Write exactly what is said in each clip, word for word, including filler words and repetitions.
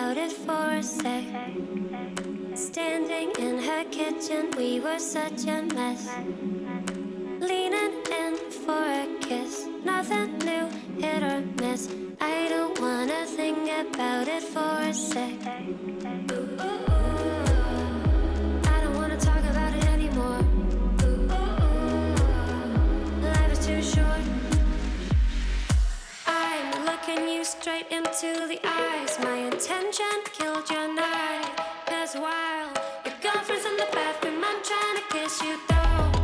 about it for a sec. Standing in her kitchen, we were such a mess. Leaning in for a kiss, nothing new, hit or miss. I don't wanna think about it for a sec. Ooh, ooh, ooh. I don't wanna talk about it anymore. Ooh, ooh, ooh. Life is too short. I'm looking you straight into the eyes. My intention killed your night. Cause while your girlfriend's in the bathroom, I'm trying to kiss you though.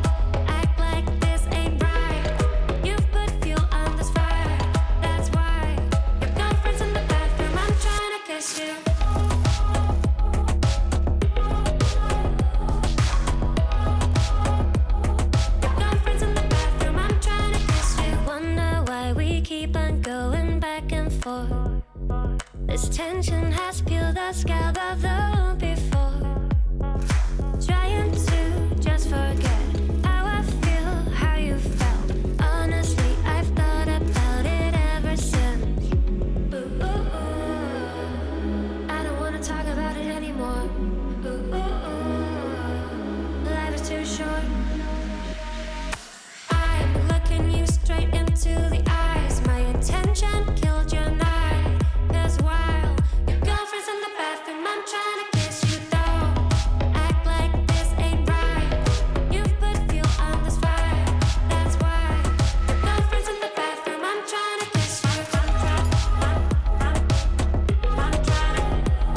This tension has peeled the scab of the before. Trying to just forget how I feel, how you felt. Honestly, I've thought about it ever since. Ooh, ooh, ooh. I don't wanna talk about it anymore. Ooh, ooh, ooh. Life is too short. I'm looking you straight into the eyes. My intention killed your night. While your girlfriend's in the bathroom, I'm trying to kiss you though. Act like this ain't right. You've put fuel on this fire. That's why your girlfriend's in the bathroom, I'm trying to kiss you. I'm trying, I'm, I'm, I'm trying to.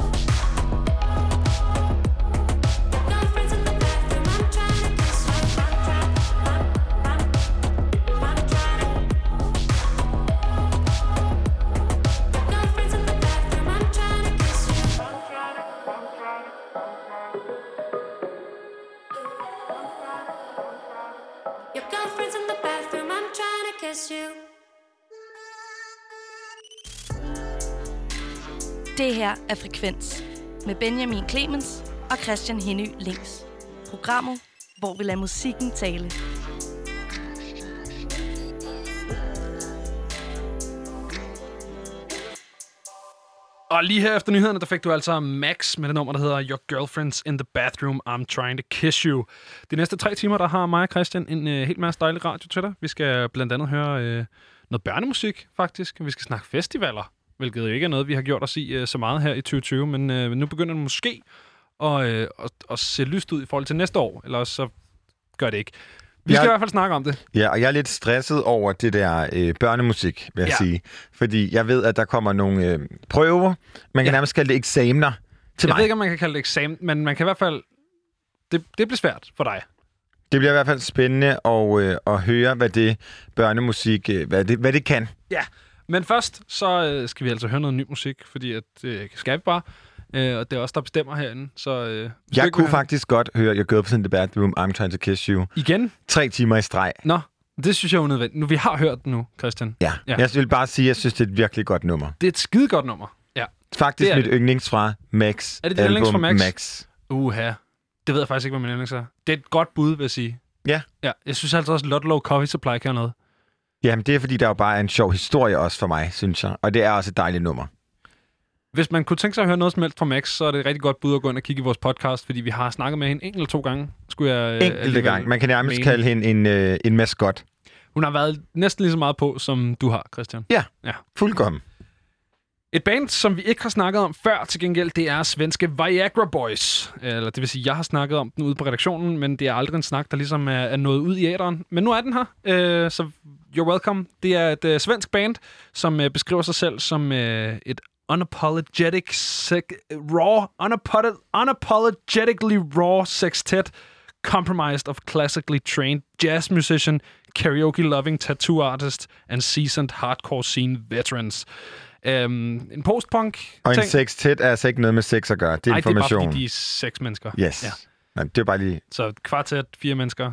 Your girlfriend's in the bathroom, I'm trying to kiss you. I'm trying, I'm, I'm, I'm trying to. Det her er Frekvens med Benjamin Clemens og Christian Henny Lings. Programmet, hvor vi lader musikken tale. Og lige her efter nyhederne, der fik du altså Max med det nummer, der hedder Your Girlfriend's in the Bathroom, I'm Trying to Kiss You. De næste tre timer, der har mig og Christian en øh, helt masse dejlig radio til dig. Vi skal blandt andet høre øh, noget børnemusik, faktisk. Vi skal snakke festivaler, hvilket jo ikke er noget, vi har gjort os i øh, så meget her i tyve tyve. Men øh, nu begynder det måske at, øh, at, at se lyst ud i forhold til næste år, eller så gør det ikke. Vi skal jeg, i hvert fald snakke om det. Ja, og jeg er lidt stresset over det der øh, børnemusik, vil jeg ja. sige. Fordi jeg ved, at der kommer nogle øh, prøver. Man kan ja. nærmest kalde det eksamener til jeg mig. Jeg ved ikke, om man kan kalde det eksamen, men man kan i hvert fald... Det, det bliver svært for dig. Det bliver i hvert fald spændende at, øh, at høre, hvad det børnemusik øh, hvad, det, hvad det kan. Ja, men først så øh, skal vi altså høre noget ny musik, fordi at, øh, skal vi bare... Øh, og det er også der bestemmer herinde. Så, øh, jeg kunne faktisk godt høre Your Girlfriend's in the Bathroom, I'm Trying to Kiss You. Igen? Tre timer i streg. Nå, det synes jeg er unødvendigt. Nu, vi har hørt den nu, Christian. Ja, ja. Jeg vil bare sige, at jeg synes, det er et virkelig godt nummer. Det er et skide godt nummer. Ja. Faktisk mit det. yndlings fra Max. Er det dit yndlings fra Max? Max? Uha. Det ved jeg faktisk ikke, hvad min yndlings er. Det er et godt bud, vil jeg sige. Ja. Ja. Jeg synes altså også, at Lotto Coffee Supply kan noget. Jamen, det er fordi, der jo bare er en sjov historie også for mig, synes jeg. Og det er også et dejligt nummer. Hvis man kunne tænke sig at høre noget som helst fra Max, så er det et rigtig godt bud at gå ind og kigge i vores podcast, fordi vi har snakket med hende en eller to gange. Skulle jeg Enkelte gang. Man kan nærmest kalde hende en, øh, en maskot. Hun har været næsten lige så meget på, som du har, Christian. Ja, ja. Fuldkommen. Et band, som vi ikke har snakket om før til gengæld, det er svenske Viagra Boys. Eller det vil sige, jeg har snakket om den ude på redaktionen, men det er aldrig en snak, der ligesom er, er nået ud i æteren. Men nu er den her, øh, så you're welcome. Det er et øh, svensk band, som øh, beskriver sig selv som øh, et unapologetic, sec- raw, unapolog- unapologetically raw sextet, compromised of classically trained jazz musician, karaoke-loving tattoo artist and seasoned hardcore scene veterans. Um, en postpunk Og ting. en sextet er altså ikke noget med sex at gøre. Det er Ej, information. det er bare fordi, de er seks mennesker. Yes. Ja. Nej, det er bare lige... Så kvartet, fire mennesker.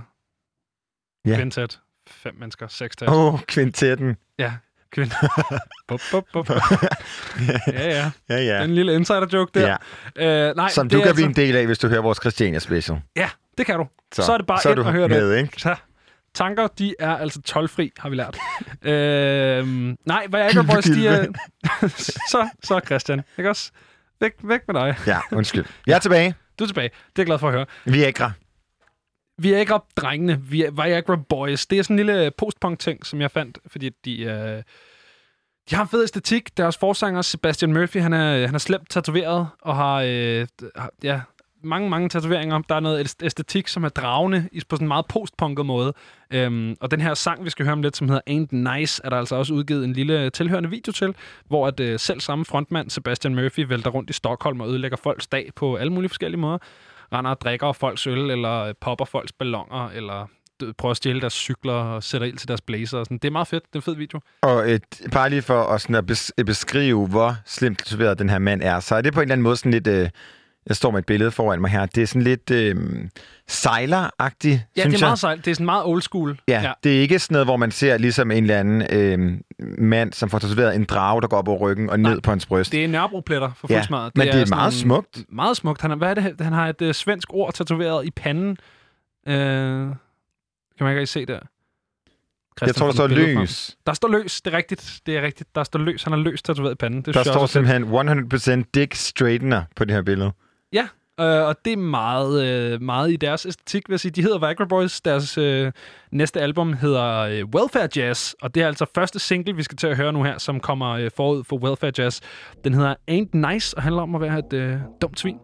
Ja. Kvintet, fem mennesker, sextet. Åh, oh, kvintetten. Ja, kvintet. bup, bup, bup. ja, ja. Ja, ja. En lille insider-joke der. Ja. Uh, nej, Som det du kan altså... blive en del af, hvis du hører vores Christiania Special. Ja, det kan du. Så, så er det bare så er ind du og høre med, det. Ikke? Så, tanker, de er altså toldfri, har vi lært. øh, nej, Viagra Boys, de er... så, så Christian, ikke også? væk, væk med dig. Ja, undskyld. Jeg er tilbage. Du er tilbage. Det er jeg glad for at høre. Viagra. Viagra-drengene, Viagra Boys, det er sådan en lille postpunk-ting, som jeg fandt, fordi de, øh, de har en fed æstetik. Deres forsanger, Sebastian Murphy, han er, han er slemt tatoveret og har øh, ja, mange, mange tatoveringer. Der er noget æstetik, som er dragende på sådan en meget postpunket måde. Øhm, og den her sang, vi skal høre om lidt, som hedder Ain't Nice, er der altså også udgivet en lille tilhørende video til, hvor at, øh, selv samme frontmand, Sebastian Murphy, vælter rundt i Stockholm og ødelægger folks dag på alle mulige forskellige måder. Render og drikker folks øl, eller popper folks balloner, eller prøver at stjæle deres cykler og sætter ild til deres blazer. Og sådan. Det er meget fedt. Det er en fed video. Og et, bare lige for at, sådan at bes- beskrive, hvor slemt tatoveret den her mand er, så er det på en eller anden måde sådan lidt... Øh, jeg står med et billede foran mig her. Det er sådan lidt øh, sejler-agtigt, Ja, synes det er jeg. meget sejl. Det er sådan meget old school. Ja, ja, det er ikke sådan noget, hvor man ser ligesom en eller anden øh, mand, som får tatoveret en drage, der går op over ryggen og Nej, ned på hans bryst. Det er Nørrebro-pletter for Ja, fuldsmadret. men det er sådan meget smukt. Meget smukt. Han, er, hvad er det? Han har et øh, svensk ord tatoveret i panden. Øh, kan man ikke rigtig se der? Christian, Jeg tror, der står løs. Der står løs, det er rigtigt. Det er rigtigt. Der står løs. Han har løs tatoveret i panden. Det Der synes jeg står også er fedt. simpelthen hundrede procent Dick Straightener på det her billede. Ja, øh, og det er meget, øh, meget i deres æstetik, vil jeg sige. De hedder Viagra Boys. Deres øh, næste album hedder øh, Welfare Jazz, og det er altså første single, vi skal til at høre nu her, som kommer øh, forud for Welfare Jazz. Den hedder Ain't Nice, og handler om at være et øh, dumt svin.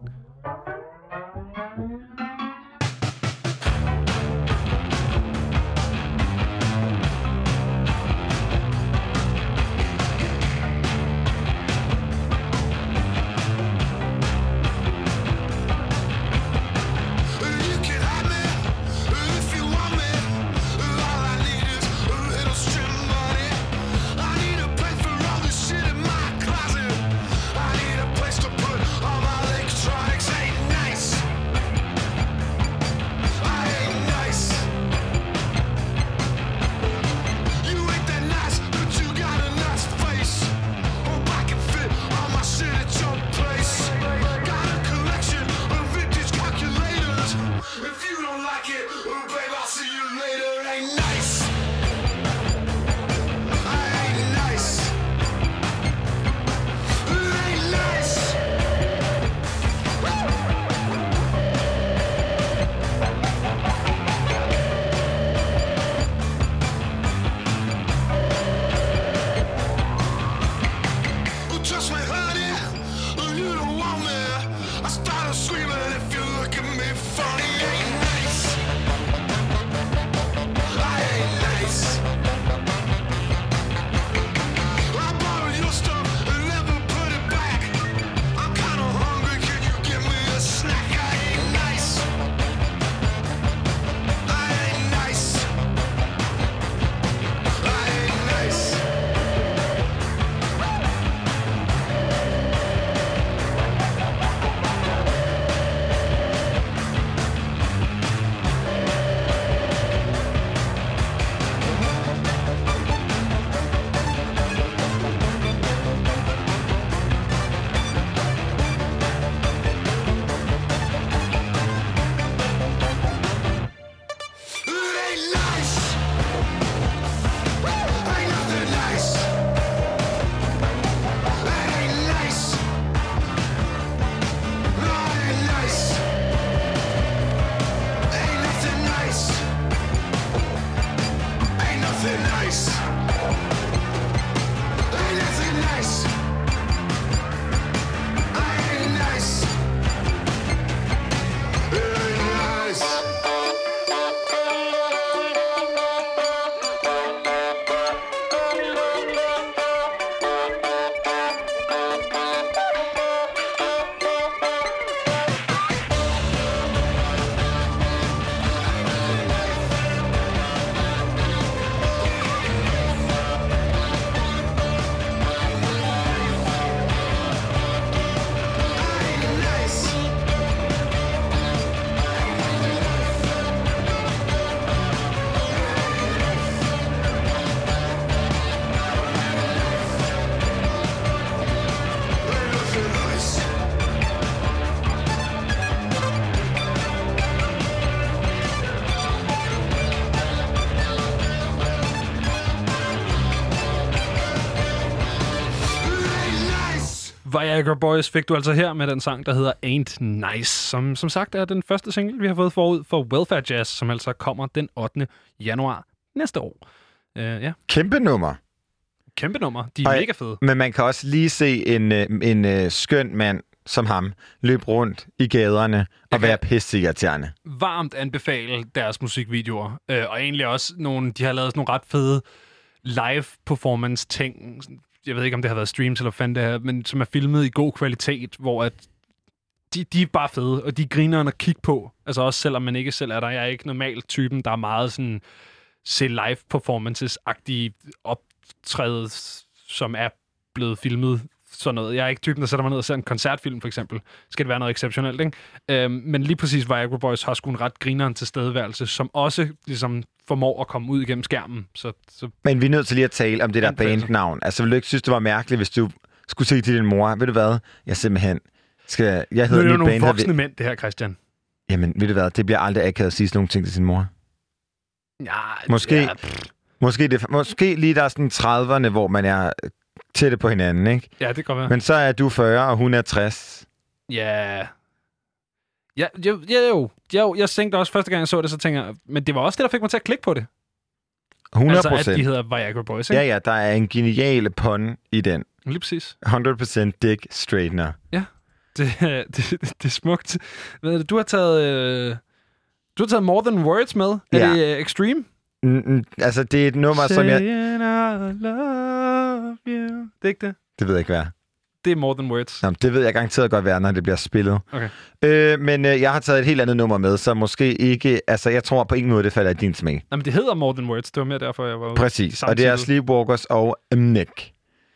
Viagra Boys fik du altså her med den sang, der hedder Ain't Nice, som som sagt er den første single, vi har fået forud for Welfare Jazz, som altså kommer den ottende januar næste år. Uh, ja. Kæmpe nummer. Kæmpe nummer. De er Og, mega fede. Men man kan også lige se en, en, en, en skøn mand som ham løbe rundt i gaderne og være pisseirriterende. Varmt anbefale deres musikvideoer. Øh, og egentlig også nogle, de har lavet sådan nogle ret fede live performance ting. Jeg ved ikke, om det har været streams eller fandt det her, men som er filmet i god kvalitet, hvor at de, de er bare fede, og de griner at kigge på. Altså også selvom man ikke selv er der. Jeg er ikke normalt typen, der er meget sådan se live performances-agtige optræde, som er blevet filmet. Sådan noget. Jeg er ikke typen, der sætter mig ned og ser en koncertfilm, for eksempel. Skal det være noget exceptionelt, ikke? Øhm, men lige præcis Viagra Boys har sgu en ret grineren tilstedeværelse, som også ligesom formår at komme ud igennem skærmen. Så, så... Men vi er nødt til lige at tale om det der bandnavn. Altså, vil du ikke synes, det var mærkeligt, hvis du skulle sige til din mor, ved du hvad, jeg simpelthen skal... Jeg hedder nu er det jo nogle band, voksne vi... mænd, det her, Christian. Jamen, ved du hvad, det bliver aldrig akavet at sige sådan nogle ting til sin mor. Ja, måske, ja. måske, det, måske lige der er sådan trediverne, hvor man er tætte på hinanden, ikke? Ja, det kan godt være. Men så er du fyrre, og hun er tres. Ja... Ja, jo, ja, jo. jo. Jeg tænkte også første gang, jeg så det, så tænker jeg... Men det var også det, der fik mig til at klikke på det. hundrede procent. Altså, at de hedder Viagra Boys, ikke? Ja, ja, der er en genial pun i den. Lige præcis. hundrede procent dick straightener. Ja, det, det, det, det er smukt. Hvad er det, du har taget... Øh, du har taget More Than Words med. Er Ja. det uh, Extreme? Mm, mm, altså, det er et nummer, som jeg... Saying I love you. Det er ikke det? Det ved jeg ikke, hvad er. Det er More Than Words. Nå, det ved jeg garanteret godt være, når det bliver spillet. Okay. Øh, men øh, jeg har taget et helt andet nummer med, så måske ikke... Altså, jeg tror på ingen måde, det falder i din smag. Jamen, det hedder More Than Words. Det var mere derfor, jeg var... Præcis. Og det er Sleepwalkers og Mnek.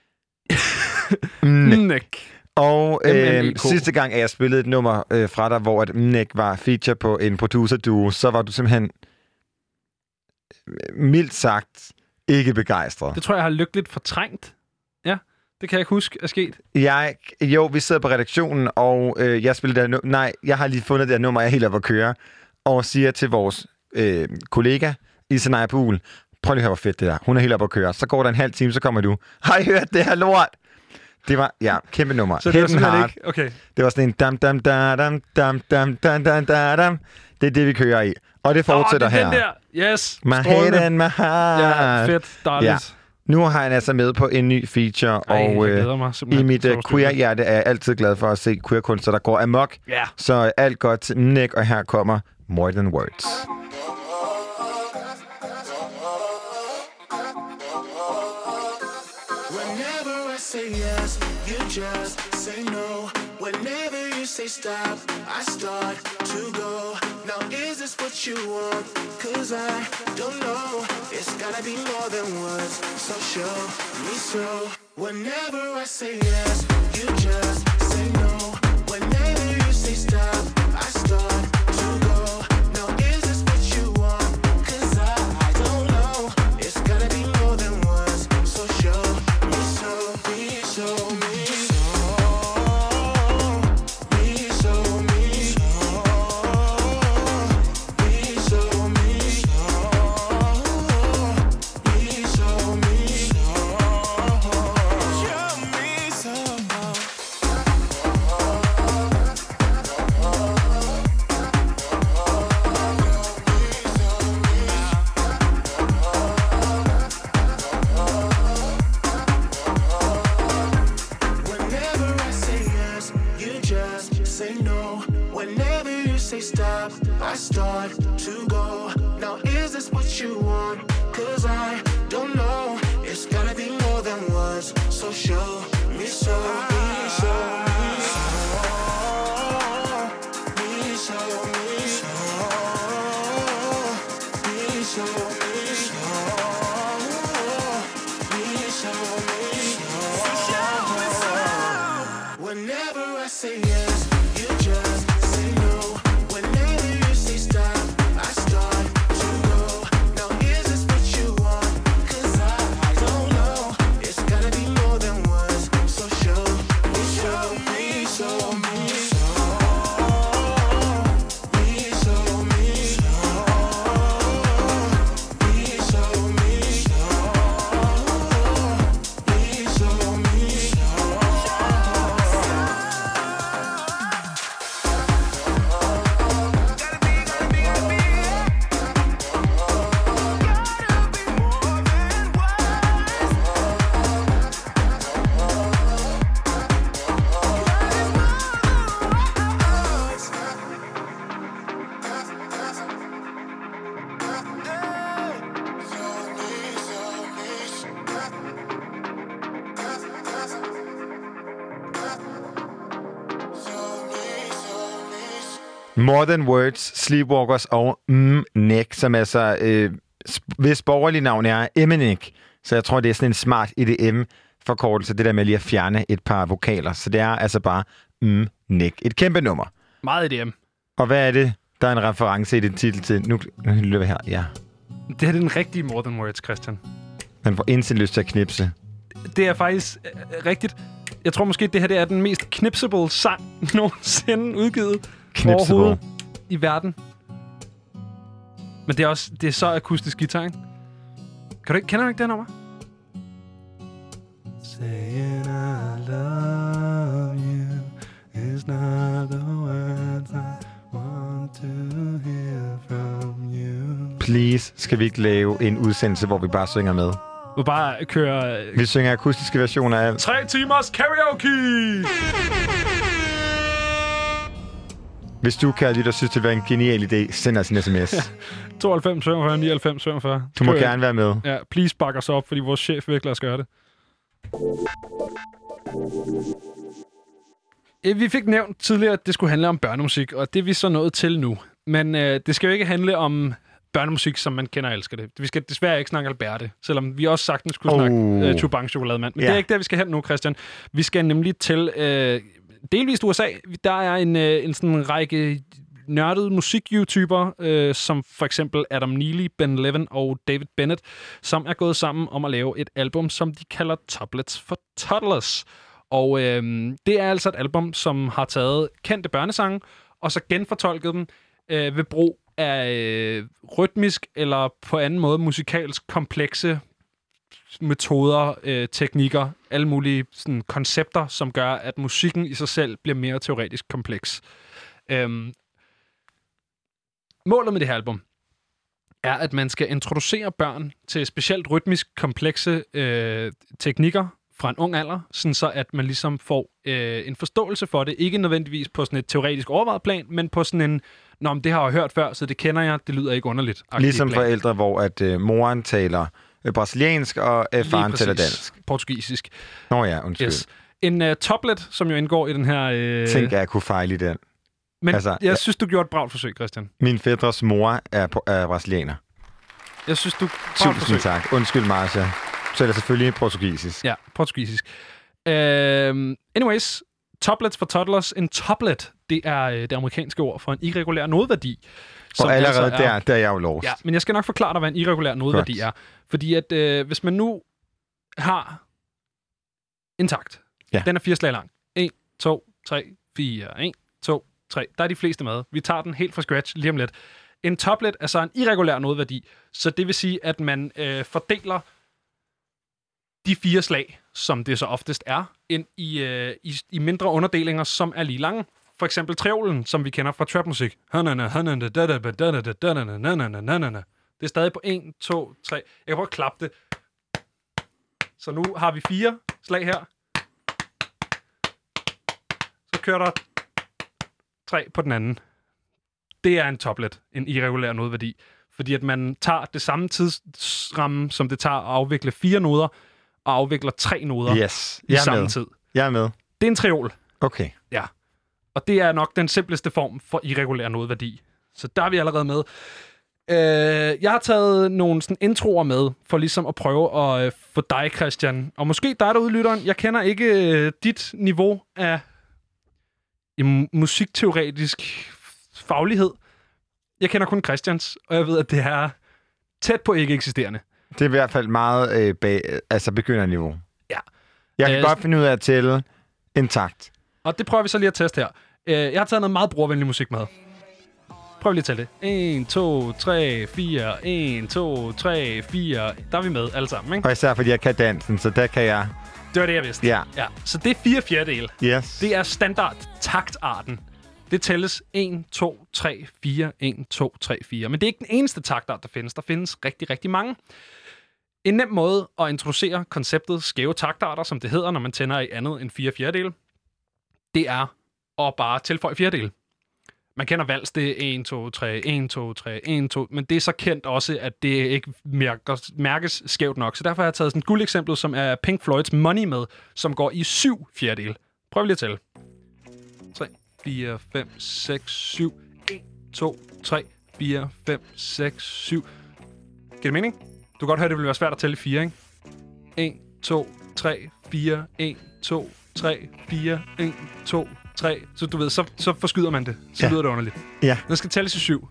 Mnek. Og øh, M N E K. sidste gang, at jeg spillede et nummer øh, fra dig, hvor at Mnek var feature på en producer-duo, så var du simpelthen mildt sagt ikke begejstret. Det tror jeg, jeg har lykkeligt fortrængt. Ja, det kan jeg ikke huske er sket. Jeg, jo, vi sidder på redaktionen, og øh, jeg spiller der nu- Nej, jeg har lige fundet det her nummer, jeg er helt oppe at køre, og siger til vores øh, kollega, Isanaya Pool, prøv lige at høre, hvor fedt det er. Hun er helt oppe at køre. Så går der en halv time, så kommer du. Har I hørt det her lort? Det var, ja, kæmpe nummer. Så det var Hidden simpelthen Heart. ikke... Okay. Det var sådan en dam dam da dam dam dam dam dam da dam. Det er det, vi kører i. Og det fortsætter oh, det er her. den der. Yes. My head and my heart. Ja, fedt. Dejligt. Ja. Nu har han altså med på en ny feature, Ej, og jeg øh, glæder mig i simpelthen mit så uh, queer-hjerte er jeg altid glad for at se queer-kunstner, der går amok. Ja. Så alt godt til Mnek, og her kommer More Than Words. Whenever I say yes, you just say no. Whenever you say stop, I start to go. Now is this what you want? Cause I don't know. It's gotta be more than words, so show me so. Whenever I say yes, you just say no. Whenever you say stop, I start to go. Now is this what you want? Cause I, I don't know. It's gotta be more than words, so show me so. Me so, me so. Me so, me so. Me so, me so. Me so, me so. Show me so. Whenever I say yes, you just say no. Whenever you say stop, I start to go. Now is this what you want? Cause I don't know. It's gotta be more than words, so show me so. Me so, me so. Me so, me so. Me so, me so. Me so, me so. Whenever I say yes, you just say no. Whenever you say stop, I start to go. Now is this what you want? Cause I, I don't know. It's gotta be more than words, More Than Words, Sleepwalkers og M-Nick, som altså, øh, hvis borgerlige navn er M-Nick. Så jeg tror, det er sådan en smart E D M-forkortelse, det der med lige at fjerne et par vokaler. Så det er altså bare M-Nick. Et kæmpe nummer. Meget E D M. Og hvad er det, der er en reference i det titel til? Nu løber vi her, ja. Det her er den rigtige More Than Words, Christian. Man får indsigt lyst til at knipse. Det er faktisk øh, rigtigt. Jeg tror måske, det her det er den mest knipsable sang nogensinde udgivet overhovedet i verden. Men det er også det er så akustisk guitar, ikke? Kan du ikke, kender du ikke det nummer? Saying I love you is not the words I want to hear from you. Please, skal vi ikke lave en udsendelse, hvor vi bare synger med? Vi bare kører... Vi synger akustiske versioner af alt. Tre timers karaoke! Hvis du, kære lytter, synes, det vil være en genial idé, send os en sms. tooghalvfems femogfyrre nioghalvfems femogfyrre. Du må Kør. gerne være med. Ja, please back os op, fordi vores chef virkelig os gøre det. Vi fik nævnt tidligere, at det skulle handle om børnemusik, og det er vi så nået til nu. Men øh, det skal jo ikke handle om børnemusik, som man kender og elsker det. Vi skal desværre ikke snakke Alberte, selvom vi også sagtens skulle oh. snakke uh, Chubang Chokolademand. Men yeah. det er ikke der, vi skal hen nu, Christian. Vi skal nemlig til øh, delvist U S A. Der er en, øh, en sådan række nørdede musik-YouTuber, øh, som for eksempel Adam Neely, Ben Levin og David Bennett, som er gået sammen om at lave et album, som de kalder Toplets for Toddlers. Og øh, det er altså et album, som har taget kendte børnesange, og så genfortolket dem øh, ved brug af øh, rytmisk eller på anden måde musikalsk komplekse metoder, øh, teknikker, alle mulige sådan, koncepter, som gør, at musikken i sig selv bliver mere teoretisk kompleks. Øhm, målet med det her album er, at man skal introducere børn til specielt rytmisk komplekse øh, teknikker fra en ung alder, sådan så at man ligesom får øh, en forståelse for det. Ikke nødvendigvis på sådan et teoretisk overvejet plan, men på sådan en, nå, men det har jeg hørt før, så det kender jeg, det lyder ikke underligt. Ligesom plan. Forældre, hvor at øh, moren taler øh, brasiliansk, og øh, faren taler dansk. Portugisisk. Nå ja, undskyld. Yes. En uh, toplet, som jo indgår i den her... Øh... Tænk, at jeg kunne fejle i den. Men altså, jeg ja. synes, du gjorde et bragt forsøg, Christian. Min fædres mor er, på, er brasilianer. Jeg synes, du... Tusind tak. Undskyld, Marcia. Så er det selvfølgelig portugisisk. Ja, portugisisk. Uh, anyways, toplets for toddlers. En toplet, det er uh, det amerikanske ord for en irregulær nodeværdi. Og allerede altså er, der, der er jeg jo lost. Ja, men jeg skal nok forklare dig, hvad en irregulær nodeværdi er. Fordi at uh, hvis man nu har en takt, ja. Den er fire slag lang. en, to, tre, fire. en, to, tre. Der er de fleste med. Vi tager den helt fra scratch lige om lidt. En toplet er så en irregulær nodeværdi. Så det vil sige, at man øh, fordeler de fire slag, som det så oftest er, ind i, øh, i, i mindre underdelinger, som er lige lange. For eksempel triolen, som vi kender fra trapmusik. Det er stadig på en, to, tre. Jeg kan prøve at klappe det. Så nu har vi fire slag her. Så kører der tre på den anden. Det er en toplet, en irregulær nodeværdi. Fordi at man tager det samme tidsramme, som det tager at afvikle fire noder, og afvikler tre noder yes. i samme med. tid. Jeg er med. Det er en triol. Okay. Ja. Og det er nok den simpleste form for irregulær nodeværdi. Så der er vi allerede med. Øh, jeg har taget nogle sådan introer med, for ligesom at prøve at øh, få dig, Christian, og måske dig derude, lytteren. Jeg kender ikke øh, dit niveau af øh, musikteoretisk faglighed. Jeg kender kun Christians, og jeg ved, at det er tæt på ikke eksisterende. Det er i hvert fald meget øh, bag, altså begynderniveau. Ja. Jeg kan øh, godt finde ud af at tælle en takt. Og det prøver vi så lige at teste her. Øh, jeg har taget noget meget brugervenlig musik med. Prøv lige at tælle det. en, to, tre, fire. en, to, tre, fire. Der er vi med alle sammen, ikke? Og især fordi jeg kan dansen, så der kan jeg... Det var det, jeg vidste. Ja. ja. Så det er fire fjerdedele. Yes. Det er standard taktarten. Det tælles en, to, tre, fire. en, to, tre, fire. Men det er ikke den eneste taktart, der findes. Der findes rigtig, rigtig mange. En nem måde at introducere konceptet skæve taktarter, som det hedder, når man tænder i andet end fire fjerdedele, det er at bare tilføje fjerdedele. Man kender vals, det er en, to, tre, en, to, tre, en, to, men det er så kendt også, at det ikke mærkes, mærkes skævt nok. Så derfor har jeg taget sådan et guldeksempel, som er Pink Floyds Money med, som går i syv fjerdedele. Prøv lige at tælle. tre, fire, fem, seks, syv. to, tre, fire, fem, seks, syv. Giver det mening? Du kan godt høre, det vil være svært at tælle i fire, ikke? en, to, tre, fire, en, to, tre, fire, en, to, tre. Så du ved, så, så forskyder man det. Så Ja. lyder det underligt. Ja. Den skal tælles i syv.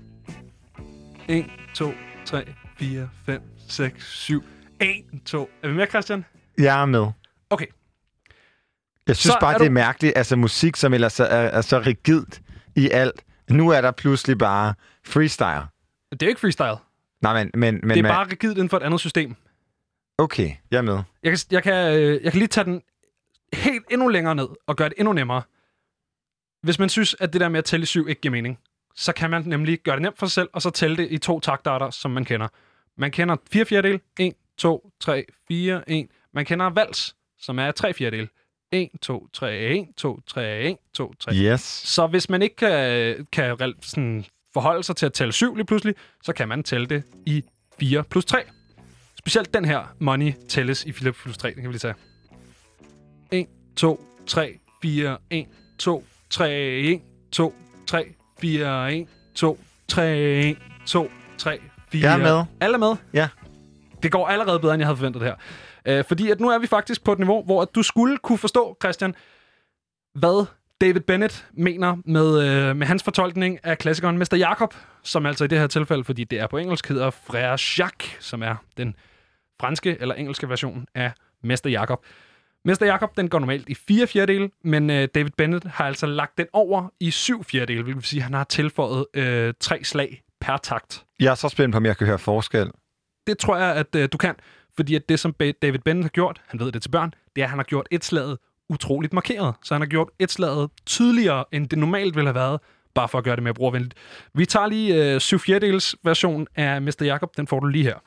en, to, tre, fire, fem, seks, syv. en, to. Er vi med, Christian? Jeg er med. Okay. Jeg synes Så bare, er det er du- mærkeligt. Altså musik, som ellers er, er så rigidt i alt. Nu er der pludselig bare freestyle. Det er jo ikke freestyle. Nej, men... men, men Det er man- bare rigidt inden for et andet system. Okay, jeg er med. Jeg kan, jeg, kan, øh, jeg kan lige tage den helt endnu længere ned og gøre det endnu nemmere. Hvis man synes, at det der med at tælle i syv ikke giver mening, så kan man nemlig gøre det nemt for sig selv, og så tælle det i to taktarter, som man kender. Man kender fire fjerdedel. en, to, tre, fire, en. Man kender vals, som er tre fjerdedel. en, to, tre, en, to, tre, en, to, tre. Yes. Så hvis man ikke kan, kan reelt sådan forholde sig til at tælle syv lige pludselig, så kan man tælle det i fire plus tre. Specielt den her money tælles i fire plus tre. Den kan vi lige tage. en, to, tre, fire, en, to, tre, en, to, tre, fire, en, to, tre, en, to, tre, fire. Jeg er med. Alle er med? Ja. Det går allerede bedre, end jeg havde forventet det her. Øh, fordi at nu er vi faktisk på et niveau, hvor at du skulle kunne forstå, Christian, hvad David Bennett mener med, øh, med hans fortolkning af klassikeren Mester Jakob, som altså i det her tilfælde, fordi det er på engelsk, hedder Frère Jacques, som er den franske eller engelske version af Mester Jakob. Mester Jakob, den går normalt i fire fjerdedele, men øh, David Bennett har altså lagt den over i syv fjerdedele, hvilket vil sige, at han har tilføjet øh, tre slag per takt. Jeg er så spændt på, om jeg kan høre forskel. Det tror jeg, at øh, du kan, fordi at det, som Ba- David Bennett har gjort, han ved det til børn, det er, at han har gjort et slaget utroligt markeret. Så han har gjort et slaget tydeligere, end det normalt ville have været, bare for at gøre det mere brugervenligt. Vi tager lige øh, syv fjerdedels version af Mester Jakob. Den får du lige her.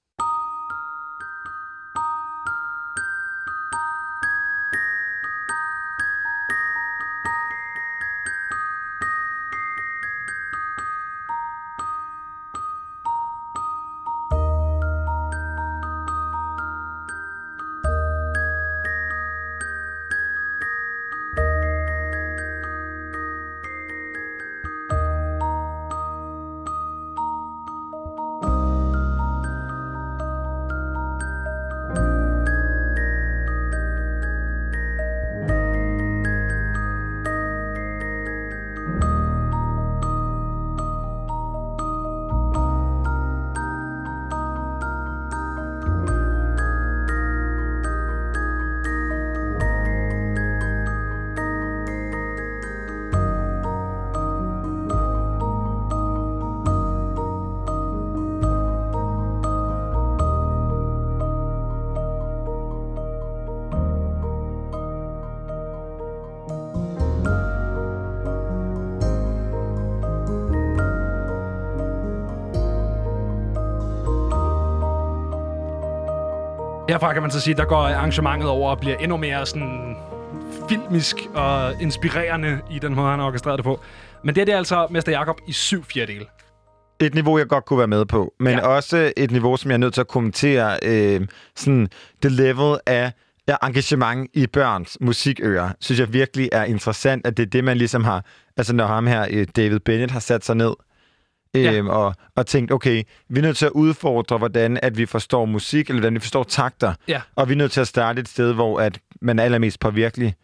Herfra kan man så sige, der går arrangementet over og bliver endnu mere sådan filmisk og inspirerende i den måde, han har orkestreret det på. Men det er det altså Mester Jakob i syv fjerdedele. Et niveau, jeg godt kunne være med på, men Ja. ja. også et niveau, som jeg er nødt til at kommentere, øh, sådan det level af ja, engagement i børns musikører, synes jeg virkelig er interessant, at det er det, man ligesom har, altså når ham her, øh, David Bennett, har sat sig ned øh, Ja. og, og tænkt, okay, vi er nødt til at udfordre, hvordan at vi forstår musik, eller hvordan vi forstår takter, Ja. og vi er nødt til at starte et sted, hvor at man er allermest påvirkelig.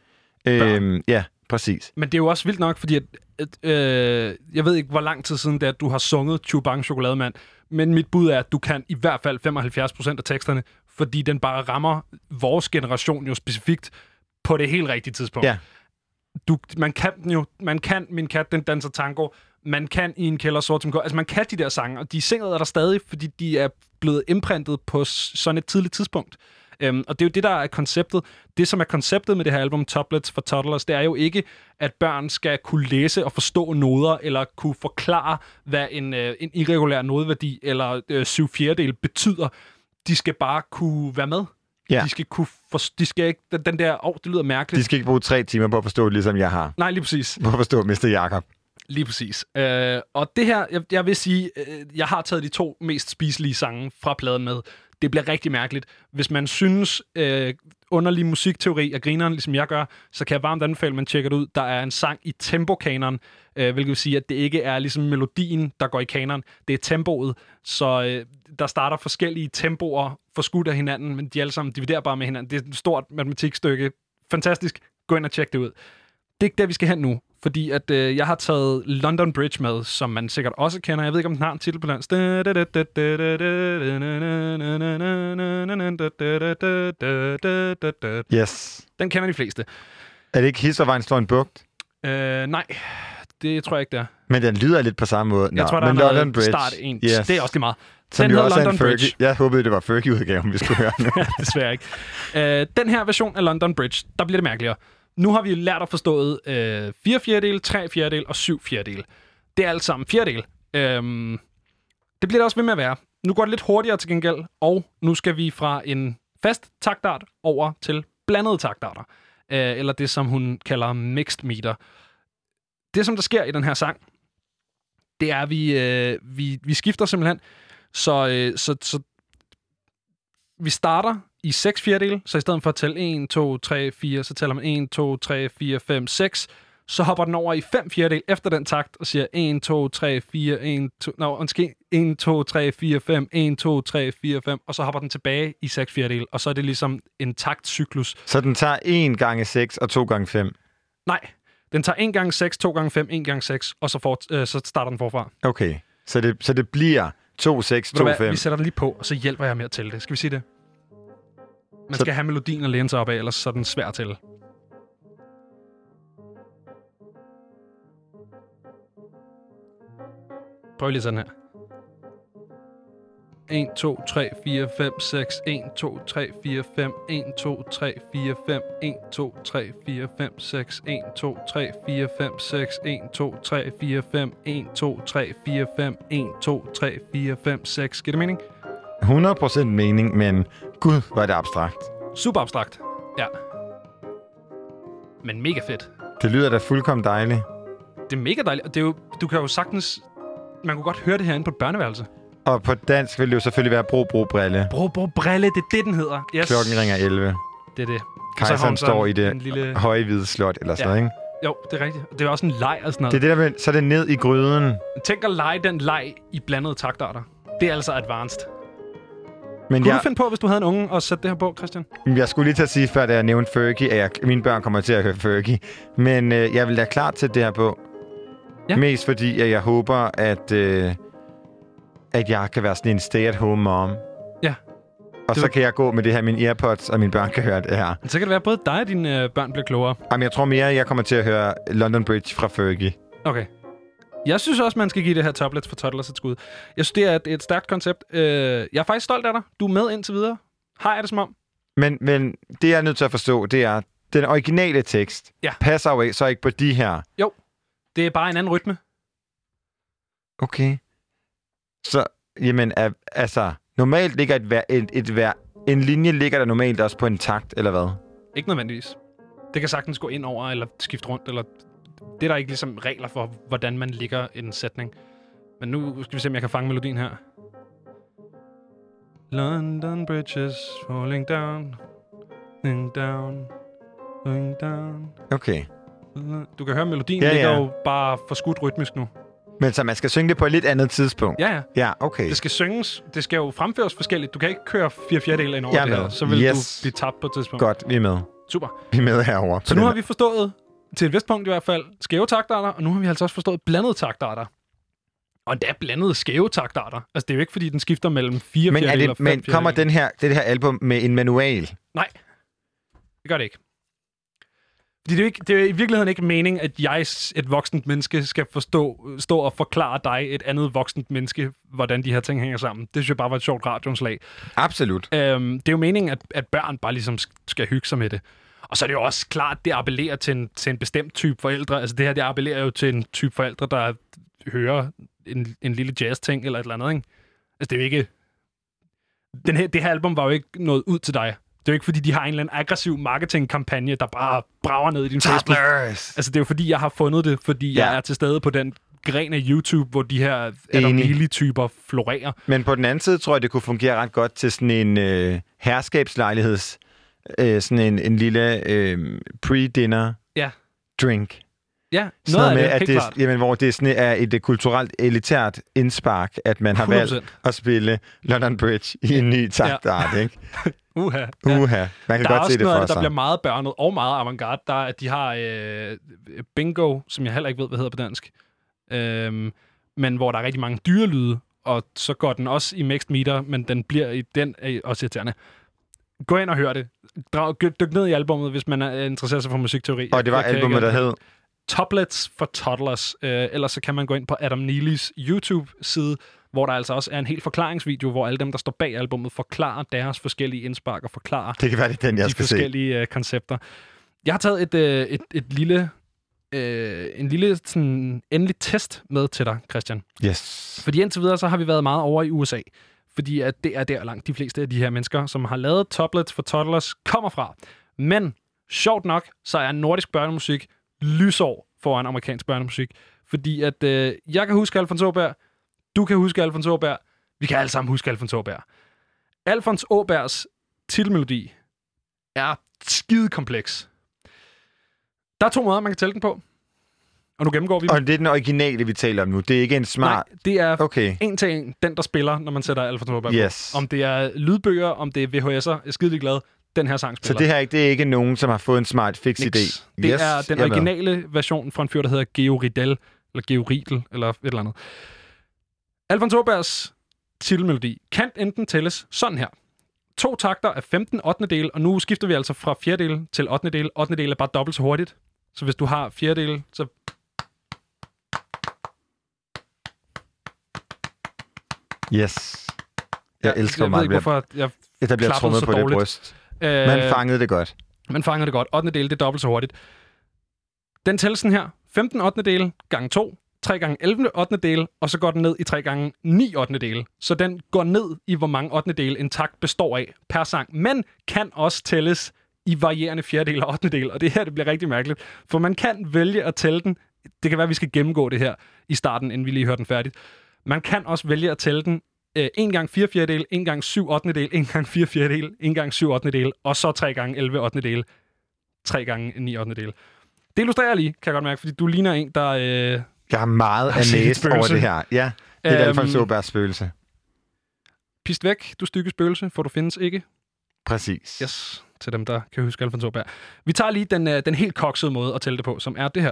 Øh, ja, præcis. Men det er jo også vildt nok, fordi at, at, øh, jeg ved ikke, hvor lang tid siden det er, at du har sunget Chubang Chokolademand, men mit bud er, at du kan i hvert fald femoghalvfjerds procent af teksterne, fordi den bare rammer vores generation jo specifikt på det helt rigtige tidspunkt. Ja. Du, man kan den jo, man kan Min kat, den danser tango, man kan I en kælder sort som går. Altså man kan de der sange, og de synger der stadig, fordi de er blevet imprintet på s- sådan et tidligt tidspunkt. Um, og det er jo det, der er konceptet. Det, som er konceptet med det her album, Toplets for Toddlers, det er jo ikke, at børn skal kunne læse og forstå noder, eller kunne forklare, hvad en, uh, en irregulær nodeværdi eller uh, syv fjerdedel betyder. De skal bare kunne være med. Ja. De skal kunne for, de skal ikke, den, den der, åh, oh, det lyder mærkeligt. De skal ikke bruge tre timer på at forstå det, ligesom jeg har. Nej, lige præcis. På at forstå Mester Jakob. Lige præcis. Øh, og det her, jeg, jeg vil sige, øh, jeg har taget de to mest spiselige sange fra pladen med. Det bliver rigtig mærkeligt. Hvis man synes, øh, underlig musikteori af grineren, ligesom jeg gør, så kan jeg varmt anbefale, at man tjekker det ud. Der er en sang i tempo-kanon, øh, hvilket vil sige, at det ikke er ligesom melodien, der går i kanon. Det er tempoet, så øh, der starter forskellige tempoer forskudt af hinanden, men de alle sammen dividerer bare med hinanden. Det er et stort matematikstykke. Fantastisk. Gå ind og tjek det ud. Det er ikke der, vi skal hen nu, fordi at øh, jeg har taget London Bridge med, som man sikkert også kender. Jeg ved ikke, om den har en titel på dansk. Yes. Den kender de fleste. Er det ikke His og Vejen slår en bugt? Øh, nej, det tror jeg ikke, det er. Men den lyder lidt på samme måde. Jeg Nå, tror, der men er London noget Bridge. start en. Yes. Det er også lige meget. Som Den jo hedder også er en London Fergie. Bridge. Jeg håbede, det var Fergie-udgaven, vi skulle høre nu. Desværre ikke. Øh, den her version af London Bridge, der bliver det mærkeligere. Nu har vi lært at forstået øh, fire fjerdedele, tre fjerdedele og syv fjerdedele. Det er alt sammen fjerdedele. Øhm, det bliver det også ved med at være. Nu går det lidt hurtigere til gengæld, og nu skal vi fra en fast taktart over til blandede taktarter. Øh, eller det, som hun kalder mixed meter. Det, som der sker i den her sang, det er, at vi, øh, vi, vi skifter simpelthen. Så, øh, så, så vi starter i seks fjerdedele, så i stedet for at tælle en, to, tre, fire, så tæller man en, to, tre, fire, fem, seks. Så hopper den over i fem fjerdedele efter den takt og siger en, to, tre, fire, en, to, no, undskyld, en, to, tre, fire, fem, en, to, tre, fire, fem, og så hopper den tilbage i seks fjerdedele, og så er det ligesom en taktcyklus. Så den tager en gange seks og to gange fem? Nej, den tager en gange seks, to gange fem, en gange seks, og så, fort, øh, så starter den forfra. Okay, så det, så det bliver to, seks, to, fem. Vi sætter den lige på, og så hjælper jeg med at tælle det. Skal vi sige det? Man så... skal have melodien og læne sig op af, ellers så er den svær at tælle. Prøv lige sådan her. en, to, tre, fire, fem, seks, en, to, tre, fire, fem, en, to, tre, fire, fem, en, to, tre, fire, fem, seks, en, to, tre, fire, fem, seks, en, to, tre, fire, fem, en, to, tre, fire, fem, en, to, tre, fire, fem, seks. Giver det mening? hundrede procent mening, men gud, hvor er det abstrakt. Super abstrakt, ja. Men mega fedt. Det lyder da fuldkommen dejligt. Det er mega dejligt. Det er jo, du kan jo sagtens... Man kunne godt høre det herinde på et børneværelse. Og på dansk vil det jo selvfølgelig være bro, bro, brille. Bro, bro, brille, det er det, den hedder. Yes. Klokken ringer elleve. Det er det. Kejseren står i det lille... høje hvide slot, eller sådan, ja. Ikke? Jo, det er rigtigt. Det er også en leg og sådan noget. Det er det der med, så er det ned i gryden. Tænk at lege den leg i blandede taktarter. Det er altså advanced. Men Kunne jeg, du finde på, hvis du havde en unge, og sætte det her på, Christian? Jeg skulle lige til at sige, før da jeg nævnte Fergie, at jeg, mine børn kommer til at høre Fergie. Men øh, jeg vil da klart til det her på. Ja. Mest fordi, at jeg håber, at, øh, at jeg kan være sådan en stay-at-home mom. Ja. Og du... så kan jeg gå med det her mine AirPods, og mine børn kan høre det her. Så kan det være, at både dig og dine øh, børn bliver klogere. Jamen, jeg tror mere, at jeg kommer til at høre London Bridge fra Fergie. Okay. Jeg synes også, man skal give det her Toplets for Toddlers et skud. Jeg synes, det er et, et stærkt koncept. Øh, jeg er faktisk stolt af dig. Du er med indtil videre. Har jeg det som om? Men, men det, jeg er nødt til at forstå, det er, den originale tekst ja. passer jo så ikke på de her. Jo. Det er bare en anden rytme. Okay. Så, jamen, altså, normalt ligger et, vær, et, et vær, en linje ligger der normalt også på en takt, eller hvad? Ikke nødvendigvis. Det kan sagtens gå ind over, eller skifte rundt, eller... Det er der ikke ligesom regler for, hvordan man ligger en sætning. Men nu skal vi se, om jeg kan fange melodien her. London Bridge is falling down, falling down, falling down. Okay. Du kan høre, melodien ja, ligger ja. jo bare forskudt rytmisk nu. Men så man skal synge det på et lidt andet tidspunkt? Ja, ja. Ja, okay. Det skal synges, det skal jo fremføres forskelligt. Du kan ikke køre fire fjerdedele ind over jeg det her, så vil yes. du blive tabt på et tidspunkt. Godt, vi er med. Super. Vi er med herovre. Så nu har vi forstået, til et vist punkt i hvert fald, skæve taktarter, og nu har vi altså også forstået blandede taktarter. Og endda blandede skæve taktarter. Altså, det er jo ikke, fordi den skifter mellem fire men fjerdedele og fem Men kommer den her, det her album med en manual? Nej, det gør det ikke. Fordi det er, ikke, det er i virkeligheden ikke mening, at jeg, et voksent menneske, skal forstå, stå og forklare dig, et andet voksent menneske, hvordan de her ting hænger sammen. Det synes jeg bare var et sjovt radioindslag. Absolut. Øhm, det er jo meningen, at, at børn bare ligesom skal hygge sig med det. Og så er det jo også klart, at det appellerer til en, til en bestemt type forældre. Altså det her, det appellerer jo til en type forældre, der hører en, en lille jazz-ting eller et eller andet, ikke? Altså det er jo ikke... Den her, det her album var jo ikke noget ud til dig. Det er jo ikke, fordi de har en eller anden aggressiv marketingkampagne, der bare brager ned i din Topless. Facebook. Altså det er jo fordi, jeg har fundet det, fordi ja. jeg er til stede på den gren af YouTube, hvor de her Adamili-typer florerer. Men på den anden side tror jeg, det kunne fungere ret godt til sådan en øh, herskabslejligheds øh, sådan en, en lille øh, pre-dinner Ja. drink. Ja, Sådan noget af med, det, at helt det, klart. jamen, hvor det sådan er et kulturelt elitært indspark, at man har hundrede valgt procent. at spille London Bridge i en ny taktart, ja. Ikke? Uha. Ja. Uha, man kan Der er godt også se det noget for af det, der sig. bliver meget børnet og meget avantgarde. Der er, at de har øh, bingo, som jeg heller ikke ved, hvad hedder på dansk. Øhm, men hvor der er rigtig mange dyrelyde, og så går den også i mixed meter, men den bliver i den er også irriterende. Gå ind og hør det. Drag, dyk ned i albummet, hvis man er interesseret sig for musikteori. Og det var Jeg kan albumet, ikke- der hed... Toplets for Toddlers. Øh, ellers så kan man gå ind på Adam Neely's YouTube-side, hvor der altså også er en helt forklaringsvideo, hvor alle dem, der står bag albummet, forklarer deres forskellige indspark og forklarer Det kan være, det er den, jeg de skal se. forskellige øh, koncepter. Jeg har taget et, øh, et, et lille, øh, en lille sådan, endelig test med til dig, Christian. Yes. Fordi indtil videre, så har vi været meget over i U S A. Fordi at det er der langt de fleste af de her mennesker, som har lavet Toplets for Toddlers, kommer fra. Men sjovt nok, så er nordisk børnemusik lysår foran amerikansk børnemusik. Fordi at øh, jeg kan huske Alfons Åberg, du kan huske Alfons Åberg, vi kan alle sammen huske Alfons Åberg. Alfons Åbergs titelmelodi er skide kompleks. Der er to måder, man kan tælle den på. Og nu gennemgår vi dem. Og det er den originale, vi taler om nu. Det er ikke en smart... Nej, det er Okay. en til en, den der spiller, når man sætter Alfons Åberg Yes. på. Om det er lydbøger, om det er V H S'er, jeg er skide glad. Den her sang Så spiller. det her det er ikke nogen, som har fået en smart fix Niks. idé. Det Yes, er den jeg er med. originale version fra en fyr, der hedder Geo Ridel, eller Geo Riedel, eller et eller andet. Alfons Åbergs titelmelodi kan enten tælles sådan her. To takter af femten ottendedele, og nu skifter vi altså fra fjerdedele til ottendedele. Ottendedele er bare dobbelt så hurtigt. Så hvis du har fjerdedele, så... Yes. Jeg elsker jeg meget, ved ikke, hvorfor jeg der bliver klappede trummet så på det dårligt. bryst. øh, Man fangede det godt. Man fanger det godt. ottende del, det er dobbelt så hurtigt. Den tælles sådan her. femten ottende dele gange to, tre gange elleve ottende dele, og så går den ned i tre gange ni ottende dele. Så den går ned i, hvor mange ottende dele en takt består af per sang, men kan også tælles i varierende fjerdedele og ottende dele, og det her det bliver rigtig mærkeligt, for man kan vælge at tælle den. Det kan være, at vi skal gennemgå det her i starten, inden vi lige hører den færdigt. Man kan også vælge at tælle den øh, en gang fire fjerdedele, en gang syv ottende dele, en gang fire fjerdedele, en gang syv ottende dele, og så tre gange elleve ottende dele, tre gange ni ottende dele. Det illustrerer jeg lige, kan jeg godt mærke, fordi du ligner en, der... Øh, Jeg har meget Har at set et læse over spøgelse. det her. Ja, det er Øhm, Alfons Åbergs spøgelse. pist væk, du stykke spøgelse, for du findes ikke. Præcis. Yes, til dem, der kan huske Alfons Åberg. Vi tager lige den, øh, den helt koksede måde at tælle det på, som er det her.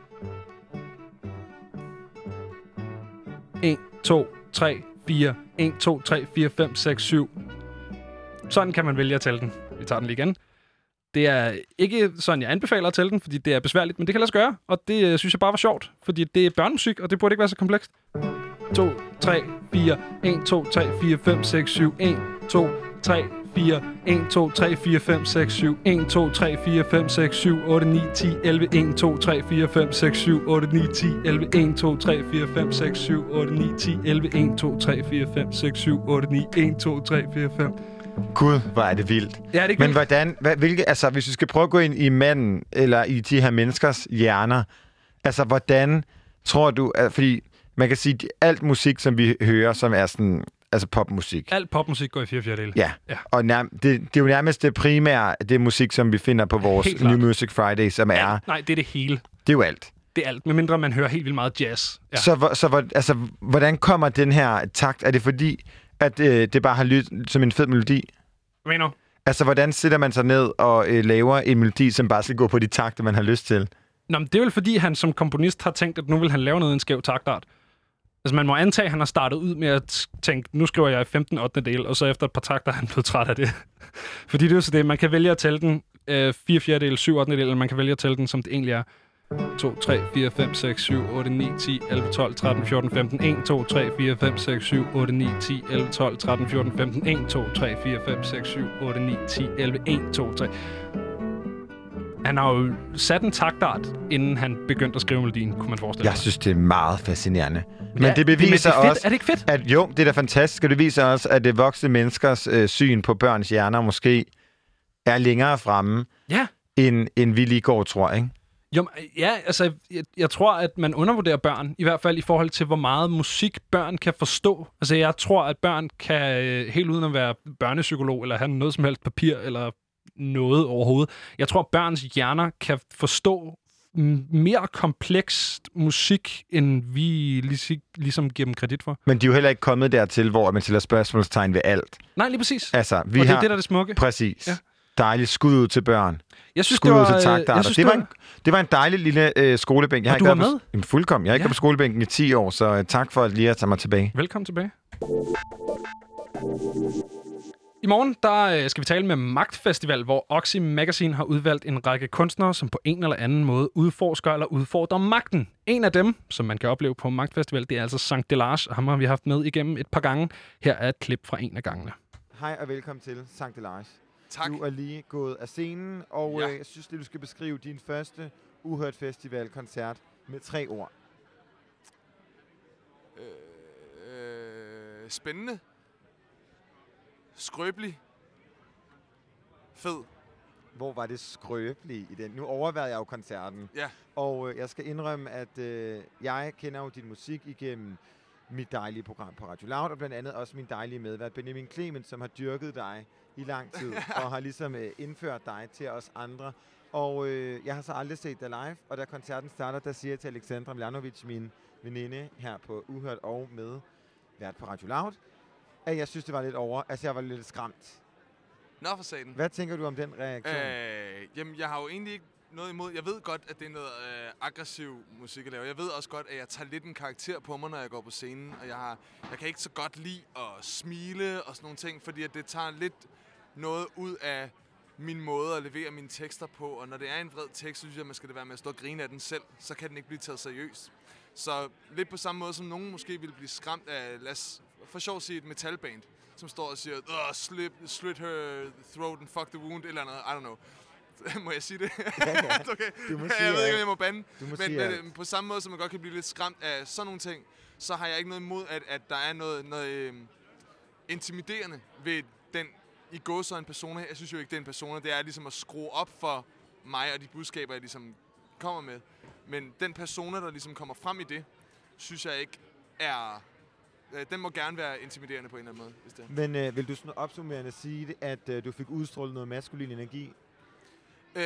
en, to, tre, fire. en, to, tre, fire, fem, seks, syv. Sådan kan man vælge at tælle den. Vi tager den lige igen. Det er ikke sådan, jeg anbefaler at tælle den, fordi det er besværligt, men det kan lade sig gøre, og det øh, synes jeg bare var sjovt, fordi det er børnemusik, og det burde ikke være så komplekst. to, tre, fire. en, to, tre, fire, fem, seks, syv. en, to, tre, fire. en, to, tre, fire, fem, seks, syv. en, to, tre, fire, fem, seks, syv, otte, ni, ti, elleve. en, to, tre, fire, fem, seks, syv, otte, ni, ti, elleve. en, to, tre, fire, fem, seks, syv, otte, ni, ti, elleve. en, to, tre, fire, fem, seks, syv, otte, ni. en, to, tre, fire, fem. Gud, hvor er det vildt. Ja, det er ikke Men vildt. hvordan, hvad, hvilke, altså, hvis vi skal prøve at gå ind i manden, eller i de her menneskers hjerner, altså, hvordan tror du, at, fordi man kan sige, alt musik, som vi hører, som er sådan, altså popmusik. Alt popmusik går i fire fjerdedele. Ja, Ja. og nærm- det, det er jo nærmest det primære, det musik, som vi finder på vores Helt klart. New Music Friday, som er, Ja, nej, det er det hele. det er jo alt. Det er alt, medmindre man hører helt vildt meget jazz. Ja. Så, hvor- så hvor- altså, hvordan kommer den her takt? Er det fordi, at øh, det bare har lyttet som en fed melodi? Hvad mener du? Altså, hvordan sætter man sig ned og øh, laver en melodi, som bare skal gå på de takter, man har lyst til? Nå, men det er vel fordi, han som komponist har tænkt, at nu vil han lave noget i en skæv taktart. Altså, man må antage, at han har startet ud med at tænke, nu skriver jeg femten ottende del, og så efter et par takter er han blevet træt af det. Fordi det er jo så det, man kan vælge at tælle den øh, fire fjerdedel, syv ottende del, eller man kan vælge at tælle den, som det egentlig er. to, tre, fire, fem, seks, syv, otte, ni, ti, elleve, tolv, tretten, fjorten, femten, en, to, tre, fire, fem, seks, syv, otte, ni, ti, elleve, tolv, tretten, fjorten, femten, en, to, tre, fire, fem, seks, syv, otte, ni, ti, elleve, en, to, tre. Han har jo sat en taktart, inden han begyndte at skrive melodien, kunne man forestille sig. Jeg synes, det er meget fascinerende. Men, Ja, Men det beviser det er fedt. også, Er det ikke fedt? at jo, det er da fantastisk, og det viser også, at det voksne menneskers øh, syn på børns hjerner måske er længere fremme, Ja. end, end vi lige går, tror jeg, ikke? Jo, ja, altså, jeg, jeg tror, at man undervurderer børn, i hvert fald i forhold til, hvor meget musik børn kan forstå. Altså, jeg tror, at børn kan, øh, helt uden at være børnepsykolog, eller have noget som helst papir, eller noget overhovedet. Jeg tror, børns hjerner kan forstå mere komplekst musik, end vi ligesom giver dem kredit for. Men de er jo heller ikke kommet dertil, hvor man stiller spørgsmålstegn ved alt. Nej, lige præcis. Altså, vi og har... det er det, der er det smukke. Præcis. Ja. Dejligt skud ud til børn. Jeg synes, skud det var... ud til taktarter. Synes, det, var det, en, det var en dejlig lille øh, skolebænk. Jeg og har du ikke var været med? På, fuldkommen. Jeg har ikke ja. været på skolebænken i ti år, så øh, tak for at lige at tage mig tilbage. Velkommen tilbage. I morgen der skal vi tale med Magtfestival, hvor Oxy Magazine har udvalgt en række kunstnere, som på en eller anden måde udforsker eller udfordrer magten. En af dem, som man kan opleve på Magtfestival, det er altså Sankt Delage, og ham har vi haft med igennem et par gange. Her er et klip fra en af gangene. Hej og velkommen til Sankt Delage. Tak. Du er lige gået af scenen, og Ja. øh, jeg synes lige, du skal beskrive din første Uhørt Festival-koncert med tre ord. Øh, øh, spændende. Skrøbelig. Fed. Hvor var det skrøbeligt i den? Nu overvejede jeg jo koncerten, Ja. og øh, jeg skal indrømme, at øh, jeg kender jo din musik igennem mit dejlige program på Radio Loud, og blandt andet også min dejlige medvært Benjamin Clemens, som har dyrket dig i lang tid, og har ligesom øh, indført dig til os andre. Og øh, jeg har så aldrig set dig live, og da koncerten starter, der siger jeg til Alexandra Mljanovic, min veninde her på Uhørt og med vært på Radio Loud, at jeg synes, det var lidt over. Altså, jeg var lidt skræmt. Nå for satan. Hvad tænker du om den reaktion? Øh, jamen, jeg har jo egentlig ikke noget imod. Jeg ved godt, at det er noget øh, aggressiv musik at lave. Jeg ved også godt, at jeg tager lidt en karakter på mig, når jeg går på scenen. Og jeg, har, jeg kan ikke så godt lide at smile og sådan nogle ting, fordi at det tager lidt noget ud af min måde at levere mine tekster på. Og når det er en vred tekst, så synes jeg, at man skal det være med at stå og grine af den selv. Så kan den ikke blive taget seriøst. Så lidt på samme måde, som nogen måske ville blive skræmt af, lad os for sjov at sige, et metalband, som står og siger, slip, slit her throat and fuck the wound, eller andet, I don't know. Må jeg sige det? Ja, ja. Okay. Du må jeg sige, ved ikke, om jeg må bande. Du må Men, sige, men øh, på samme måde, som man godt kan blive lidt skræmt af sådan nogle ting, så har jeg ikke noget imod, at, at der er noget, noget øh, intimiderende ved den i gåsøjne persona. Jeg synes jo ikke, det er en persona. Det er ligesom at skrue op for mig og de budskaber, jeg ligesom kommer med. Men den persona, der ligesom kommer frem i det, synes jeg ikke er... Øh, den må gerne være intimiderende på en eller anden måde. Hvis det er. Men øh, vil du sådan opsummerende sige, det, at øh, du fik udstrålet noget maskulin energi? Øh,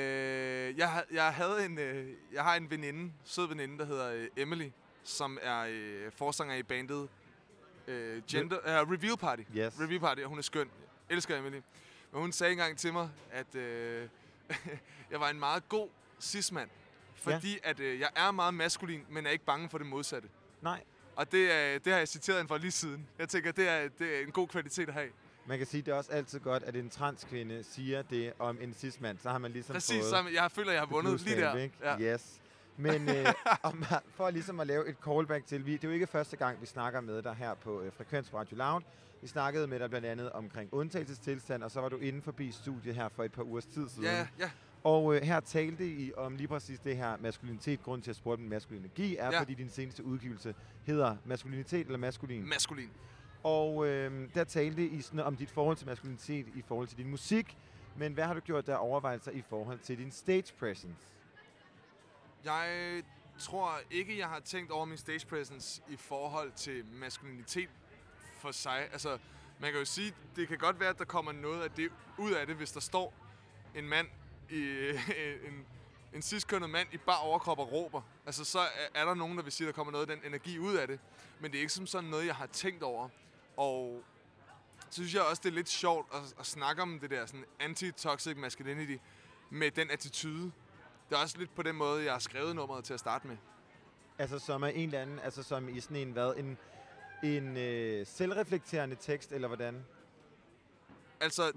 jeg, jeg havde en, øh, jeg har en veninde, sød veninde, der hedder øh, Emily, som er øh, forsanger i bandet øh, Gender, uh, Reveal Party. Yes. Reveal Party, og hun er skøn. Jeg elsker Emily. Men hun sagde engang til mig, at øh, jeg var en meget god cis-mand, fordi ja. at øh, jeg er meget maskulin, men er ikke bange for det modsatte. Nej. Og det, øh, det har jeg citeret hende for lige siden. Jeg tænker, det er, det er en god kvalitet at have. Man kan sige, at det er også altid godt, at en transkvinde siger det om en cis-mand. Så har man ligesom Præcis, fået... så jeg føler, jeg har vundet lige der. Ikke? Ja. Yes. Men øh, om, for ligesom at lave et callback til, vi, det er jo ikke første gang, vi snakker med dig her på øh, Frekvens på Radio Loud. Vi snakkede med dig blandt andet omkring undtagelsestilstand, og så var du inde forbi studiet her for et par ugers tid siden. Ja, ja. Og øh, her talte I om lige præcis det her maskulinitet. Grunden til at spørge den maskuline energi er, ja. fordi din seneste udgivelse hedder maskulinitet eller maskulin? Maskulin. Og øh, der talte I sådan om dit forhold til maskulinitet i forhold til din musik. Men hvad har du gjort der overvejelser i forhold til din stage presence? Jeg tror ikke, jeg har tænkt over min stage presence i forhold til maskulinitet for sig. Altså, man kan jo sige, det kan godt være, at der kommer noget af det ud af det, hvis der står en mand i en, en cis-kønnet mand i bare overkrop og råber. Altså, så er der nogen, der vil sige, at der kommer noget af den energi ud af det. Men det er ikke som sådan noget, jeg har tænkt over. Og så synes jeg også, det er lidt sjovt at, at snakke om det der sådan anti-toxic masculinity med den attitude. Det er også lidt på den måde, jeg har skrevet nummeret til at starte med. Altså som er en eller anden, altså som i sådan en hvad, en, en øh, selvreflekterende tekst, eller hvordan? Altså,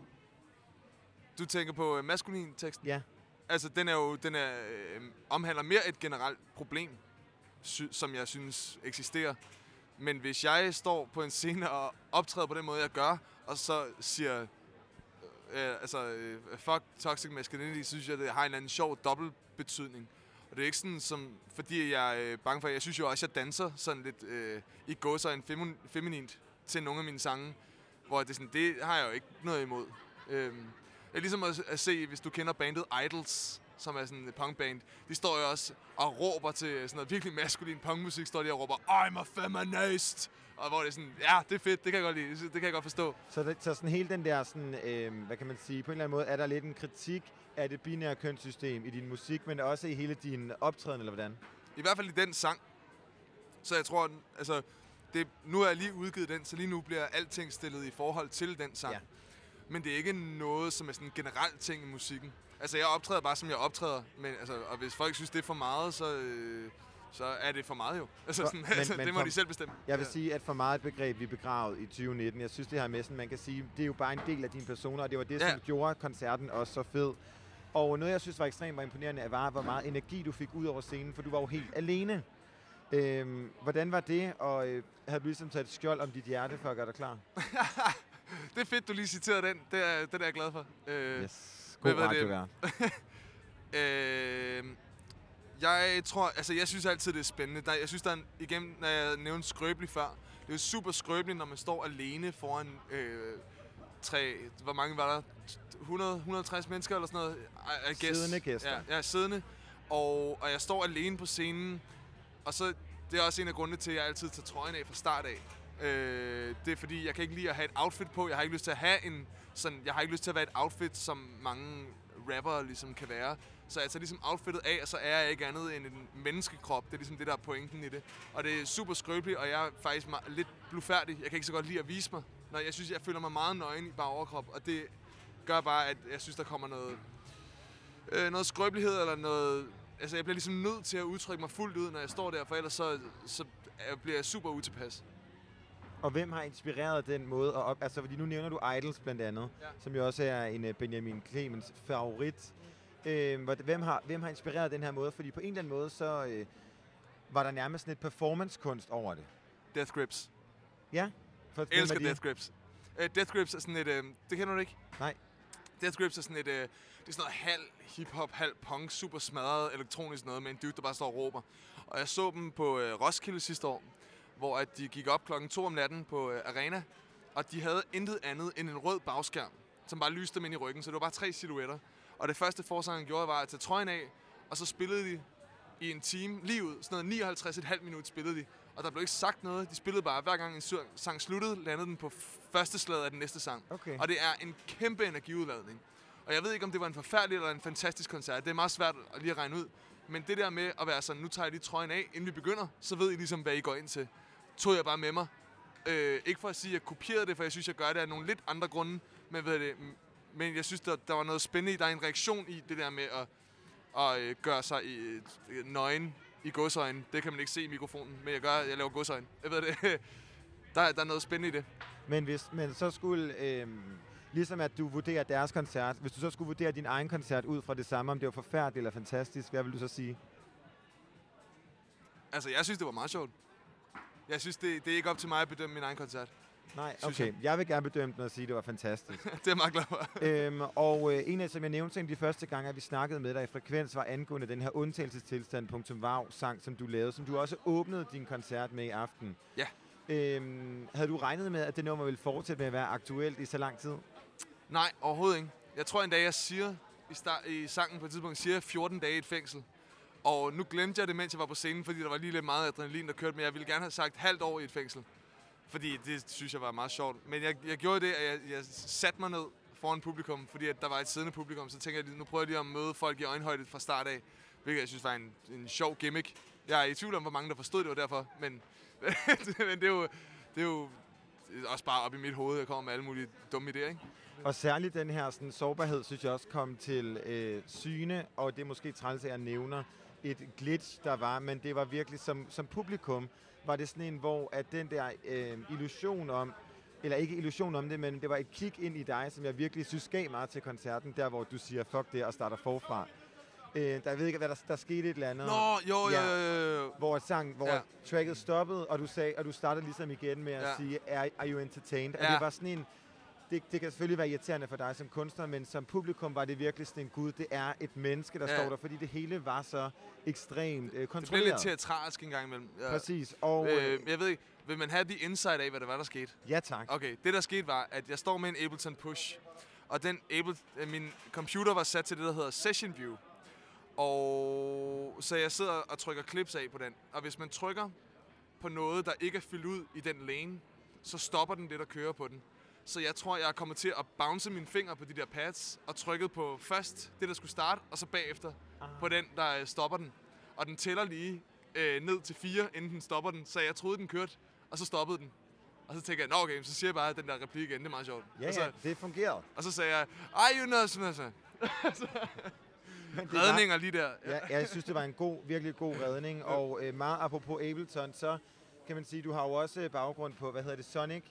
du tænker på øh, maskulin teksten? Ja. Altså, den er jo, den er, øh, omhandler mere et generelt problem, sy- som jeg synes eksisterer. Men hvis jeg står på en scene og optræder på den måde, jeg gør, og så siger, øh, altså, øh, fuck toxic masculinity, synes jeg, det har en eller anden sjov dobbeltbetydning. Og det er ikke sådan, som, fordi jeg er øh, bange for, jeg synes jo også, at jeg danser sådan lidt øh, i gåsøjne femi- feminint til nogle af mine sange, hvor det, sådan, det har jeg jo ikke noget imod. Øh, det er ligesom at, at se, hvis du kender bandet Idols, som er sådan et punkband, de står jo også og råber til sådan noget virkelig maskulin punkmusik, står de og råber, I'm a feminist! Og hvor det er sådan, ja, det er fedt, det kan jeg godt lide, det kan jeg godt forstå. Så, det, så sådan hele den der, sådan, øh, hvad kan man sige, på en eller anden måde, er der lidt en kritik af det binære kønssystem i din musik, men også i hele din optræden, eller hvordan? I hvert fald i den sang. Så jeg tror, altså, det, nu har jeg lige udgivet den, så lige nu bliver alting stillet i forhold til den sang. Ja. Men det er ikke noget, som er sådan en generel ting i musikken. Altså, jeg optræder bare, som jeg optræder, men, altså, og hvis folk synes, det er for meget, så, øh, så er det for meget jo. Altså, sådan, men, altså, men det må for, de selv bestemme. Jeg vil ja. sige, at for meget et begreb, vi er begravet i tyve nitten. Jeg synes, det her med, sådan, man kan sige, det er jo bare en del af dine personer, og det var det, Ja. som gjorde koncerten også så fed. Og noget, jeg synes var ekstremt var imponerende, var, hvor meget energi du fik ud over scenen, for du var jo helt alene. Øhm, hvordan var det, og øh, havde du ligesom taget et skjold om dit hjerte for at gøre dig klar? Det er fedt, du lige citerede den. Det er, det er jeg glad for. Øh, Yes, god hvad- hvad radio det- der. øh, jeg tror, altså jeg synes altid, det er spændende. Der, jeg synes, der er en, igen, når jeg nævnte skrøbelig før, det er jo super skrøbeligt, når man står alene foran øh, tre, hvor mange var der? hundrede til hundrede og tres mennesker eller sådan noget? I, I guess. Siddende gæster. Ja, ja, siddende. Og, og jeg står alene på scenen, og så, det er også en af grundene til, at jeg altid tager trøjen af fra start af. Øh, det er fordi, jeg kan ikke lide at have et outfit på. Jeg har ikke lyst til at have en sådan, jeg har ikke lyst til at være et outfit, som mange rappere ligesom kan være. Så jeg tager ligesom outfittet af, og så er jeg ikke andet end en menneskekrop. Det er ligesom det, der er pointen i det. Og det er super skrøbeligt, og jeg er faktisk meget, lidt blufærdig. Jeg kan ikke så godt lide at vise mig. Når jeg synes, jeg føler mig meget nøgen i bare overkrop, og det gør bare, at jeg synes, der kommer noget, øh, noget skrøbelighed eller noget. Altså, jeg bliver ligesom nødt til at udtrykke mig fuldt ud, når jeg står der, for ellers så, så bliver jeg super utilpas. Og hvem har inspireret den måde at op... Altså, fordi nu nævner du Idols blandt andet, Ja. som jo også er en uh, Benjamin Clemens favorit. Øh, hvor- hvem, har, hvem har inspireret den her måde? Fordi på en eller anden måde, så øh, var der nærmest sådan et performancekunst over det. Death Grips. Ja? For, Jeg elsker hvem er de? Death Grips. Uh, Death Grips er sådan et... Uh, det kender du ikke? Nej. Death Grips er sådan et... Uh, det er sådan noget halv hip-hop, halv punk, super smadret elektronisk noget med en dude, der bare står og råber. Og jeg så dem på uh, Roskilde sidste år, hvor at de gik op klokken to om natten på uh, Arena, og de havde intet andet end en rød bagskærm, som bare lyste dem ind i ryggen, så det var bare tre silhuetter. Og det første forsangeren gjorde, var at tage trøjen af, og så spillede de i en time lige ud. Sådan noget nioghalvtreds komma fem minut spillede de. Og der blev ikke sagt noget. De spillede bare, hver gang en sur- sang sluttede, landede den på første slaget af den næste sang. Okay. Og det er en kæmpe energiudladning. Og jeg ved ikke, om det var en forfærdelig eller en fantastisk koncert. Det er meget svært at lige at regne ud. Men det der med at være sådan, nu tager jeg lige trøjen af, inden vi begynder, så ved I ligesom, hvad I går ind til. Tog jeg bare med mig. Øh, ikke for at sige, at jeg kopierede det, for jeg synes, jeg gør det af nogle lidt andre grunde. Men, ved det, men jeg synes, der, der var noget spændende i. Der er en reaktion i det der med at, at øh, gøre sig i, øh, nøgen i godsøjne. Det kan man ikke se i mikrofonen, men jeg gør, jeg laver godsøjne. Jeg ved det. Der, der er noget spændende i det. Men, hvis, men så skulle... Øh, ligesom at du vurderer deres koncert, hvis du så skulle vurdere din egen koncert ud fra det samme, om det var forfærdeligt eller fantastisk, hvad vil du så sige? Altså, jeg synes, det var meget sjovt. Jeg synes, det, det er ikke op til mig at bedømme min egen koncert. Nej, Synes okay. jeg. Jeg vil gerne bedømme den og sige, at det var fantastisk. Det er jeg meget glad for. øhm, og øh, en af, som jeg nævnte en af de første gange, at vi snakkede med dig i Frekvens, var angående den her undtagelsestilstand.wow-sang, som du lavede, som du også åbnede din koncert med i aften. Ja. Øhm, havde du regnet med, at det nummer ville fortsætte med at være aktuelt i så lang tid? Nej, overhovedet ikke. Jeg tror en dag, jeg siger i, start, i sangen på et tidspunkt, siger jeg fjorten dage i et fængsel. Og nu glemte jeg det, mens jeg var på scenen, fordi der var lige lidt meget adrenalin, der kørte, men jeg ville gerne have sagt halvt år i et fængsel. Fordi det synes jeg var meget sjovt. Men jeg, jeg gjorde det, at jeg, jeg satte mig ned foran publikum, fordi at der var et siddende publikum, så tænker jeg, nu prøver jeg lige at møde folk i øjenhøjde fra start af, hvilket jeg synes var en, en sjov gimmick. Jeg er i tvivl om, hvor mange der forstod det var derfor, men, men det, er jo, det er jo også bare op i mit hoved, jeg kommer med alle mulige dumme idéer, ikke? Og særligt den her sådan, sårbarhed, synes jeg også kom til øh, syne, og det er måske træls, at jeg nævner et glitch, der var, men det var virkelig som, som publikum, var det sådan en, hvor at den der øh, illusion om, eller ikke illusion om det, men det var et kig ind i dig, som jeg virkelig synes gav meget til koncerten, der hvor du siger, fuck det, og starter forfra. Øh, der, jeg ved ikke, hvad der, der skete et eller andet. Nå, jo, Ja. jo, jo, jo. Hvor, sang, hvor Ja. ja. tracket stoppede, og du, sagde, og du startede ligesom igen med at Ja. sige, are, are you entertained? Og Ja. det var sådan en, det, det kan selvfølgelig være irriterende for dig som kunstner, men som publikum var det virkelig sådan en gud, det er et menneske, der Ja. står der, fordi det hele var så ekstremt øh, Det blev kontrolleret. lidt teatralsk en gang imellem. Ja. Præcis, og Øh, øh, jeg ved ikke, vil man have de insight af, hvad der var, der skete? ja tak. Okay, det der skete var, at jeg står med en Ableton Push, og den Able, øh, min computer var sat til det, der hedder Session View. Og så jeg sidder og trykker clips af på den. Og hvis man trykker på noget, der ikke er fyldt ud i den lane, så stopper den det, der kører på den. Så jeg tror, jeg er kommet til at bounce mine fingre på de der pads, og trykket på først det, der skulle starte, og så bagefter ah. på den, der stopper den. Og den tæller lige øh, ned til fire, inden den stopper den, så jeg troede, den kørte, og så stoppede den. Og så tænker jeg, nå okay, så siger jeg bare den der replik igen, det er meget sjovt. Ja, og så, ja, det fungerede. Og så sagde jeg, ej, you know, sådan så. Redninger lige der. Ja, jeg synes, det var en god, virkelig god redning. Og øh, meget apropos Ableton, så kan man sige, du har jo også baggrund på, hvad hedder det, Sonic?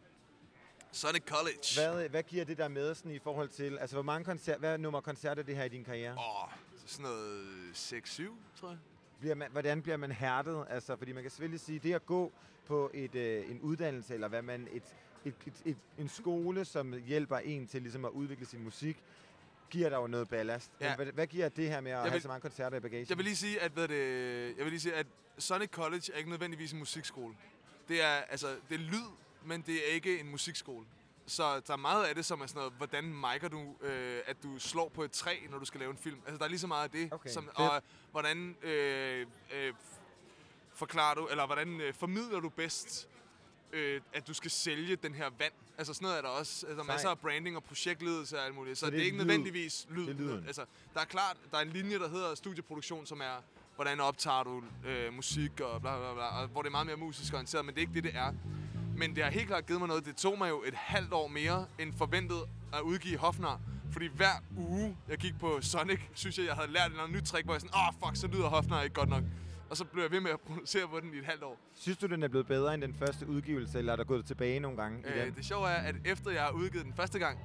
Sonic College. Hvad, hvad giver det der med sådan, i forhold til, altså hvor mange koncerter, hvad nummer koncerter det her i din karriere? Åh, oh, sådan noget seks syv, tror jeg. Bliver man, hvordan bliver man hærdet? Altså, fordi man kan selvfølgelig sige, det at gå på et, øh, en uddannelse, eller hvad man, et, et, et, et, en skole, som hjælper en til ligesom at udvikle sin musik, giver der jo noget ballast. Ja. Hvad, hvad giver det her med at vil, have så mange koncerter i bagagen? Jeg vil lige sige, at, hvad det, jeg vil lige sige, at Sonic College er ikke nødvendigvis en musikskole. Det er, altså, det er lyd, men det er ikke en musikskole. Så der er meget af det, som er sådan noget, hvordan micer du, øh, at du slår på et træ, når du skal lave en film. Altså, der er lige så meget af det. Okay, som, og hvordan øh, øh, forklarer du, eller hvordan øh, formidler du bedst, øh, at du skal sælge den her vand. Altså sådan noget er der også. Altså, der er masser af branding og projektledelse og alt muligt. Så, så det, det er ikke lyd. nødvendigvis lyd. Det er altså, der er klart, der er en linje, der hedder studieproduktion, som er, hvordan optager du øh, musik og bla bla bla, og hvor det er meget mere musisk orienteret, men det er ikke det, det er. Men det har helt klart givet mig noget. Det tog mig jo et halvt år mere end forventet at udgive Hofnar. Fordi hver uge, jeg gik på Sonic, synes jeg, jeg havde lært et nyt trick, hvor jeg sådan, åh oh, fuck, så lyder Hofnar ikke godt nok. Og så blev jeg ved med at producere på den i et halvt år. Synes du, den er blevet bedre end den første udgivelse, eller er der gået tilbage nogle gange øh, i den? Det sjove er, at efter jeg har udgivet den første gang,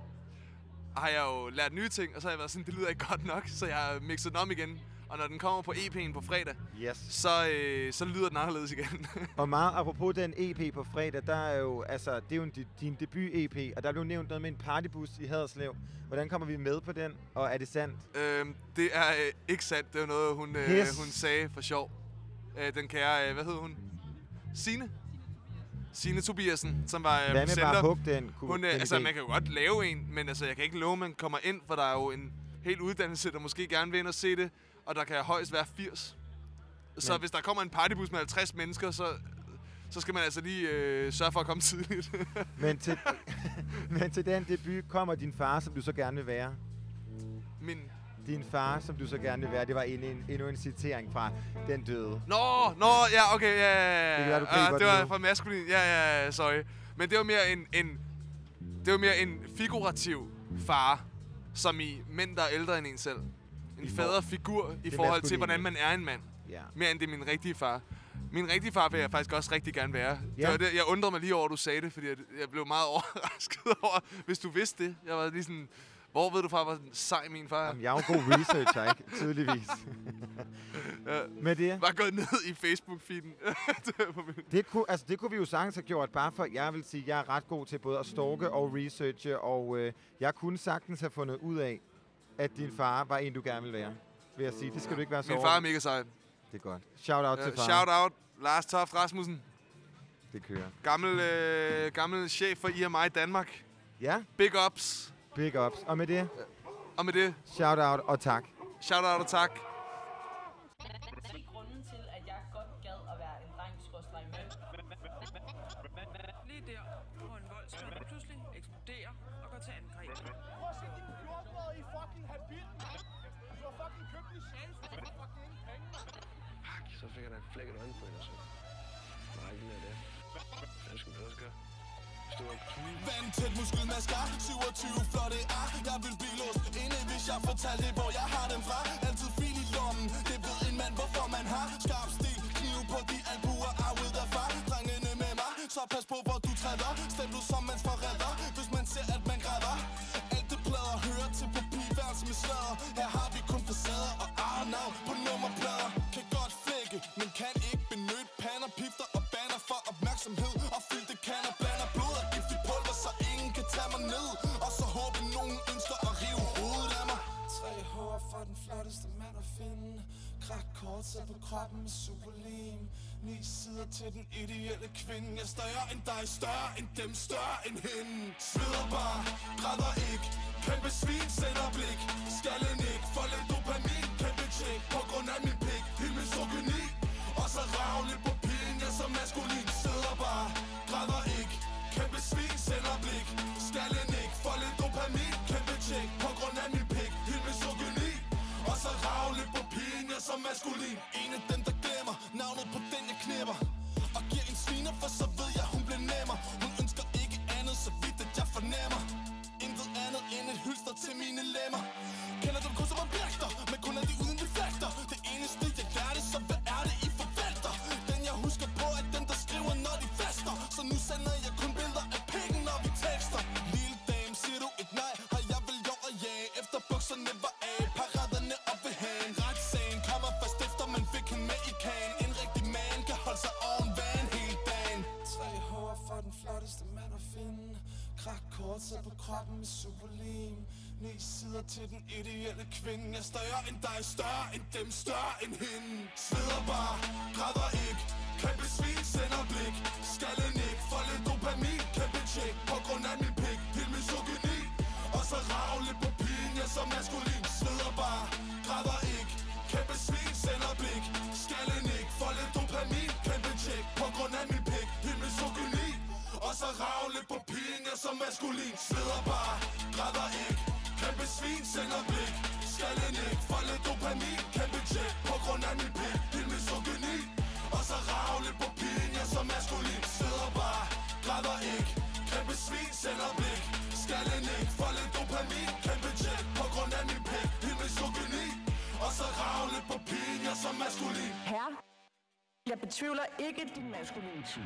har jeg jo lært nye ting, og så har jeg været sådan, det lyder ikke godt nok, så jeg har mixet den om igen. Og når den kommer på E P'en på fredag, yes. så, øh, så lyder den anderledes igen. Og meget apropos den E P på fredag, der er jo, altså, det er jo en, din debut-E P, og der blev nævnt noget med en partybus i Haderslev. Hvordan kommer vi med på den, og er det sandt? Øhm, det er øh, ikke sandt. Det var noget, hun, øh, yes. hun sagde for sjov. Øh, den kære, øh, hvad hed hun? Signe? Signe Tobiasen, som var øh, Hvad med bare hug den? Hun, øh, den altså, man kan jo godt lave en, men altså, jeg kan ikke love, at man kommer ind, for der er jo en hel uddannelse, der måske gerne vil ind og se det. Og der kan højst være firs. Så men. Hvis der kommer en partybus med halvtreds mennesker, så, så skal man altså lige øh, sørge for at komme tidligt. men, til, men til den debut kommer din far, som du så gerne vil være. Min... Din far, som du så gerne vil være. Det var en, en, endnu en citering fra Den Døde. Nå, nå, ja, okay, ja, ja, ja. Det, være, uh, det var fra maskulin, ja, ja, sorry. Men det var mere en, en, det var mere en figurativ far, som i mænd, der er ældre end en selv. En faderfigur i forhold til, hvordan man er en mand. Ja. Mere end det er min rigtige far. Min rigtige far vil jeg faktisk også rigtig gerne være. Ja. Det var det, jeg undrede mig lige over, at du sagde det, fordi jeg, jeg blev meget overrasket over, hvis du vidste det. Jeg var lige sådan, hvor ved du fra, hvor sej min far er? Jamen, jeg er jo god researcher, ikke? Tydeligvis. ja. Med det? Bare gået ned i Facebook-feeden. det, kunne, altså, det kunne vi jo sagtens have gjort, bare for, jeg vil sige, jeg er ret god til både at stalke og researche, og øh, jeg kunne sagtens have fundet ud af, at din far var en, du gerne vil være. Vil jeg sige. Det skal du ikke være så Min far er mega sej. Det er godt. Shout out uh, til far. Shout out Lars Toft Rasmussen. Det kører. Gammel, øh, gammel chef for I M I Danmark. Ja. Big ups. Big ups. Og med det? Og med det? Shout out og tak. Shout out og tak. Se grunden til, at jeg godt gad at være en dreng, skråstreg mand. Lige der, hvor en voldsmand pludselig eksploderer og går til angreb. Prøv at se din fjorten-årige i fucking habit. Du har fucking købt en chance, du har fucking ingen penge. Fuck, så fik jeg da et flækket øjne på hende, så. Nej, ikke mere det. Hvad skal vi også gøre? Vandtæt muskelmasker, syvogtyve flotte ar. Jeg vil blive låst inde, hvis jeg fortalte, hvor jeg har dem fra. Altid fil i lommen, det ved en mand, hvorfor man har. Skarp stil, kniv på de albuer, er ud af far. Drengene med mig, så pas på, hvor du træder. Stem du som mands forræder, hvis man ser, at man græder. Alt det plader hører til papirværelse med sladder. Her har vi kun facader og arnavn på nummerplader. Kan godt flække, men kan ikke benytte pander, pifter og banner for opmærksomhed. Og fyldte kander blander blod og giftig pulver, så ingen kan tage mig ned. Og så håber nogen ønsker at rive hovedet af mig. Tre hår for den flotteste mand at finde. Krak kort selv på kroppen med superlim. Ni sider til den ideelle kvinde. Jeg er større end dig, større end dem, større end hende. Sveder bare, græder ikke. Kæmpe svin, sender blik. Skallen ikke, for lidt dopamin. Kæmpe tjek, på grund af min pik. Helt min sokeni. Og så ravligt på pigen, jeg så maskulin. efter bukserne var af. Paraderne op ved hagen. Retssagen kommer først efter man fik hende med i kagen. En rigtig man kan holde sig oven vand hele dagen. Tre hår for den flotteste mand at finde. Krak kort sidder på kroppen med superlim. Ni sider til den ideelle kvinde. Jeg er større end dig, større end dem, større end hende. Sveder bare, græder ikke. Kæmpe svin, sender blik. Skallen ikke, for lidt dopamin. Kæmpe tjek, på grund af min pik. Helt misogyni. Og så ravle på pigen, jeg så maskulin. Sveder bare, græder ikke. Kæmpe svin, sender blik. Skallen ikke, for lidt dopamin. Kæmpe tjek, på grund af min pik. Helt misogyni. Og så ravle på pigen, jeg så maskulin. Sveder bare, græder ikke. Kæmpe svin, sender blik. Skallen ikke, for lidt dopamin. Kæmpe tjek, på grund af min pik. Helt misogyni. Og så ravle på pigen, jeg så maskulin. Sveder bare, græder ikke. Kæmpe svin, sender blik. Skallen ikke, for lidt dopamin. Kæmpe tjek, på grund af min pik. Helt misogyni. Og så ravle på pigen, jeg så maskulin. Herre, jeg betvivler ikke din maskulinitet.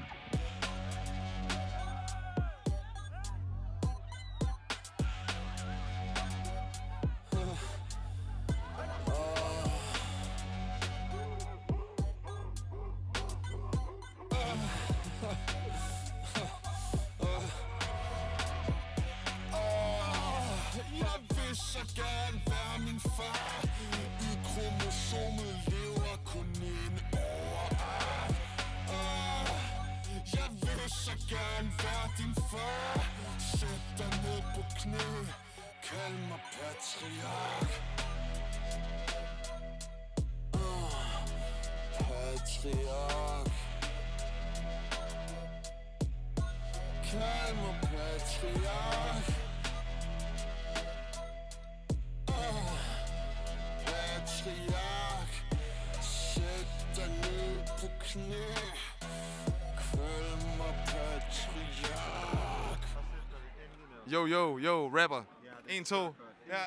Så gerne være min far. I kromosomet lever kun en overart. uh, Jeg vil så gerne være din far. Sæt dig ned på knæ. Kald mig patriark. uh, Patriark. Kald mig patriark. Patriark, sæt dig ned på knæ. Kald mig patriark. Yo, yo, yo, rapper. En, to. Ja.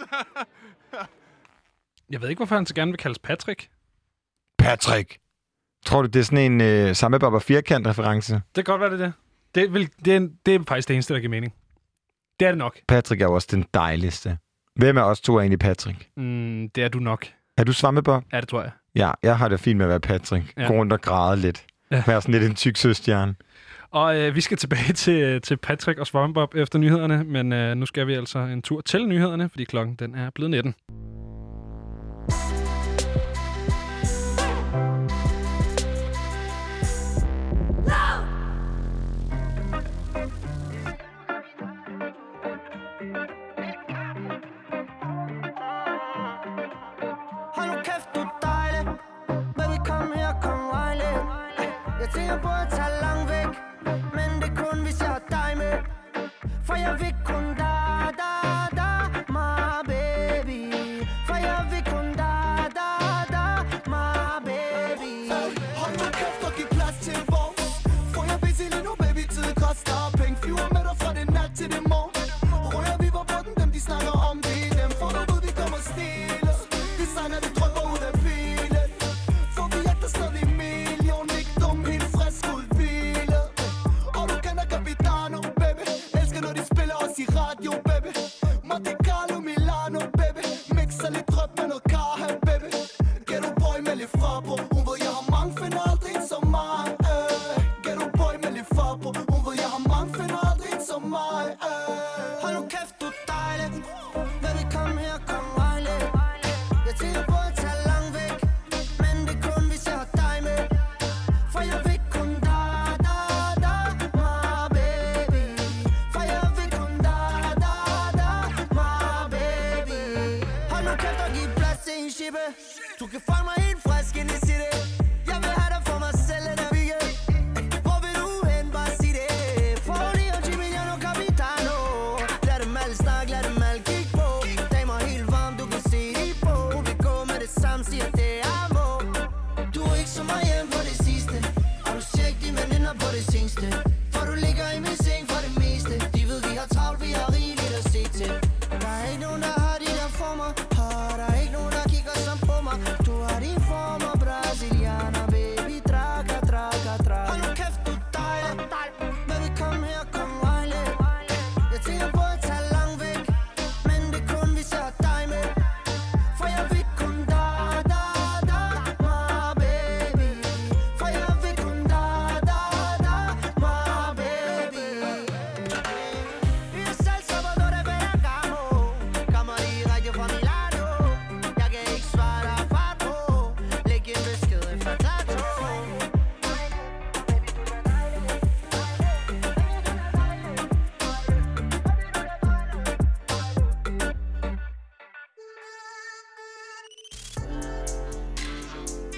Jeg ved ikke, hvorfor han så gerne vil kaldes Patrick. Patrick. Tror du, det er sådan en øh, samme Baba Firkant-reference? Det kan godt være, det er det. Det, vil, det, er, det er faktisk det eneste, der giver mening. Det er det nok. Patrick er jo også den dejligste. Hvem af os to er egentlig Patrick? Mm, det er du nok. Er du Svampebob? Ja, det tror jeg. Ja, jeg har det fint med at være Patrick. Ja. Gå rundt og græde lidt. Ja. Være sådan lidt en tyk søstjerne. Og øh, vi skal tilbage til, til Patrick og Svampebob efter nyhederne, men øh, nu skal vi altså en tur til nyhederne, fordi klokken den er blevet nitten. Tænker på at tage langt væk, men det er kun hvis jeg har dig med. For jeg vil kun da, da, da, my baby. For jeg vil kun da, da, da, my baby. Hold nu kæft og giv plads til vores. For jeg busy lige nu, baby, tid koster penge. Flyver med dig fra det nat til det morgen. Rører vi på båden, dem de snakker om det. Dem får du ud, vi kommer stille. Vi signer det drømmer ud af bilen. For vi jagter stadig million, ikke dum, helt frisk ud hvile. Og du kender Capitano, baby. Elsker når de spiller os i radio, baby. Monte Carlo, Milano, baby. Mixer lidt drøb med noget karha, baby. Ghetto boy med lidt far på. Hun ved jeg har mange, finder aldrig en som mig, øh. Ghetto boy med lidt far på. Hun ved jeg har mange, finder aldrig en som mig, øh. Hold nu kæft, du er dejlig. Baby, kom her, kom rejle. Jeg tænker på at tage langt væk, men det er kun hvis jeg har dig med. For jeg vil kun da, da, da, my baby. For jeg vil kun da, da, da, my baby. Hold nu kæft og giv plads til en shippe. Du kan fange mig helt frisk ind i city. Jeg vil have dig for mig selv en weekend. Hvor vil du hen, bare sig det. For lige og Jimmy, jeg nu Capitano. Lad dem alle snakke, lad dem alle kigge på. Damer helt varm, du kan se de på. Vi går med det samme, siger det er må. Du er ikke så meget hjem på det sidste. Og du ser ikke de veninder på det seneste. For du ligger i min seng for det meste. De ved vi har travlt, vi har rigeligt at se til. Der er ikke nogen der har de der former. Og der er ikke nogen der kigger som på mig. Du har de former, Brasil.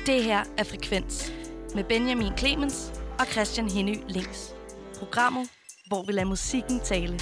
Det her er Frekvens med Benjamin Clemens og Christian Henny Links. Programmet, hvor vi lader musikken tale.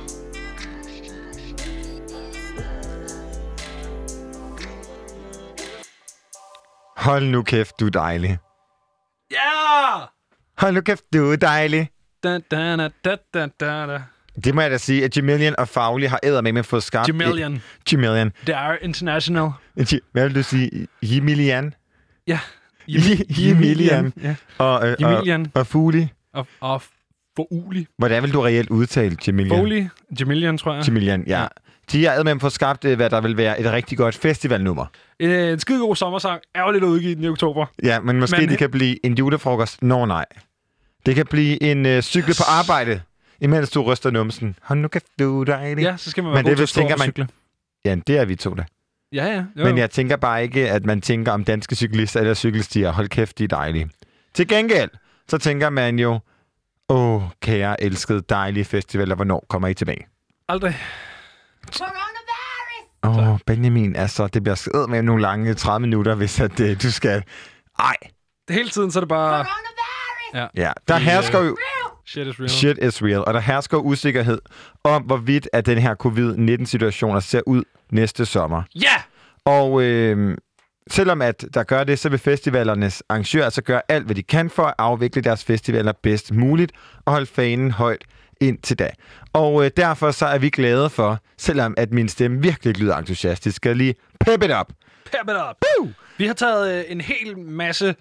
Hold nu kæft, du er dejlig. Ja! Yeah! Hold nu kæft, du er dejlig. Da, da, da, da, da, da. Det må jeg da sige, at Jamilian og Fagli har eddermame fået skabt... Jamilian. Jamilian. Det er international. Hvad vil du sige? Jamilian? Ja. Jamilian. Ja. Og, øh, Jamilian. Og, og Fugli. Og, og Fogli. Hvordan vil du reelt udtale Jamilian? Fogli. Jamilian, tror jeg. Jamilian, ja. ja. De har eddermame fået skabt, hvad der vil være et rigtig godt festivalnummer. En skidegod sommersang. Ærgerligt at udgive den i oktober. Ja, men måske men... det kan blive en julefrokost. Nå nej. Det kan blive en øh, cykle på arbejde, imens du ryster numsen. Hold nu kæft, du er dejlig. Ja, så skal man være men god til at stå tænker, man... cykle. Ja, det er vi to da. Ja, ja. Jo. Men jeg tænker bare ikke, at man tænker om danske cyklister eller cykelstier. Hold kæft, de er dejlige. Til gengæld, så tænker man jo, åh, kære, elskede, dejlige festivaler, hvornår kommer I tilbage? Aldrig. Åh, oh, Benjamin, altså, det bliver skrevet med nogle lange tredive minutter, hvis at, uh, du skal... Ej. Det hele tiden, så er det bare... Ja, ja der hersker jo... Shit is real. Shit is real. Og der hersker usikkerhed om, hvorvidt at den her covid nitten situation ser ud næste sommer. Ja! Yeah! Og øh, selvom at der gør det, så vil festivalernes arrangører altså gøre alt, hvad de kan for at afvikle deres festivaler bedst muligt og holde fanen højt indtil da. Og øh, derfor så er vi glade for, selvom at min stemme virkelig lyder entusiastisk, skal lige pep it up. Pep it up. Woo! Vi har taget øh, en hel masse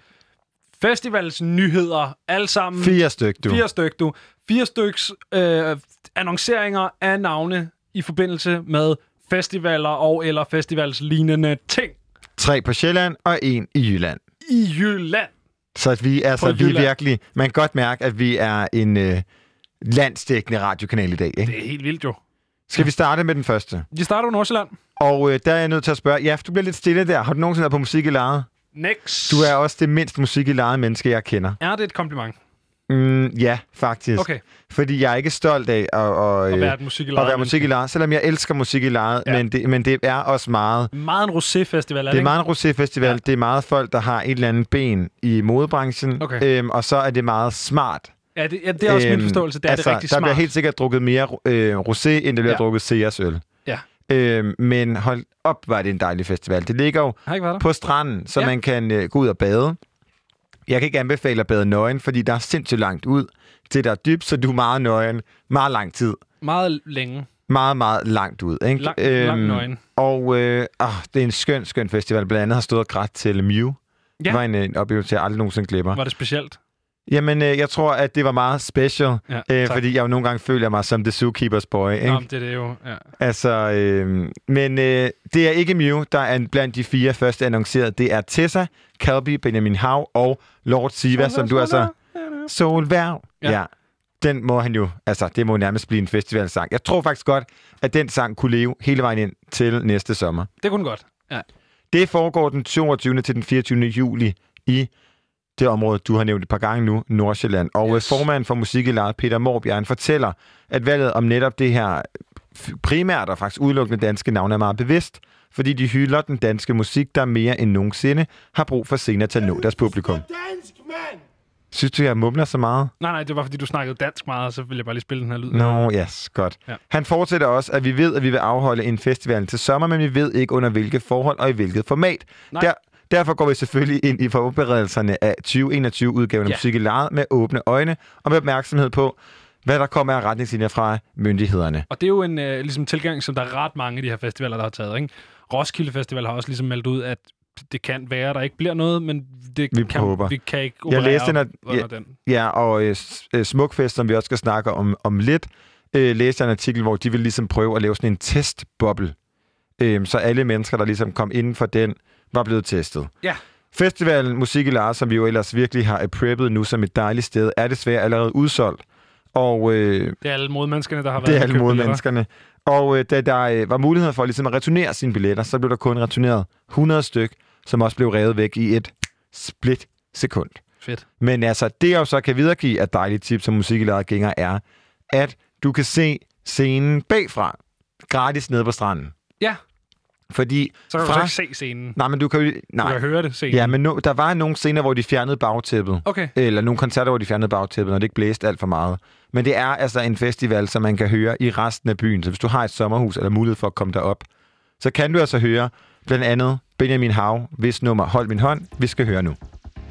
festivalsnyheder, alle sammen. Fire styk, du. Fire styk, du. Fire styks øh, annonceringer af navne i forbindelse med festivaler og eller festivalslignende ting. Tre på Sjælland og en i Jylland. I Jylland. Så at vi, altså, vi virkelig... Man kan godt mærke, at vi er en øh, landsdækkende radiokanal i dag, ikke? Det er helt vildt, jo. Skal vi starte med den første? Vi starter på Nordsjælland. Og øh, der er jeg nødt til at spørge... Ja, du bliver lidt stille der. Har du nogensinde været på musik i lejet? Next. Du er også det mindst musik i lejet menneske, jeg kender. Er det et kompliment? Mm, ja, faktisk. Okay. Fordi jeg er ikke stolt af at, at, at være musik i lejet. At være musik i lejet, selvom jeg elsker musik i lejet. Ja. Men, det, men det er også meget... Meget en rosé-festival, er det Det er meget en rosé-festival. Ja. Det er meget folk, der har et eller andet ben i modebranchen. Okay. Øhm, og så er det meget smart. Ja, det, ja, det er også øhm, min forståelse. Det er altså, det rigtig der smart. Der bliver helt sikkert drukket mere øh, rosé, end der bliver ja. drukket Sears øl. Ja. Øhm, men hold op, var det en dejlig festival. Det ligger jo på stranden, så ja. man kan øh, gå ud og bade. Jeg kan ikke anbefale at bade nøgen, fordi der er sindssygt langt ud til der er dybt, så du er meget nøgen. Meget lang tid. Meget længe. Meget, meget langt ud. Ikke? Lang, øhm, lang nøgen. Og øh, åh, det er en skøn, skøn festival. Blandt andet har stået og grædt til Mew. Ja. Det var en, en oplevelse, jeg aldrig nogensinde glemmer. Var det specielt? Jamen, øh, jeg tror, at det var meget special, ja, øh, fordi jeg jo nogle gange føler mig som the zookeeper's boy. Ikke? Nå, det er det jo, ja. Altså, øh, men øh, det er ikke Mew, der er blandt de fire første annonceret. Det er Tessa, Calby, Benjamin Hav og Lord Siva, som du altså... Solværv. Ja. ja. Den må han jo... Altså, det må nærmest blive en festivalsang. Jeg tror faktisk godt, at den sang kunne leve hele vejen ind til næste sommer. Det kunne godt, ja. Det foregår den toogtyvende til den fireogtyvende juli i det område, du har nævnt et par gange nu, Nordsjælland. Og yes. formanden for Musik i Lejet, Peter Morbjerg, fortæller, at valget om netop det her primært og faktisk udelukkende danske navn er meget bevidst, fordi de hylder den danske musik, der mere end nogensinde har brug for scener til at nå deres publikum. Dansk, mand! Synes du, jeg mumler så meget? Nej, nej, det var fordi, du snakkede dansk meget, så ville jeg bare lige spille den her lyd. Nå, no, yes, godt. Ja. Han fortsætter også, at vi ved, at vi vil afholde en festival til sommer, men vi ved ikke under hvilke forhold og i hvilket format. Der, derfor går vi selvfølgelig ind i forberedelserne af tyve enogtyve-udgaven af ja. Musik i Lejet med åbne øjne og med opmærksomhed på, hvad der kommer af retningslinjer fra myndighederne. Og det er jo en øh, ligesom tilgang, som der er ret mange af de her festivaler, der har taget. Ikke? Roskilde Festival har også ligesom meldt ud, at det kan være, at der ikke bliver noget, men det vi kan, håber. vi kan ikke operere jeg læste under ja, den. Ja, og øh, Smukfest, som vi også skal snakke om, om lidt, øh, læste en artikel, hvor de vil ligesom prøve at lave sådan en testboble. Øh, så alle mennesker, der ligesom kom inden for den, var blevet testet. Ja. Festivalen Musik i Lejet, som vi jo ellers virkelig har preppet nu som et dejligt sted, er desværre allerede udsolgt. Og, øh, det er alle modmenneskerne, der har været Det er alle modmenneskerne. Og øh, da der øh, var mulighed for ligesom at returnere sine billetter, så blev der kun returneret hundrede styk, som også blev revet væk i et split sekund. Fedt. Men altså, det jeg jo så kan videregive af dejlige tips som Musik i Lejet gænger er, at du kan se scenen bagfra, gratis nede på stranden. Ja. Så Fordi kan du fra... så ikke se scenen. Nej, men du kan jo... Nej. Du kan høre det scenen. Ja, men nu, der var nogle scener, hvor de fjernede bagtæppet. Okay. Eller nogle koncerter, hvor de fjernede bagtæppet, når det ikke blæste alt for meget. Men det er altså en festival, som man kan høre i resten af byen. Så hvis du har et sommerhus eller mulighed for at komme derop, så kan du altså høre blandt andet Benjamin Hav, hvis nummer Hold min hånd, vi skal høre nu.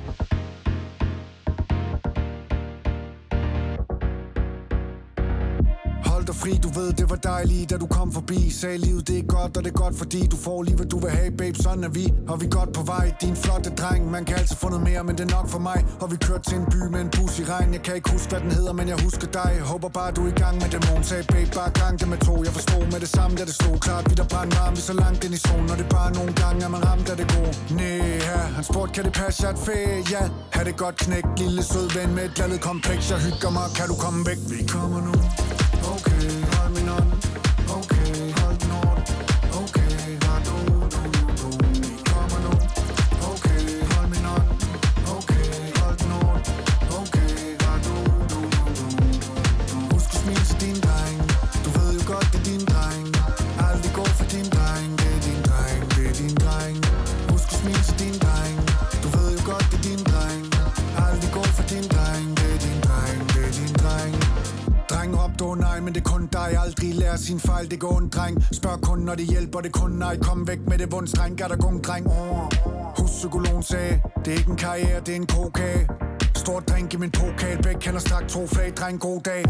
Fri, du ved, det var dejligt, da du kom forbi. Sagde livet, det er godt, og det er godt, fordi du får lige, hvad du vil have, babe. Sådan er vi, og vi er godt på vej. Din flotte dreng, man kan altid få noget mere, men det er nok for mig. Og vi kørte til en by med en bus i regn. Jeg kan ikke huske, hvad den hedder, men jeg husker dig. Håber bare, du er i gang med dæmon. Sagde, babe, bare gang det med to. Jeg forstod med det samme, da det stod klart. Vi der brændte varme, vi så langt ind i zonen. Og det er bare nogle gange, at man ramt af det gode. Næh, her, han spurgte, kan det passe, jeg er et fæ? Ja, ha' det godt knæk, lille sød ven med et lallet kompleks. Jeg hygger mig, kan du komme væk? Vi kommer nu. Okay, hold min hånd. Okay, hold den hårdt. Okay, har du, du, du, vi kommer nu. Okay, hold min hånd. Okay, hold den hårdt. Okay, har du, du, du, du. Husk at smile til din dreng. Du ved jo godt, det er din dreng. Aldrig gå for din dreng. Det er din dreng, det er din dreng. Husk at smile til din dreng. Du ved jo godt, det er din dreng. Aldrig gå for din dreng. Det er din dreng, det er din dreng. Dreng op, du nej, men det er kun dig. Aldrig lærer sin fejl, det går ondt, dreng. Spørg kun, når det hjælper, det kun nej. Kom væk med det vunds, dreng, er der gung, dreng. Husk psykologen sagde, det er ikke en karriere, det er en kokage. Stort drink i min pokal, begge kender strak to flag, dreng, god dag.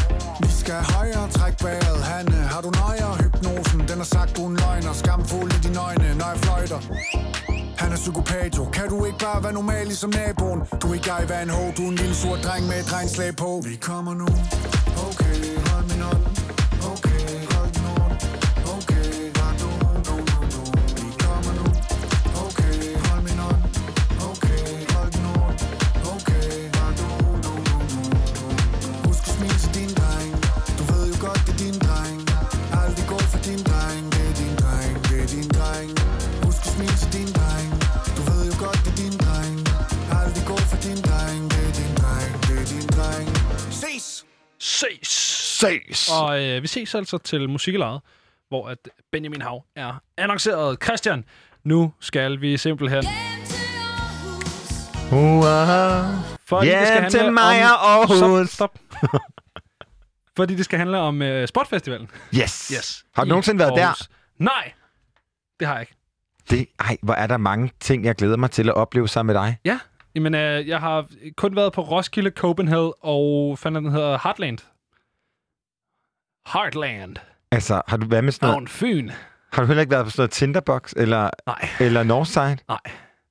Vi skal højere, træk vejret, Hanne. Har du nøjere hypnosen? Den har sagt, du er en løgner. Skamfuld i dine øjne, når jeg fløjter. Han er psykopat, jo. Kan du ikke bare være normal ligesom naboen? Du er ikke ej, hvad en ho, du er en lille sur dreng med et regnslag på. Vi kommer nu. Okay, hold min hånd. Okay, hold den hårdt. Okay, har du, du, du, du. Vi kommer nu. Okay, hold min hånd. Okay, hold den hårdt. Okay, har du, du, du, du. Husk at smile til din dreng. Du ved jo godt, det er din dreng. Aldrig gå for din dreng. Det er din dreng, det er din dreng. Husk at smile til din dreng. Du ved jo godt, det er din dreng. Aldrig gå for din dreng. Det er din dreng, det er din dreng. Ses! Ses! Ses! Og øh, vi ses altså til musiklejet, hvor at Benjamin Hav er annonceret. Christian, nu skal vi simpelthen... Wow. Fordi yeah, det skal handle til mig og Aarhus. Stop, stop. Fordi det skal handle om uh, Spotfestivalen. Yes. yes. Har du nogensinde været Aarhus. der? Nej, det har jeg ikke. Det, ej, hvor er der mange ting, jeg glæder mig til at opleve sammen med dig. Ja, jamen øh, jeg har kun været på Roskilde, Copenhagen og fandt den hedder Heartland. Heartland. Altså, har du været med sådan noget? Navn Fyn. Har du heller ikke været på sådan noget Tinderbox eller, Nej. eller Northside? Nej.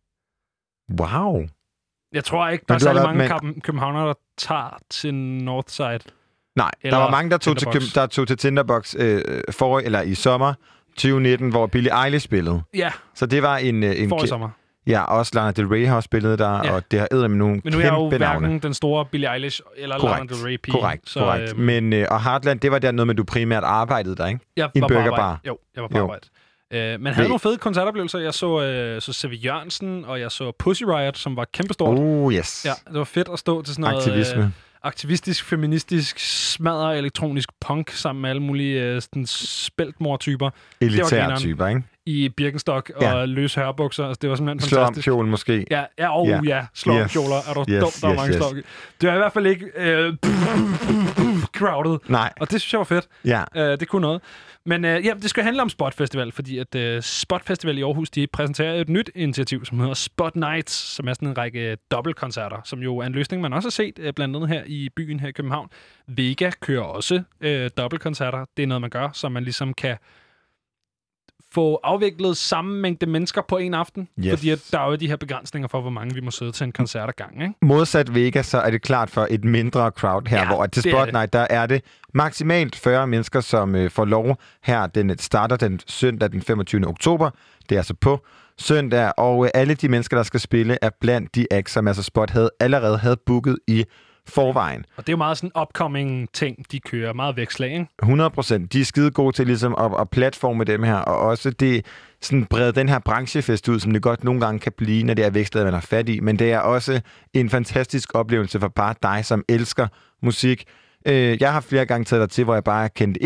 Wow. Jeg tror ikke, der Men er du har særlig været mange med- køb- københavnere, der tager til Northside. Nej, Eller der var mange, der tog, til, Tinderbox. Køb- der tog til Tinderbox øh, for, eller i sommer tyve nitten, hvor Billie Eilish spillede. Ja, Så det var en... øh, en for i kæ- sommer. Ja, også Lana Del Rey har også spillet der, Ja. og det har ædet med nogle Men nu er jeg jo kæmpe hverken navne. den store Billie Eilish eller Korrekt. Lana Del Rey pige. Korrekt, så, korrekt. øhm, Men, øh, og Heartland, det var der noget med, du primært arbejdede der, ikke? jeg I en var på burgerbar. arbejde. Jo, jeg var på Jo. arbejde. Øh, men havde Det- nogle fede koncertoplevelser. Jeg så, øh, så Sevi Jørgensen, og jeg så Pussy Riot, som var kæmpestort. Oh, yes. Ja, det var fedt at stå til sådan noget... Aktivisme. Øh, aktivistisk, feministisk, smadrer elektronisk punk sammen med alle mulige øh, sådan spæltmor-typer. Elitære typer, ikke? I Birkenstock og Ja. løse hørbukser. Altså, det var simpelthen Slå om fantastisk. kjolen måske. Ja, ja, oh, Ja. ja. Slå om Yes. kjoler. Er du Yes, dum? Der var yes, mange yes. slår. Det var i hvert fald ikke øh, crowded. Nej. Og det synes jeg var fedt. Ja. Øh, det kunne noget. Men øh, ja, det skal handle om Spot Festival, fordi at øh, Spot Festival i Aarhus, de præsenterer et nyt initiativ, som hedder Spot Nights, som er sådan en række øh, dobbeltkoncerter, som jo er en løsning, man også har set, øh, blandt andet her i byen her i København. Vega kører også øh, dobbeltkoncerter. Det er noget, man gør, så man ligesom kan få afviklet samme mængde mennesker på en aften. Yes. Fordi at der er jo de her begrænsninger for, hvor mange vi må sidde til en koncert ad gang, ikke? Modsat Vegas, så er det klart for et mindre crowd her, Ja, hvor til det er Spot det. Night, der er det maksimalt fyrre mennesker, som øh, får lov her. Den starter den søndag den femogtyvende oktober. Det er altså på søndag, og øh, alle de mennesker, der skal spille, er blandt de acts, som altså Spot havde, allerede havde booket i forvejen. Og det er jo meget sådan upcoming ting, de kører. Meget vækslag, ikke? hundrede procent. De er skide gode til ligesom at, at platforme dem her, og også det sådan brede den her branchefest ud, som det godt nogle gange kan blive, når det er vækstlaget, man har fat i. Men det er også en fantastisk oplevelse for bare dig, som elsker musik. Øh, jeg har flere gange taget dig til, hvor jeg bare har kendt et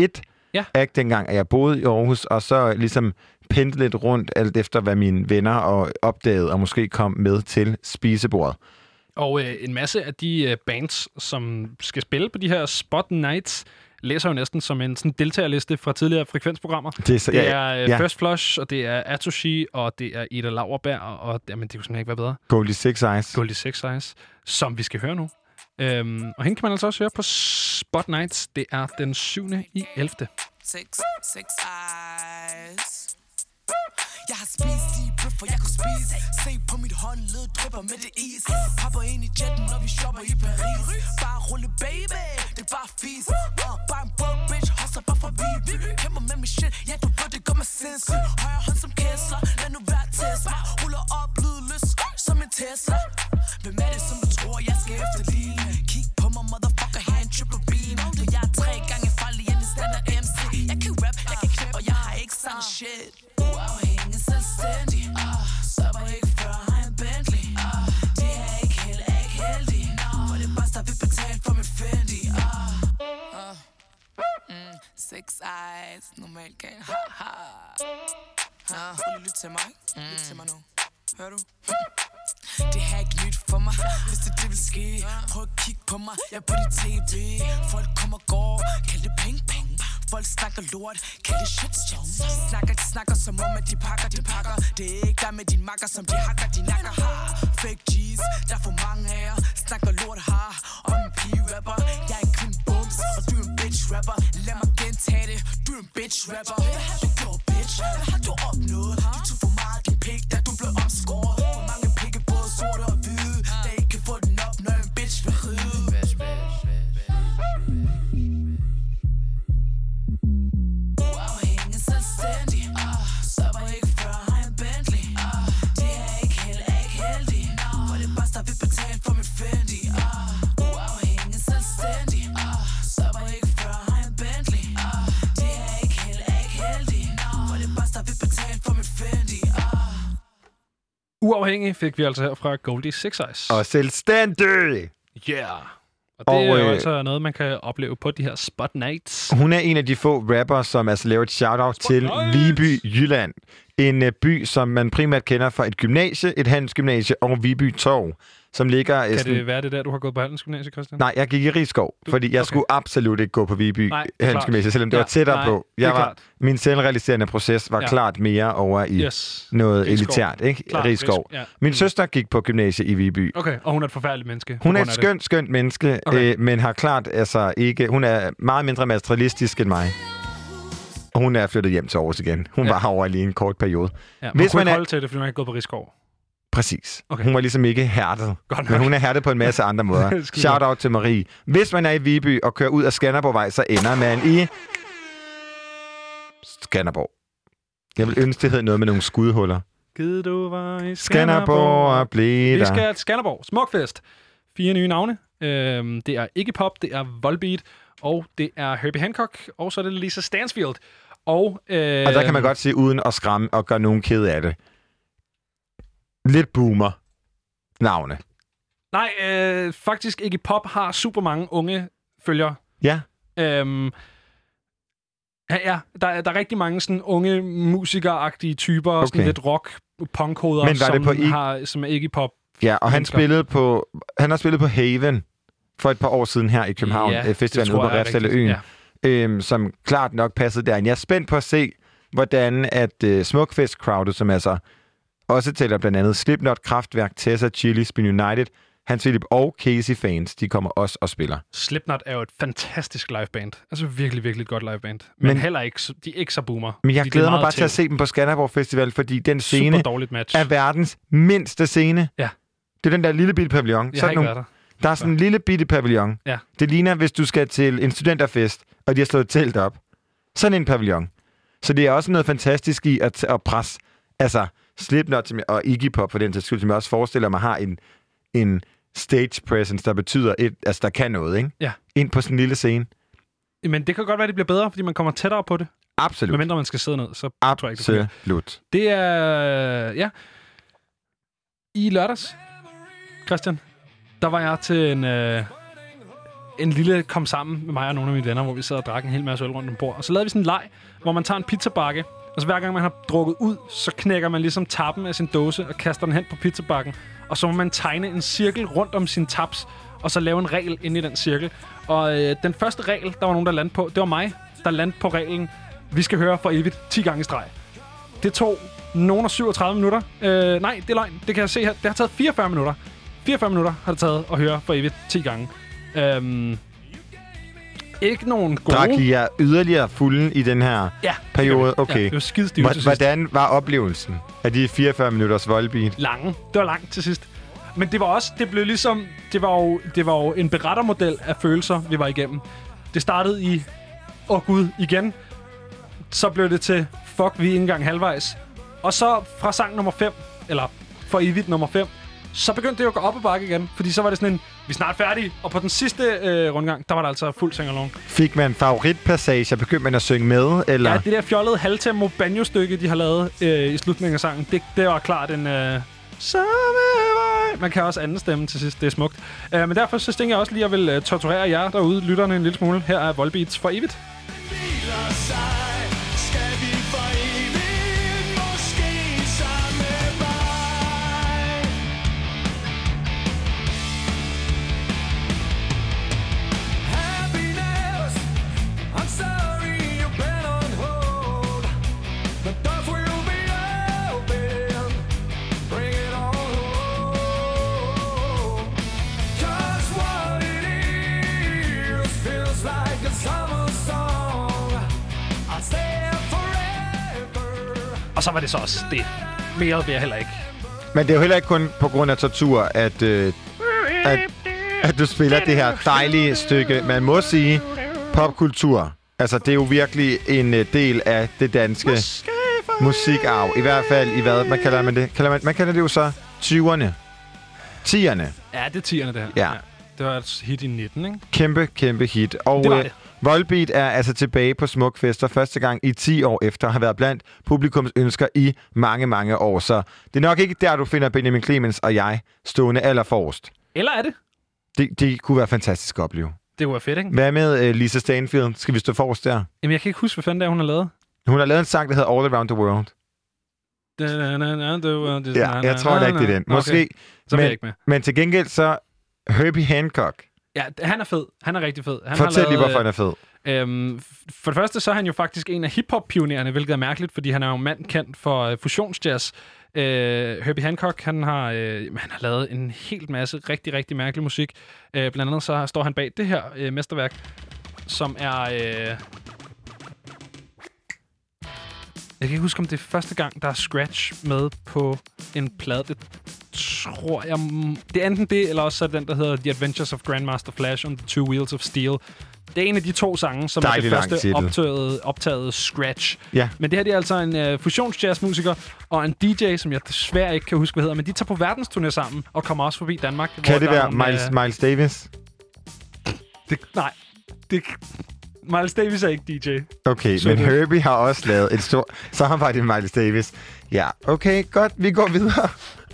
Ja. act dengang, at jeg boede i Aarhus, og så ligesom pendte lidt rundt, alt efter hvad mine venner og opdagede, og måske kom med til spisebordet. Og øh, en masse af de øh, bands, som skal spille på de her Spot Nights, læser jo næsten som en sådan deltagerliste fra tidligere frekvensprogrammer. Det er, så, det ja, er øh, ja. First Flush, og det er Atoshi, og det er Ida Lauerberg, og jamen, det kunne simpelthen ikke være bedre. Goldie Six Eyes. Goldie Six Eyes, som vi skal høre nu. Øhm, og hende kan man altså også høre på Spot Nights. Det er den syvende i ellevte Six, six eyes. Jeg har spist de bøffer, jeg kunne spise. Se på mit håndled, drypper med det is. Hopper ind i jetten, når vi shopper i Paris. Bare rulle, baby, det er bare fis. uh, Bare en broke bitch, hustler bare forbi. Kæmper med mit shit, ja du ved det gør mig sindssyg. Højre hånd som Kessler, lad nu være Tesla. Ruller op, lydløs, som en Tesla. Hvem er det, som du tror, jeg skal efterligne? Kig på mig, motherfucker, her en triple beam. For jeg er tre gange farlig end en standard M C. Jeg kan rap, jeg kan knæppe, og jeg har ikke sådan shit. Uafhængig, selvstændig, uh, så var ikke før, har en Bentley. uh, Det er ikke helt, er ikke heldig, no. For det bare der vi betalt for mit Fendi. uh, uh, mm, Six eyes, normal gang, ha ha. uh, Prøv lige lyt til mig, mm. lyt til mig nu. Hører du? Det her er ikke nyt for mig, hvis det det vil ske. Prøv at kigge på mig, jeg er på dit T V. Folk kommer og går, kald det peng peng. Folk snakker lort, kald det shitstorm. Snakker, de snakker som om, at de pakker, de pakker. Det er ikke der med dine makker, som de hakker, de nakker har. Fake G's, der er for mange af jer. Snakker lort har, og en pige-rapper. Jeg er en kvinde bums, og du er en bitch-rapper. Lad mig gentage det, du er en bitch-rapper. Hvad har du gjort, bitch? Hvad har du opnået? Du tog for meget din pik, da du blev omskåret. Hvor mange pikke, både sorte og hvide, der ikke kan få den op, når en bitch vil ride. Uafhængig, selvstændig, uh, så var ikke før, har en Bentley. uh, Det er ikke helt, er ikke heldig, no. For det bare der vi betalt for mit Fendi. uh, Uafhængig, selvstændig, uh, så var ikke før, har en Bentley. uh, Det er ikke helt, er ikke heldig, no. For det bare der vi betalt for mit Fendi. uh. Uafhængig fik vi altså her fra Goldie Six Eyes. Og selvstændig! Yeah! Og det og, er jo øh, altså noget, man kan opleve på de her Spot Nights. Hun er en af de få rapper, som altså laver et shout-out til Viby, Jylland. En uh, by, som man primært kender fra et gymnasie, et handelsgymnasie og Viby Torv, som ligger... Kan sådan, det være det der, du har gået på Handelsgymnasiet, Christian? Nej, jeg gik i Rigskov, Du- fordi jeg okay. skulle absolut ikke gå på Viby Nej, det er Handelsgymnasie, klart. selvom det Ja, var tættere nej, på. det er Jeg var, klart. min selvrealiserende proces var Ja. klart mere over i Yes. noget Rigskov. elitært, ikke? Klart, Rigskov. Rigs- ja. Min Mm. søster gik på gymnasie i Viby. Okay, og hun er et forfærdeligt menneske. på Hun er grund et af det. skønt, skønt menneske, Okay. øh, men har klart altså ikke... Hun er meget mindre materialistisk end mig. Og hun er flyttet hjem til Aarhus igen. Hun Ja. var herovre lige en kort periode. Ja, man Hvis kunne man ikke er... holde til det, fordi man ikke er gået på Rigskov. Præcis. Okay. Hun var ligesom ikke hærdet. Godt Men nok. hun er hærdet på en masse andre måder. Skide Shout out til Marie. Hvis man er i Viby og kører ud af Skanderborgvej, så ender man i... Skanderborg. Jeg vil ønske, det hed noget med nogle skudhuller. Givet du var i Skanderborg og blev Vi der. skal til Skanderborg. Smukfest. Fire nye navne. Øhm, det er Iggy Pop, det er Volbeat, og det er Herbie Hancock, og så er det Lisa Stansfield. Og, øh, Og der kan man godt sige, uden at skræmme og gøre nogen ked af det. Lidt boomer. Navne. Nej, øh, faktisk Iggy Pop har super mange unge følgere. Ja. Øhm, ja, ja der, er- der er rigtig mange sådan unge musikeragtige typer, okay. sådan Okay. lidt rock, punkhoveder, Men var som, det på I- har, som er Iggy Pop. Ja, og han mennesker. spillede på han har spillet på Haven for et par år siden her i København, Ja, ja, festivalen det ude tror på jeg er Refshaleøen, rigtigt, øhm, som klart nok passede derind. Jeg er spændt på at se, hvordan at øh, Smukfest-crowdet, som altså også tæller blandt andet Slipknot, Kraftwerk, Tessa, Chili, Spin United, Hans Philip og Casey-fans, de kommer også og spiller. Slipknot er jo et fantastisk liveband. Altså virkelig, virkelig godt liveband. Men, Men- men heller ikke, så- de er ikke så boomer. Men jeg Fordi det er glæder mig meget bare til at se dem på Skanderborg Festival, fordi den scene Super dårligt match. er verdens mindste scene. Ja. Det er den der lille bitte pavillon. Jeg har Sådan ikke nogle- været der. Der er sådan en lille bitte pavillon. Ja. Det ligner, hvis du skal til en studenterfest, og de har slået et telt op. Sådan en pavillon. Så det er også noget fantastisk i at, at presse, altså Slipknot som jeg- og Iggy Pop for den til skyld, som jeg også forestiller mig har en, en stage presence, der betyder, et, altså der kan noget, ikke? Ja. Ind på sådan en lille scene. Men det kan godt være, at det bliver bedre, fordi man kommer tættere på det. Absolut. Medmindre man skal sidde ned, så tror jeg ikke, det bliver. Absolut. Det er... Ja. I lørdags, Christian, der var jeg til en... Øh, en lille kom sammen med mig og nogle af mine venner, hvor vi sad og drak en hel masse øl rundt om bord. Og så lavede vi sådan en leg, hvor man tager en pizzabakke, og så hver gang man har drukket ud, så knækker man ligesom tappen af sin dåse og kaster den hen på pizzabakken. Og så må man tegne en cirkel rundt om sin taps, og så lave en regel inde i den cirkel. Og øh, den første regel, der var nogen, der landede på, det var mig, der landede på reglen, vi skal høre for evigt ti gange i streg. Det tog nogen af syvogtredive minutter. Øh, nej, det er løgn. Det kan jeg se her. Det har taget fireogfyrre minutter. fireogfyrre minutter har det taget at høre for evigt ti gange. Øhm, ikke nogen gode... Drak I jer yderligere fulde i den her ja, periode? Okay. Ja, det var skidestivt til sidst. Hvordan var oplevelsen af de fireogfyrre minutters voldbeat? Lange. Det var langt til sidst. Men det var også... Det blev ligesom... Det var jo, det var jo en berettermodel af følelser, vi var igennem. Det startede i... Åh oh, gud, igen. Så blev det til... Fuck, vi er ikke engang halvvejs. Og så fra sang nummer fem, eller for evigt nummer fem, så begyndte det jo at gå op og bakke igen. Fordi så var det sådan en, vi er snart færdige. Og på den sidste øh, rundgang, der var der altså fuld sing-along. Fik man favoritpassage? Begyndte man at synge med? Eller? Ja, det der fjollede halvtempo banjo-stykke, de har lavet øh, i slutningen af sangen, det, det var klart en... Øh, samme vej. Man kan også anden stemme til sidst, det er smukt. Uh, men derfor så tænker jeg også lige, at jeg vil uh, torturere jer derude, lytterne en lille smule. Her er Volbeats for evigt. Og så var det så også det. Mere vil jeg heller ikke. Men det er jo heller ikke kun på grund af tortur, at, øh, at, at du spiller det her dejlige stykke. Man må sige, popkultur. Altså, det er jo virkelig en uh, del af det danske musikarv. I hvert fald i hvad? Man kalder man det? Kalder man, man kalder det jo så tyverne. tierne. Ja, det er tierne, det her. Ja. Ja. Det var et hit i nitten, ikke? Kæmpe, kæmpe hit. Og det var det. Volbeat er altså tilbage på Smukfester første gang i ti år efter at have været blandt publikums ønsker i mange, mange år. Så det er nok ikke der, du finder Benjamin Clemens og jeg stående allerforrest. Eller er det? Det, det kunne være fantastisk at opleve. Det kunne være fedt, ikke? Hvad med uh, Lisa Stanfield? Skal vi stå forrest der? Jamen, jeg kan ikke huske, hvad fanden det er, hun har lavet. Hun har lavet en sang, der hedder All Around the World. Ja, jeg tror da ikke, det er den. Måske. Okay. Så men, jeg ikke med. Men til gengæld så Herbie Hancock. Ja, han er fed. Han er rigtig fed. Han Fortæl har lavet, lige, hvorfor han er fed. Øhm, for det første, så er han jo faktisk en af hiphop-pionererne, hvilket er mærkeligt, fordi han er jo mand kendt for uh, fusionsjazz. Uh, Herbie Hancock, han har, uh, han har lavet en helt masse rigtig, rigtig mærkelig musik. Uh, blandt andet så står han bag det her uh, mesterværk, som er... Uh, jeg kan ikke huske, om det er første gang, der er scratch med på en plade. Det tror jeg... Det er enten det, eller også er det den, der hedder The Adventures of Grandmaster Flash on the Two Wheels of Steel. Det er en af de to sange, som Dejlig er det første optaget, optaget scratch. Ja. Men det her det er altså en uh, fusionsjazzmusiker og en D J, som jeg desværre ikke kan huske, hvad hedder. Men de tager på verdensturné sammen og kommer også forbi Danmark. Kan det være nogle, Miles, uh, Miles Davis? Det, nej. Det... Miles Davis er ikke D J. Okay, så men det. Herbie har også lavet et stort samarbejde med Miles Davis. Ja, okay, godt. Vi går videre.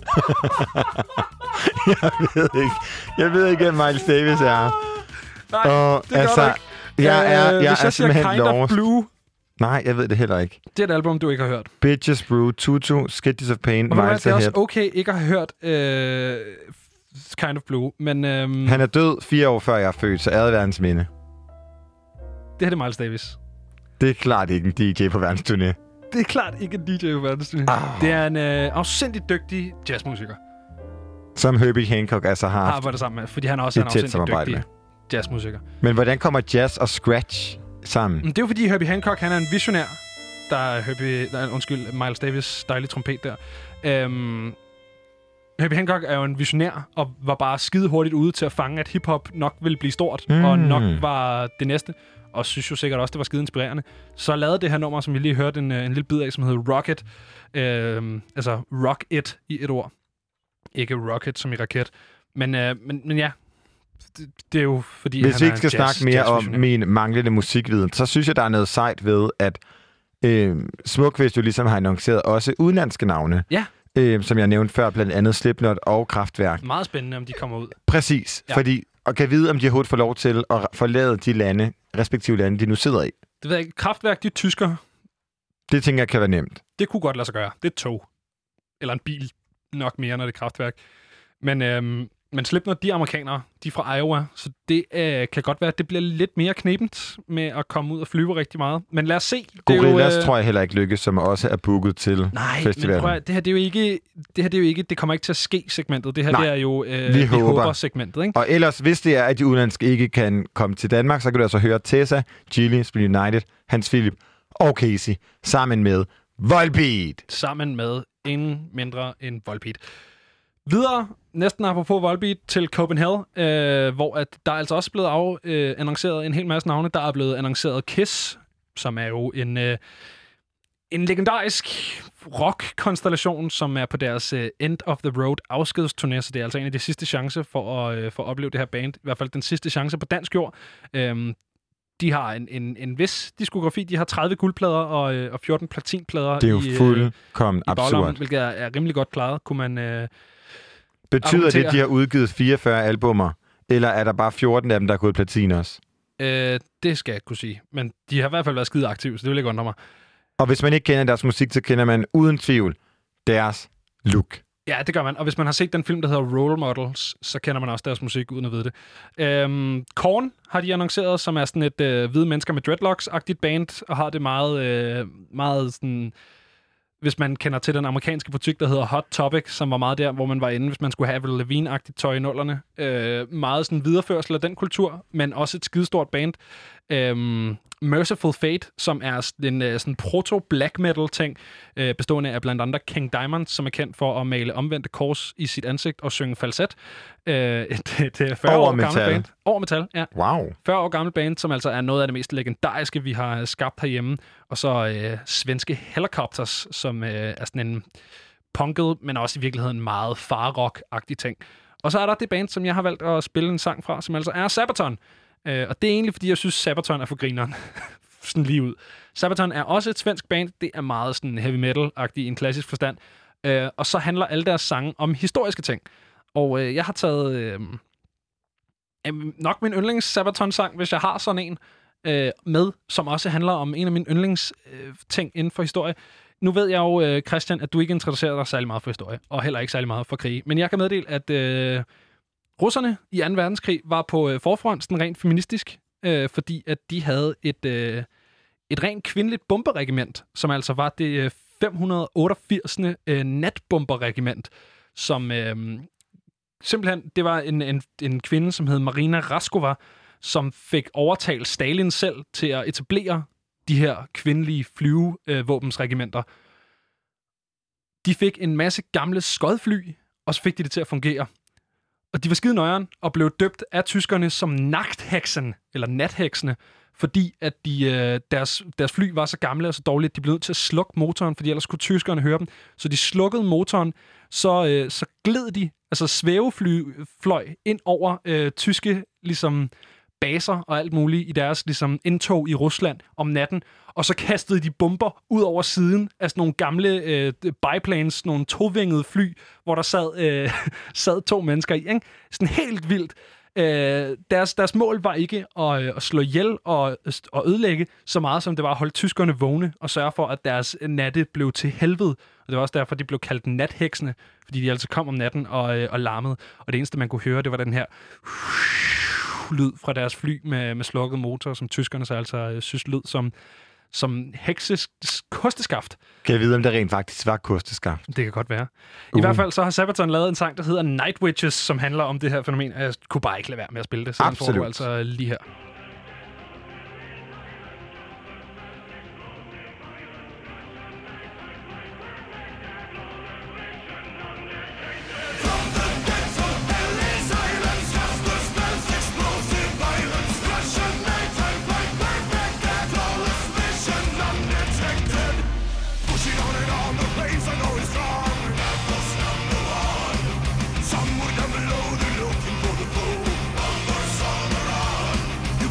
jeg ved ikke. Jeg ved ikke, hvad Miles Davis er. Nej, og, det altså, gør du ikke. Jeg er, jeg Hvis jeg er simpelthen Kind of Blue. Nej, jeg ved det heller ikke. Det er et album, du ikke har hørt. Bitches Brew, Tutu, Sketches of Pain, og Miles Det er Ahead. også okay ikke at have hørt øh, Kind of Blue, men... Øhm, Han er død fire år før jeg er født, så æret være hans minde. Det her er Miles Davis. Det er klart ikke en D J på verdensturné. Det er klart ikke en D J på verdensturné. Oh. Det er en øh, afsindigt dygtig jazzmusiker. Som Herbie Hancock altså har Har arbejdet sammen med, fordi han også er en afsindigt dygtig med. jazzmusiker. Men hvordan kommer jazz og scratch sammen? Det er jo fordi Herbie Hancock, han er en visionær. Der er Herbie... Der, undskyld, Miles Davis dejlige trompet der. Øhm, Herbie Hancock er jo en visionær, og var bare skide hurtigt ude til at fange, at hiphop nok ville blive stort, mm. og nok var det næste. Og synes jo sikkert også, det var skide inspirerende. Så lavede det her nummer, som vi lige hørte en, en lille bid af, som hedder Rocket. Øhm, altså Rock It i et ord. Ikke rocket som i raket. Men, øh, men, men ja, det, det er jo fordi, hvis han vi ikke skal jazz, snakke mere om min manglende musikviden, så synes jeg, der er noget sejt ved, at øh, Smukfest jo ligesom har annonceret også udenlandske navne. Ja. Øh, som jeg nævnte før, blandt andet Slipknot og Kraftwerk. Meget spændende, om de kommer ud. Præcis, ja. Fordi og kan vide, om de overhovedet får lov til at forlade de lande, respektive lande, de nu sidder i. Det ved jeg ikke. Kraftværk, de er tyskere. Det tænker jeg kan være nemt. Det kunne godt lade sig gøre. Det er et tog. Eller en bil. Nok mere, når det er kraftværk. Men, øhm, men Slipknot, de er amerikanere. De er fra Iowa. Så det øh, kan godt være, at det bliver lidt mere knebent med at komme ud og flyve rigtig meget. Men lad os se. Gorillas øh... tror jeg heller ikke lykkes, som også er booket til Nej, festivalen. men prøv at, det her det er jo ikke, det her det er jo ikke, det kommer ikke til at ske segmentet. Det her Nej, det er jo øh, vi, vi håber. håber segmentet, ikke? Og ellers, hvis det er, at de udenlandske ikke kan komme til Danmark, så kan du altså høre Tessa, Chili, Spil United, Hans Philip og Casey sammen med Volbeat. Sammen med ingen mindre end Volbeat. Videre, næsten apropos Volbeat, til Copenhagen, øh, hvor at der er altså også blevet af, øh, annonceret en hel masse navne. Der er blevet annonceret Kiss, som er jo en, øh, en legendarisk rock-konstellation, som er på deres øh, End of the Road afskedsturné, så det er altså en af de sidste chancer for at, øh, for at opleve det her band. I hvert fald den sidste chance på dansk jord. Øh, De har en, en, en vis diskografi. De har tredive guldplader og, øh, og fjorten platinplader. Det er jo i, fuldkommen øh, absurd. Hvilket er, er rimelig godt klaret, kunne man øh, Betyder det, at de har udgivet fireogfyrre albumer? Eller er der bare fjorten af dem, der er gået platin også? Øh, det skal jeg ikke kunne sige. Men de har i hvert fald været skide aktive, så det vil ikke undre mig. Og hvis man ikke kender deres musik, så kender man uden tvivl deres look. Ja, det gør man. Og hvis man har set den film, der hedder Role Models, så kender man også deres musik, uden at vide det. Øhm, Korn har de annonceret, som er sådan et øh, hvide mennesker med dreadlocks-agtigt band, og har det meget, øh, meget sådan... Hvis man kender til den amerikanske butik, der hedder Hot Topic, som var meget der, hvor man var inde, hvis man skulle have Avril Lavigne-agtigt tøj i nullerne. Øh, meget sådan videreførsel af den kultur, men også et skidestort band. Øh, Merciful Fate, som er en uh, sådan proto-black metal-ting, uh, bestående af blandt andet King Diamond, som er kendt for at male omvendte kors i sit ansigt og synge falset. Uh, det, det er fyrre år gammelt band. Over metal, ja. Wow. fyrre år gammelt band, som altså er noget af det mest legendariske, vi har skabt herhjemme. Og så uh, svenske Helicopters, som uh, er sådan en punket, men også i virkeligheden meget far-rock-agtig ting. Og så er der det band, som jeg har valgt at spille en sang fra, som altså er Sabaton. Uh, og det er egentlig, fordi jeg synes, Sabaton er for grineren. sådan lige ud. Sabaton er også et svensk band. Det er meget sådan heavy metal-agtigt i en klassisk forstand. Uh, og så handler alle deres sange om historiske ting. Og uh, jeg har taget uh, um, nok min yndlings Sabaton-sang, hvis jeg har sådan en, uh, med, som også handler om en af mine yndlings uh, ting inden for historie. Nu ved jeg jo, uh, Christian, at du ikke interesserer dig særlig meget for historie, og heller ikke særlig meget for krig. Men jeg kan meddele, at uh, russerne i anden verdenskrig var på øh, forfronten rent feministisk, øh, fordi at de havde et, øh, et rent kvindeligt bomberregiment, som altså var det øh, fem hundrede otteogfirs. Øh, natbomberregiment, som øh, simpelthen, det var en, en, en kvinde, som hed Marina Raskova, som fik overtalt Stalin selv til at etablere de her kvindelige flyvevåbensregimenter. De fik en masse gamle skodfly, og så fik de det til at fungere. Og de var skide nøjeren og blev døbt af tyskerne som Nachthexen, eller Natheksene, fordi at de, øh, deres, deres fly var så gamle og så dårlige, at de blev nødt til at slukke motoren, fordi ellers kunne tyskerne høre dem. Så de slukkede motoren, så, øh, så gled de, altså svævefly fløj ind over øh, tyske ligesom, baser og alt muligt i deres ligesom, indtog i Rusland om natten, og så kastede de bomber ud over siden af sådan nogle gamle øh, biplanes, nogle tovingede fly, hvor der sad, øh, sad to mennesker i. Ikke? Sådan helt vildt. Øh, deres, deres mål var ikke at, øh, at slå ihjel og, og ødelægge så meget, som det var at holde tyskerne vågne og sørge for, at deres natte blev til helvede. Og det var også derfor, de blev kaldt natheksene, fordi de altså kom om natten og, øh, og larmede. Og det eneste, man kunne høre, det var den her lyd fra deres fly med, med slukket motor, som tyskerne så altså øh, synes lød som, som hekses kosteskaft. Kan jeg vide, om det rent faktisk var kosteskaft? Det kan godt være. I Uh. hvert fald så har Sabaton lavet en sang, der hedder Night Witches, som handler om det her fænomen, og jeg kunne bare ikke lade være med at spille det. Så den får du altså lige her. You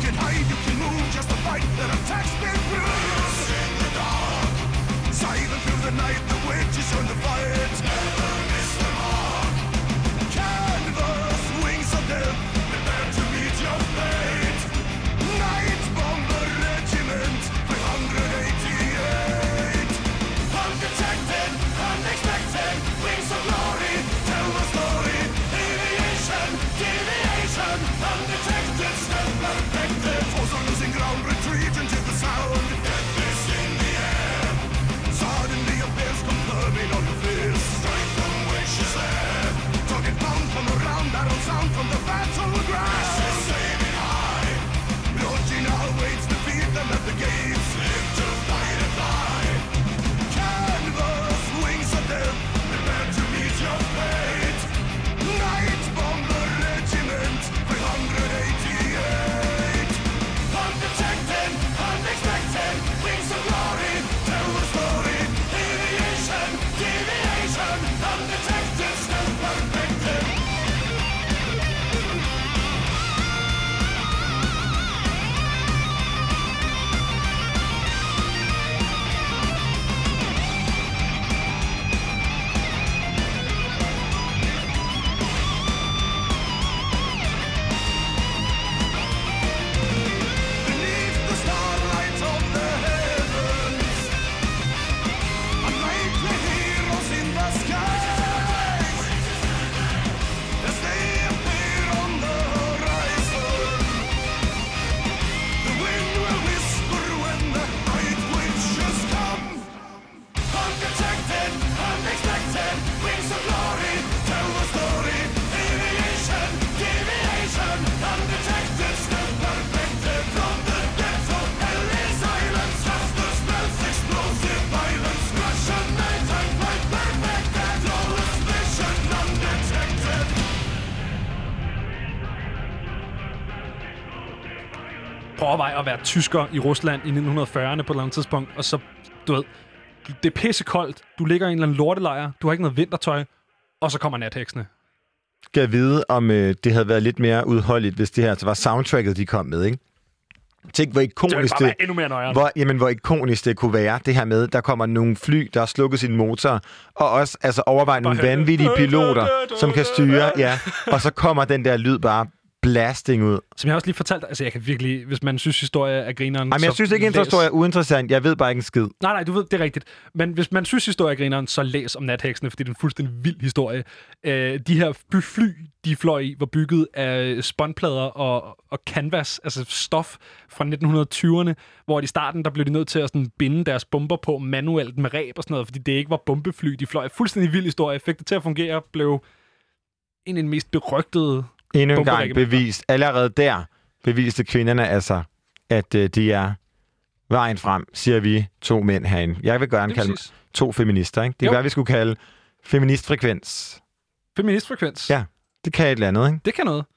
prøv at overveje at være tysker i Rusland i nitten fyrrerne på et eller andet tidspunkt, og så, du ved, det er pissekoldt, du ligger i en eller anden lortelejr, du har ikke noget vintertøj, og så kommer natheksene. Skal jeg vide, om øh, det havde været lidt mere udholdeligt, hvis det her altså var soundtracket, de kom med, ikke? Tænk, hvor ikonisk det, endnu mere nøjere. hvor, jamen, hvor ikonisk det kunne være, det her med, der kommer nogle fly, der har slukket sin motor, og også altså, overveje nogle vanvittige piloter, som kan styre, ja, og så kommer den der lyd bare blasting ud. Som jeg også lige fortalte, altså jeg kan virkelig, hvis man synes, historie er grineren... Jamen, jeg synes ikke, at historie er uinteressant. Jeg ved bare ikke en skid. Nej, nej, du ved, det er rigtigt. Men hvis man synes, historie er grineren, så læs om natheksene, fordi det er en fuldstændig vild historie. Øh, de her fly, de fløj i, var bygget af spånplader og, og canvas, altså stof fra nitten tyverne, hvor i starten, der blev de nødt til at sådan binde deres bomber på manuelt med reb og sådan noget, fordi det ikke var bombefly. De fløj fuldstændig vild historie. Fik det til at fungere, blev en af de mest berygtede endnu en gang bevist. Allerede der beviste kvinderne altså, at øh, de er vejen frem, siger vi to mænd herinde. Jeg vil gerne kalde præcis. to feminister, ikke? Det er, hvad vi skulle kalde feministfrekvens. Feministfrekvens? Ja, det kan et eller andet, ikke? Det kan noget.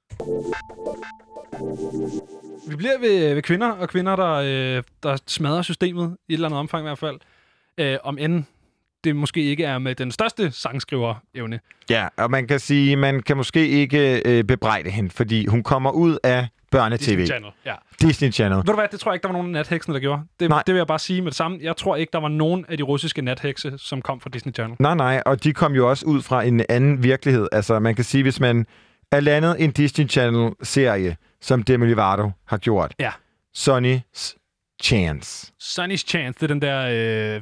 Vi bliver ved, ved kvinder, og kvinder, der, øh, der smadrer systemet i et eller andet omfang i hvert fald. Øh, om end det måske ikke er med den største sangskriver-evne. Ja, og man kan sige, man kan måske ikke øh, bebrejde hende, fordi hun kommer ud af børne-tv. Disney Channel, ja. Disney Channel. Ved du hvad, det tror jeg ikke, der var nogen af natheksene, der gjorde. Det, det vil jeg bare sige med det samme. Jeg tror ikke, der var nogen af de russiske nathekse, som kom fra Disney Channel. Nej, nej, og de kom jo også ud fra en anden virkelighed. Altså, man kan sige, hvis man er landet en Disney Channel-serie, som Demi Lovato har gjort. Ja. Sonny's Chance. Sonny's Chance, det er den der... Øh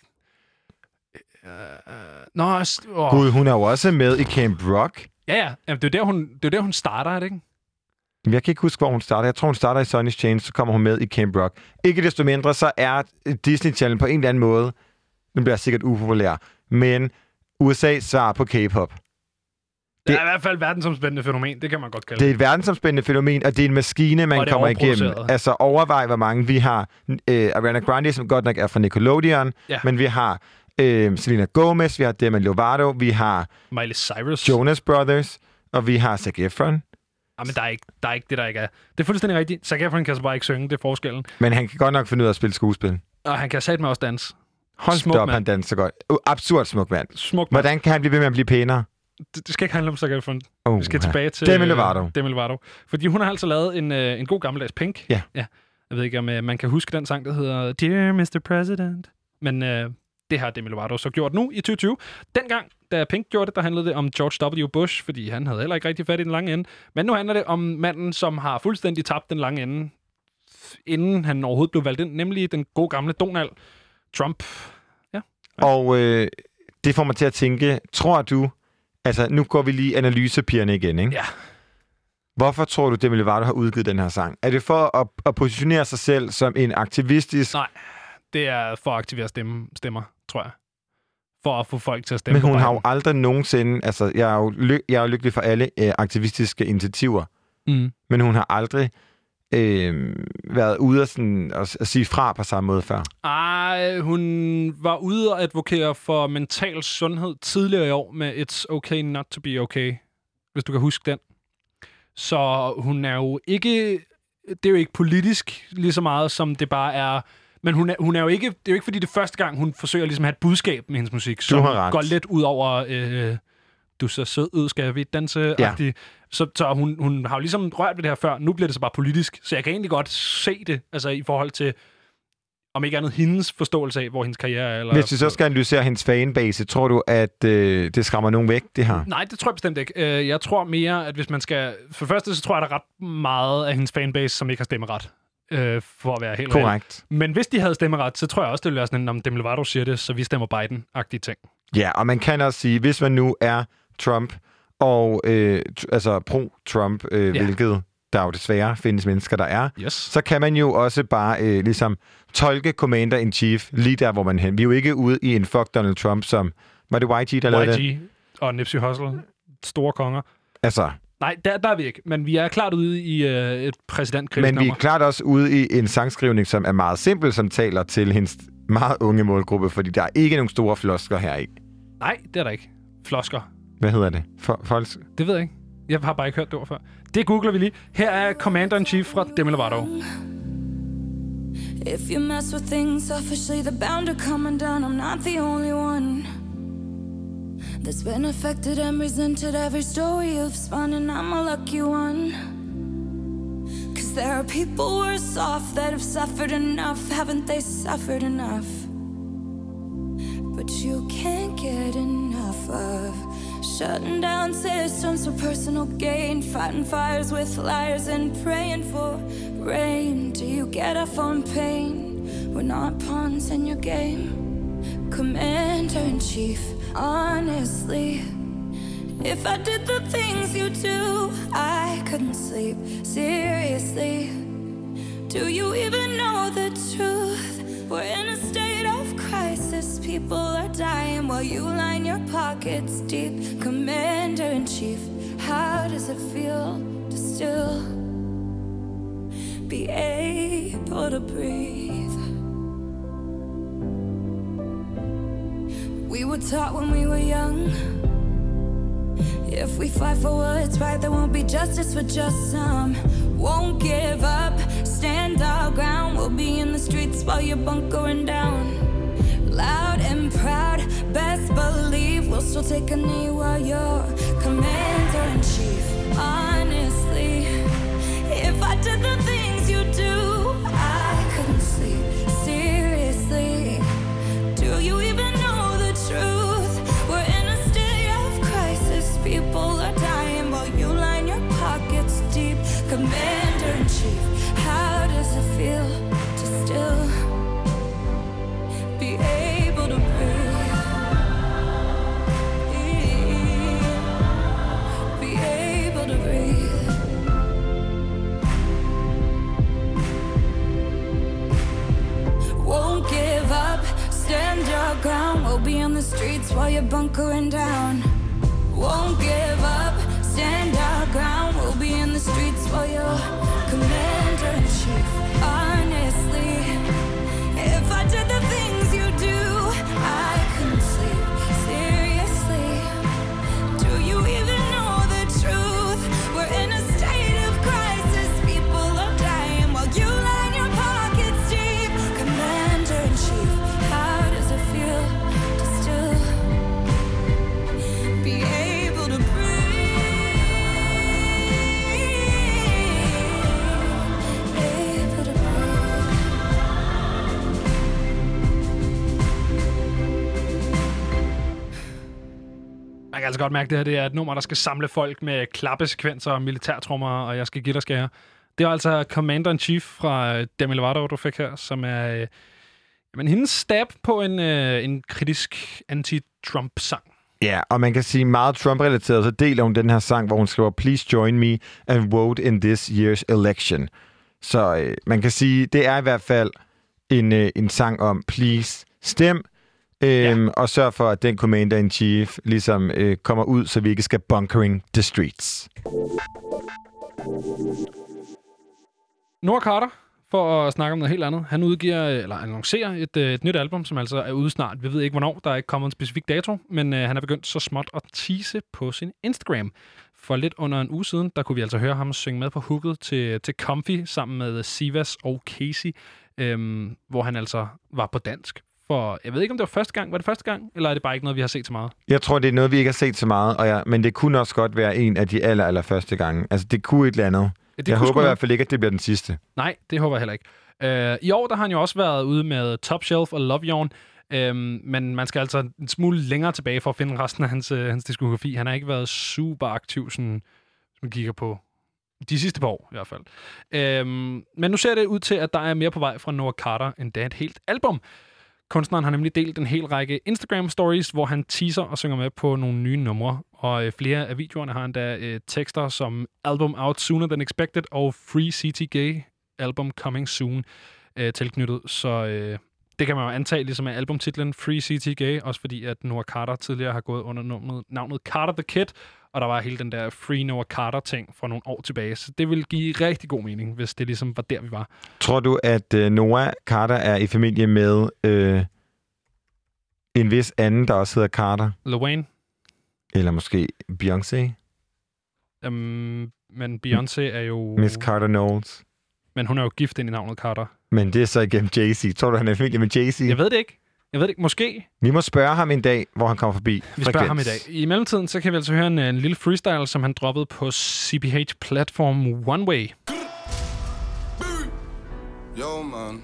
Uh, uh, Nå, oh. Gud, hun er jo også med i Camp Rock. Ja, ja. Jamen, det er der, hun, det er der, hun starter, er det ikke? Jeg kan ikke huske, hvor hun starter. Jeg tror, hun starter i Sonny's Chance, så kommer hun med i Camp Rock. Ikke desto mindre, så er Disney Channel på en eller anden måde, den bliver sikkert upopulær, men U S A's svar på K-pop. Det er i hvert fald et verdensomspændende fænomen, det kan man godt kalde det. Det er et verdensomspændende fænomen, og det er en maskine, man kommer igennem. Altså overvej, hvor mange vi har. Øh, Ariana Grande, som godt nok er fra Nickelodeon, ja. Men vi har Øh, Selena Gomez, vi har Demi Lovato, vi har Miley Cyrus, Jonas Brothers, og vi har Zac Efron. Ja, men der er, ikke, der er ikke det, der ikke er. Det er fuldstændig rigtigt. Zac Efron kan så bare ikke synge, det er forskellen. Men han kan godt nok finde ud af at spille skuespil. Og han kan satme også danse. Hold da op, han danser godt. Uh, absurd smuk mand. Smuk mand. Hvordan kan han blive ved med at blive pænere? Det, det skal ikke handle om Zac Efron. Oh, vi skal ja. tilbage til Demi Lovato. Demi Lovato. Fordi hun har altså lavet en, øh, en god gammeldags Pink. Ja. ja. Jeg ved ikke, om øh, man kan huske den sang, der hedder Dear mister President. Men... Øh, det har Demi Lovato så gjort nu i tyve tyve. Dengang, da Pink gjorde det, der handlede det om George W. Bush, fordi han havde heller ikke rigtig fat i den lange ende. Men nu handler det om manden, som har fuldstændig tabt den lange ende, inden han overhovedet blev valgt ind, nemlig den gode gamle Donald Trump. Ja. Og øh, det får mig til at tænke, tror du, altså nu går vi lige analysepigerne igen, ikke? Ja. Hvorfor tror du, Demi Lovato har udgivet den her sang? Er det for at, at positionere sig selv som en aktivistisk... Nej. Det er for at aktivere stemme, stemmer, tror jeg. For at få folk til at stemme. Men hun har jo aldrig nogensinde... Altså, jeg er jo, ly- jeg er jo lykkelig for alle øh, aktivistiske initiativer. Mm. Men hun har aldrig øh, været ude at, sådan, at, at sige fra på samme måde før. Ej, hun var ude at advokere for mental sundhed tidligere i år med It's Okay Not To Be Okay. Hvis du kan huske den. Så hun er jo ikke... Det er jo ikke politisk lige så meget, som det bare er... Men hun er, hun er jo ikke... Det er jo ikke, fordi det er første gang, hun forsøger ligesom at have et budskab med hendes musik, som går lidt ud over... Øh, du ser sød ud, skal vi danse? Ja. Så, så hun, hun har jo ligesom rørt ved det her før. Nu bliver det så bare politisk. Så jeg kan egentlig godt se det, altså i forhold til, om ikke andet, hendes forståelse af, hvor hendes karriere er. Eller... Hvis vi så skal analysere hendes fanbase, tror du, at øh, det skræmmer nogen væk, det her? Nej, det tror jeg bestemt ikke. Jeg tror mere, at hvis man skal... For det første, så tror jeg, der er ret meget af hendes fanbase, som ikke har stemmeret. Øh, for at være helt korrekt. Reelt. Men hvis de havde stemmeret, så tror jeg også, det ville være sådan en, om Demi Lovato siger det, så vi stemmer Biden-agtige ting. Ja, og man kan også sige, hvis man nu er Trump, og øh, t- altså pro-Trump, øh, ja. hvilket der jo desværre findes mennesker, der er, yes. så kan man jo også bare øh, ligesom tolke Commander-in-Chief lige der, hvor man hen. Vi er jo ikke ude i en fuck Donald Trump, som... Var det Y G, der lavede det? Y G og Nipsey Hussle. Store konger. Altså... Nej, der, der er vi ikke. Men vi er klart ude i øh, et præsidentkrigsnummer. Men vi er klart også ude i en sangskrivning, som er meget simpel, som taler til hendes meget unge målgruppe, fordi der er ikke nogen store flosker her i. Nej, det er der ikke. Flosker. Hvad hedder det? For, folks? Det ved jeg ikke. Jeg har bare ikke hørt det ord før. Det googler vi lige. Her er Commander-in-Chief fra Demi Lovato. If you mess with things selfishly, they're bound to come undone. I'm not the only one that's been affected and resented every story you've spun, and I'm a lucky one. Cause there are people worse off that have suffered enough. Haven't they suffered enough? But you can't get enough of shutting down systems for personal gain, fighting fires with liars and praying for rain. Do you get off on pain? We're not pawns in your game. Commander-in-Chief, honestly, if I did the things you do, I couldn't sleep. Seriously, do you even know the truth? We're in a state of crisis. People are dying while you line your pockets deep. Commander-in-Chief, how does it feel to still be able to breathe? We were taught when we were young, if we fight for what's right, there won't be justice for just some. Won't give up, stand our ground. We'll be in the streets while you're bunkering down. Loud and proud, best believe we'll still take a knee while you're Commander-in-Chief. Honestly, if I did the things you do, I couldn't sleep. Seriously, do you even know the truth? We're in a state of crisis. People are dying while you line your pockets deep. Commander-in-Chief, how does it feel to still be able to breathe? Be able to breathe. Won't give up, stand your ground. We'll be on the streets while you're bunkering down. Won't give up, stand our ground. We'll be in the streets while you're Commander-in-Chief. Honestly, if I did the things you do, I couldn't sleep. Seriously, do you even know the truth? We're in a state of crisis. People are dying while you line your pockets deep. Commander-in-Chief, how does it feel to still be able to breathe? Able to breathe. Man kan altså godt mærke, at det her det er et nummer, der skal samle folk med klappesekvenser og militærtrummer, og jeg skal give dig skære. Det var altså Commander-in-Chief fra Demi Lovato, du fik her, som er øh, jamen, hendes stab på en, øh, en kritisk anti-Trump-sang. Ja, og man kan sige meget Trump-relateret, så deler hun den her sang, hvor hun skriver, "Please join me and vote in this year's election." Så øh, man kan sige, det er i hvert fald en, øh, en sang om, please stem, øh, ja. Og sørg for, at den Commander-in-Chief ligesom øh, kommer ud, så vi ikke skal bunkering the streets. Noah Carter, for at snakke om noget helt andet. Han udgiver, eller annoncerer et, et nyt album, som altså er ude snart. Vi ved ikke, hvornår. Der er ikke kommet en specifik dato, men øh, han er begyndt så småt at tease på sin Instagram. For lidt under en uge siden, der kunne vi altså høre ham synge med på hooket til, til Comfy, sammen med Sivas og Casey, øhm, hvor han altså var på dansk. For jeg ved ikke, om det var første gang. Var det første gang, eller er det bare ikke noget, vi har set så meget? Jeg tror, det er noget, vi ikke har set så meget, og ja, men det kunne også godt være en af de aller, aller første gange. Altså, det kunne et eller andet. Ja, jeg håber i hvert fald ikke, at det bliver den sidste. Nej, det håber jeg heller ikke. Uh, I år der har han jo også været ude med Top Shelf og Love Yawn, um, men man skal altså en smule længere tilbage for at finde resten af hans, uh, hans diskografi. Han har ikke været super aktiv, sådan, hvis man kigger på de sidste par år i hvert fald. Um, men nu ser det ud til, at der er mere på vej fra Noah Carter, end det er et helt album. Kunstneren har nemlig delt en hel række Instagram-stories, hvor han teaser og synger med på nogle nye numre. Og øh, flere af videoerne har endda øh, tekster som Album Out Sooner Than Expected og Free C T Gay Album Coming Soon øh, tilknyttet. Så øh, det kan man jo antage ligesom af albumtitlen Free C T Gay, også fordi at Noah Carter tidligere har gået under navnet, navnet Carter the Kid, og der var hele den der Free Noah Carter-ting for nogle år tilbage. Så det vil give rigtig god mening, hvis det ligesom var der, vi var. Tror du, at øh, Noah Carter er i familie med øh, en vis anden, der også hedder Carter? Lil Wayne? Eller måske Beyoncé? Um, men Beyoncé er jo... Miss Carter Knowles. Men hun er jo gift ind i navnet Carter. Men det er så igennem Jay-Z. Tror du, han er familie med Jay-Z? Jeg ved det ikke. Jeg ved det ikke. Måske. Vi må spørge ham en dag, hvor han kommer forbi. Vi Frekvens. spørger ham i dag. I mellemtiden, så kan vi altså høre en, en lille freestyle, som han droppede på C P H-platform One Way. Yo, man.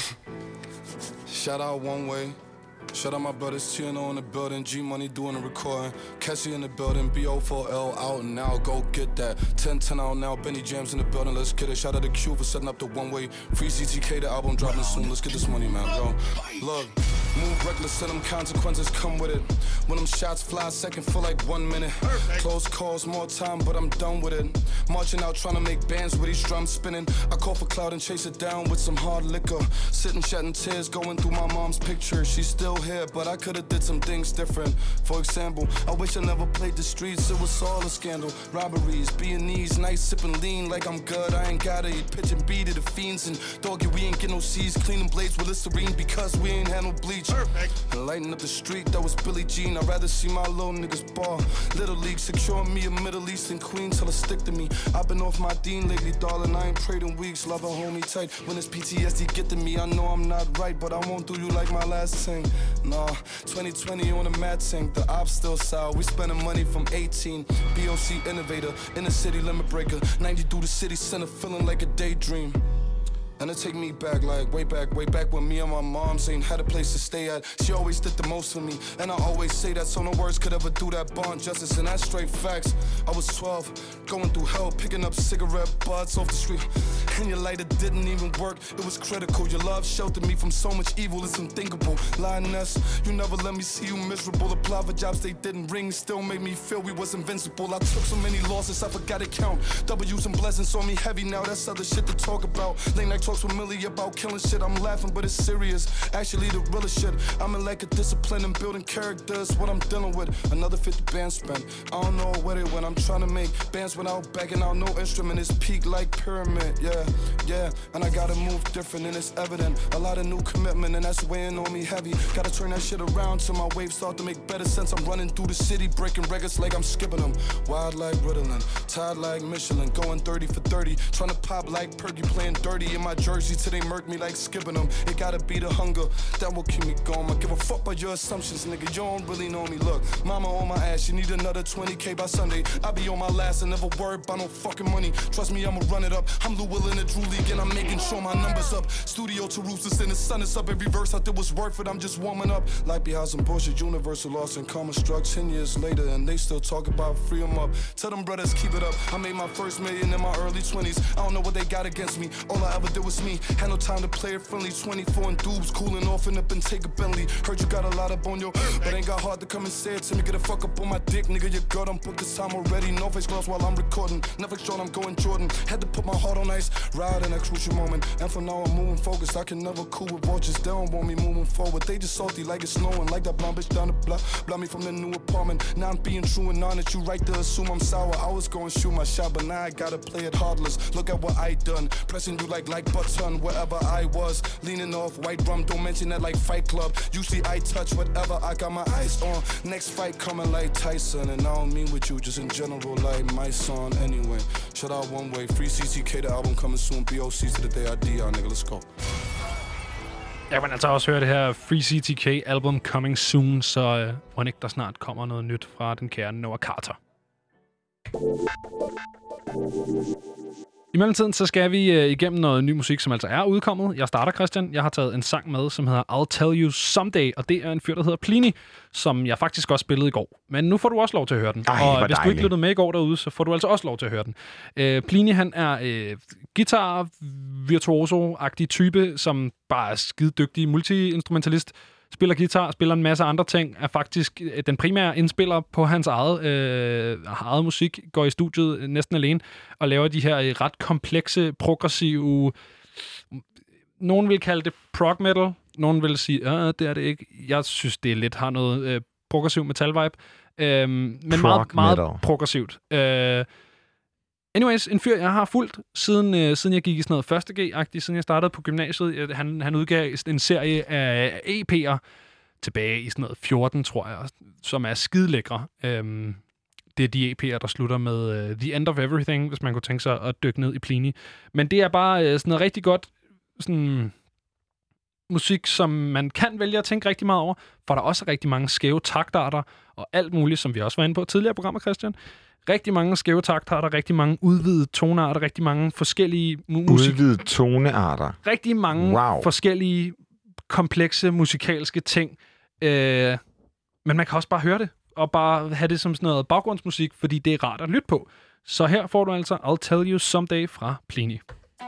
Shout out One Way. Shout out my brothers, T N O in the building, G-Money doing the recording, Cassie in the building, B O four L out now, go get that. ten ten out now, Benny Jams in the building, let's get it. Shout out to Q for setting up the One Way. Free C T K, the album dropping soon, let's get this money, man, bro. Look, move reckless and them consequences come with it. When them shots fly, second for like one minute. Close calls, more time, but I'm done with it. Marching out, trying to make bands with these drums spinning. I call for cloud and chase it down with some hard liquor. Sitting, shedding tears, going through my mom's picture. She's still here, but I could've did some things different. For example, I wish I never played the streets, it was all a scandal. Robberies, Beanese, nice sipping lean like I'm good, I ain't gotta eat pitch and beat to the fiends. And doggy, we ain't get no C's, cleaning blades with Listerine because we ain't had no bleach. Perfect. And lighting up the street, that was Billie Jean, I'd rather see my little niggas ball. Little League, securing me a Middle Eastern queen till it stick to me. I've been off my Dean lately, darling, I ain't prayed in weeks, love a homie tight. When this P T S D get to me, I know I'm not right, but I won't do you like my last thing. Nah, twenty twenty on a mad tank, the ops still sour. We spending money from eighteen. B O C innovator, inner city limit breaker. ninety through the city center, feeling like a daydream. And it take me back, like way back, way back when me and my moms ain't had a place to stay at. She always did the most for me, and I always say that so no words could ever do that bond justice, and that's straight facts. I was twelve, going through hell, picking up cigarette butts off the street, and your lighter didn't even work, it was critical. Your love sheltered me from so much evil, it's unthinkable. Lioness, you never let me see you miserable. Apply for jobs they didn't ring, still made me feel we was invincible. I took so many losses, I forgot to count. W's and blessings on me heavy now, that's other shit to talk about. Late night talks with Millie about killing shit, I'm laughing but it's serious. Actually the realest shit, I'm in like a discipline and building characters, what I'm dealing with. Another fifty bands spent, I don't know what it when I'm trying to make bands without backing out no instrument. It's peak like pyramid, yeah, yeah. And I gotta move different and it's evident. A lot of new commitment and that's weighing on me heavy. Gotta turn that shit around till my waves start to make better sense. I'm running through the city, breaking records like I'm skipping them. Wild like Ritalin, tired like Michelin, going thirty for thirty. Trying to pop like Perky, playing dirty in my jersey till they murk me like skipping them. It gotta be the hunger that will keep me going. I give a fuck about your assumptions, nigga. You don't really know me. Look, mama on my ass, you need another twenty K by Sunday. I be on my last and never worry about no fucking money. Trust me, I'ma run it up. I'm Lou Will in the Drew League and I'm making sure my numbers up. Studio to roosters and the sun is up. Every verse I did was worth it. I'm just warming up. Like behind some bullshit, Universal lost and karma struck ten years later and they still talk about free 'em up. Tell them brothers keep it up. I made my first million in my early twenties. I don't know what they got against me. All I ever did was me. Had no time to play it friendly. twenty-four and dubs, cooling off and up and take a Bentley. Heard you got a lot up on your, but ain't got hard to come and say it to me. Get a fuck up on my dick, nigga. Your girl done booked this time already. No face gloves while I'm recording. Netflix showed I'm going Jordan. Had to put my heart on ice, ride in a crucial moment. And for now I'm moving focused. I can never cool with vultures. They don't want me moving forward. They just salty like it's snowing. Like that blonde bitch down the block. Block me from the new apartment. Now I'm being true and honest. You right to assume I'm sour. I was going shoot my shot, but now I gotta play it heartless. Look at what I done. Pressing you like like button wherever I was. Leaning off white rum, don't mention that like Fight Club. Usually I touch whatever I got my eyes on. Next fight coming like Tyson. And I don't mean with you, just in general like my son anyway. Shut out One Way, free C T K, the album coming soon. B O C to the day I D, y'all nigga, let's go. Ja, men altså også høre det her Free C T K album coming soon, så uh, må ikke der snart kommer noget nyt fra den kære Noah Carter. I mellemtiden så skal vi øh, igennem noget ny musik, som altså er udkommet. Jeg starter, Christian. Jeg har taget en sang med, som hedder I'll Tell You Someday, og det er en fyr, der hedder Plini, som jeg faktisk også spillede i går. Men nu får du også lov til at høre den. Ej, og hvis dejligt. du ikke lyttede med i går derude, så får du altså også lov til at høre den. Øh, Plini, han er øh, guitar-virtuoso-agtig type, som bare er skide dygtig multi-instrumentalist. Spiller guitar, spiller en masse andre ting, er faktisk den primære indspiller på hans eget, øh, eget musik, går i studiet næsten alene, og laver de her ret komplekse, progressive, nogen vil kalde det prog metal, nogen vil sige, øh, det er det ikke. Jeg synes, det lidt har noget øh, progressiv metal-vibe, øh, men meget, meget progressivt. Øh, Anyways, en fyr, jeg har fulgt, siden, øh, siden jeg gik i sådan noget første G-agtigt, siden jeg startede på gymnasiet. Han, han udgav en serie af E P'er tilbage i sådan noget fjorten, tror jeg, som er skidelækre. Øhm, det er de E P'er, der slutter med uh, The End of Everything, hvis man kunne tænke sig at dykke ned i Plini. Men det er bare uh, sådan noget rigtig godt sådan, musik, som man kan vælge at tænke rigtig meget over, for der er også rigtig mange skæve taktarter og alt muligt, som vi også var inde på tidligere i programmet, Christian. Rigtig mange skæve taktarter, rigtig mange udvidede tonearter, rigtig mange forskellige... Mu- musik- Udvidede tonearter? Rigtig mange wow. forskellige komplekse musikalske ting. Øh, men man kan også bare høre det, og bare have det som sådan noget baggrundsmusik, fordi det er rart at lytte på. Så her får du altså I'll Tell You Someday fra Plini.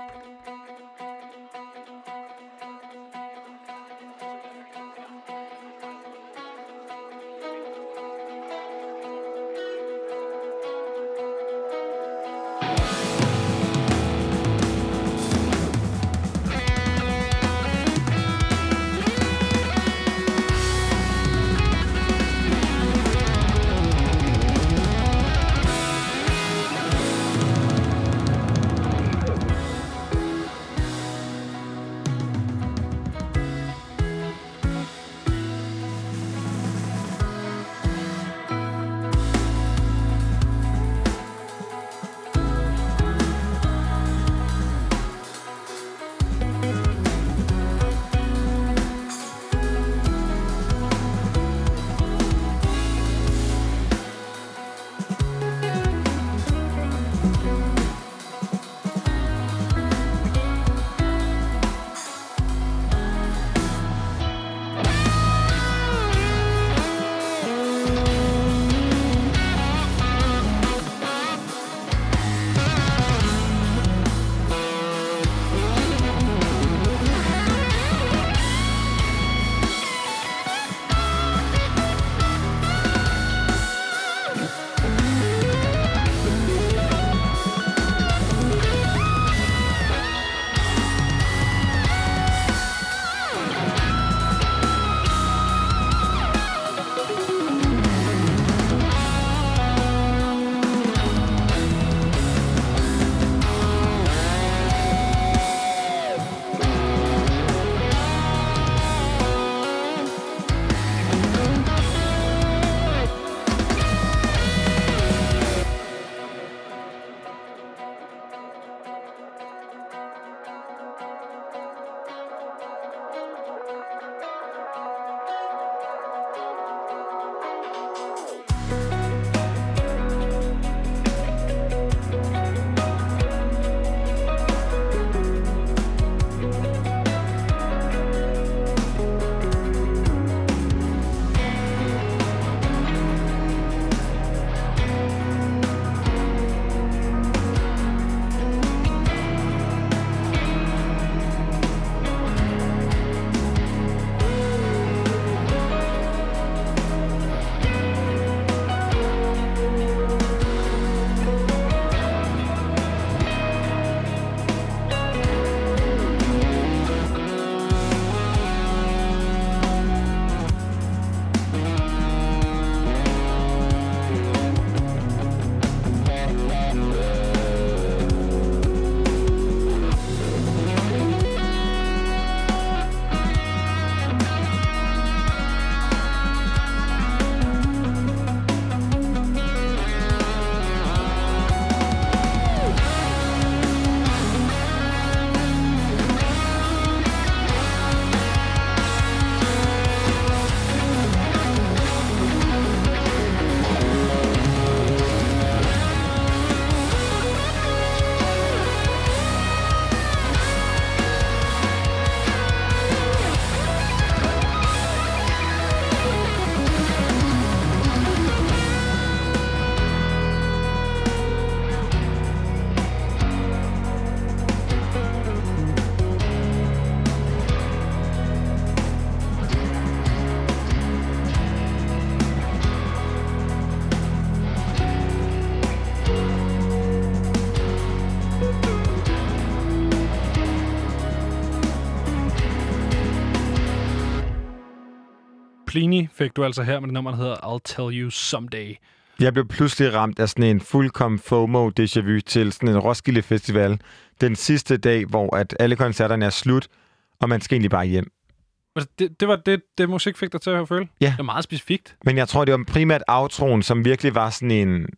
Plini fik du altså her med det nummer, der hedder I'll Tell You Someday. Jeg blev pludselig ramt af sådan en fuldkommen FOMO déjà vu til sådan en Roskilde Festival. Den sidste dag, hvor at alle koncerterne er slut, og man skal egentlig bare hjem. Det, det var det, det musik fik dig til at føle? Ja. Det er meget specifikt. Men jeg tror, det var primært outroen, som virkelig var sådan en...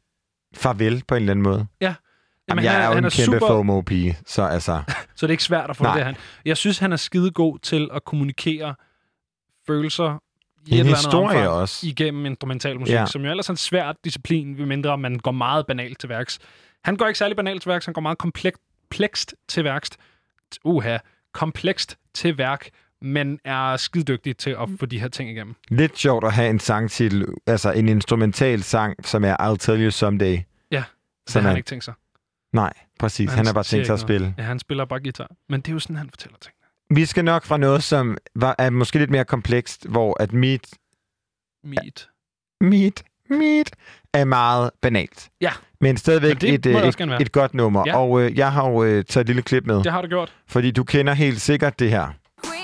farvel på en eller anden måde. Ja. Jamen, Jamen, jeg han, er jo han en er kæmpe super... FOMO-pige, så altså... så det er ikke svært at få Nej. det han. Jeg synes, han er skidegod til at kommunikere følelser i en et eller andet historie omfang også. igennem instrumental musik, Ja. som jo ellers er en svær disciplin, ved mindre man går meget banalt til værks. Han går ikke særlig banalt til værks, han går meget komplekst til værks. Uha, komplekst til værk, men er skidedygtig til at få de her ting igennem. Lidt sjovt at have en sangtitel, altså en instrumental sang, som er I'll Tell You Someday. Ja, det Som har er- han ikke tænkt sig. Nej, præcis. Han, han har bare siger tænkt sig at ikke spille. noget. Ja, han spiller bare guitar. Men det er jo sådan, han fortæller ting. Vi skal nok fra noget, som var, er måske lidt mere komplekst, hvor at meet, Meet. meet, meet er meget banalt. Ja. Men stadigvæk Men det et, må det øh, også gerne et, være. et godt nummer. Ja. Og øh, jeg har jo øh, taget et lille klip med. Det har du gjort. Fordi du kender helt sikkert det her.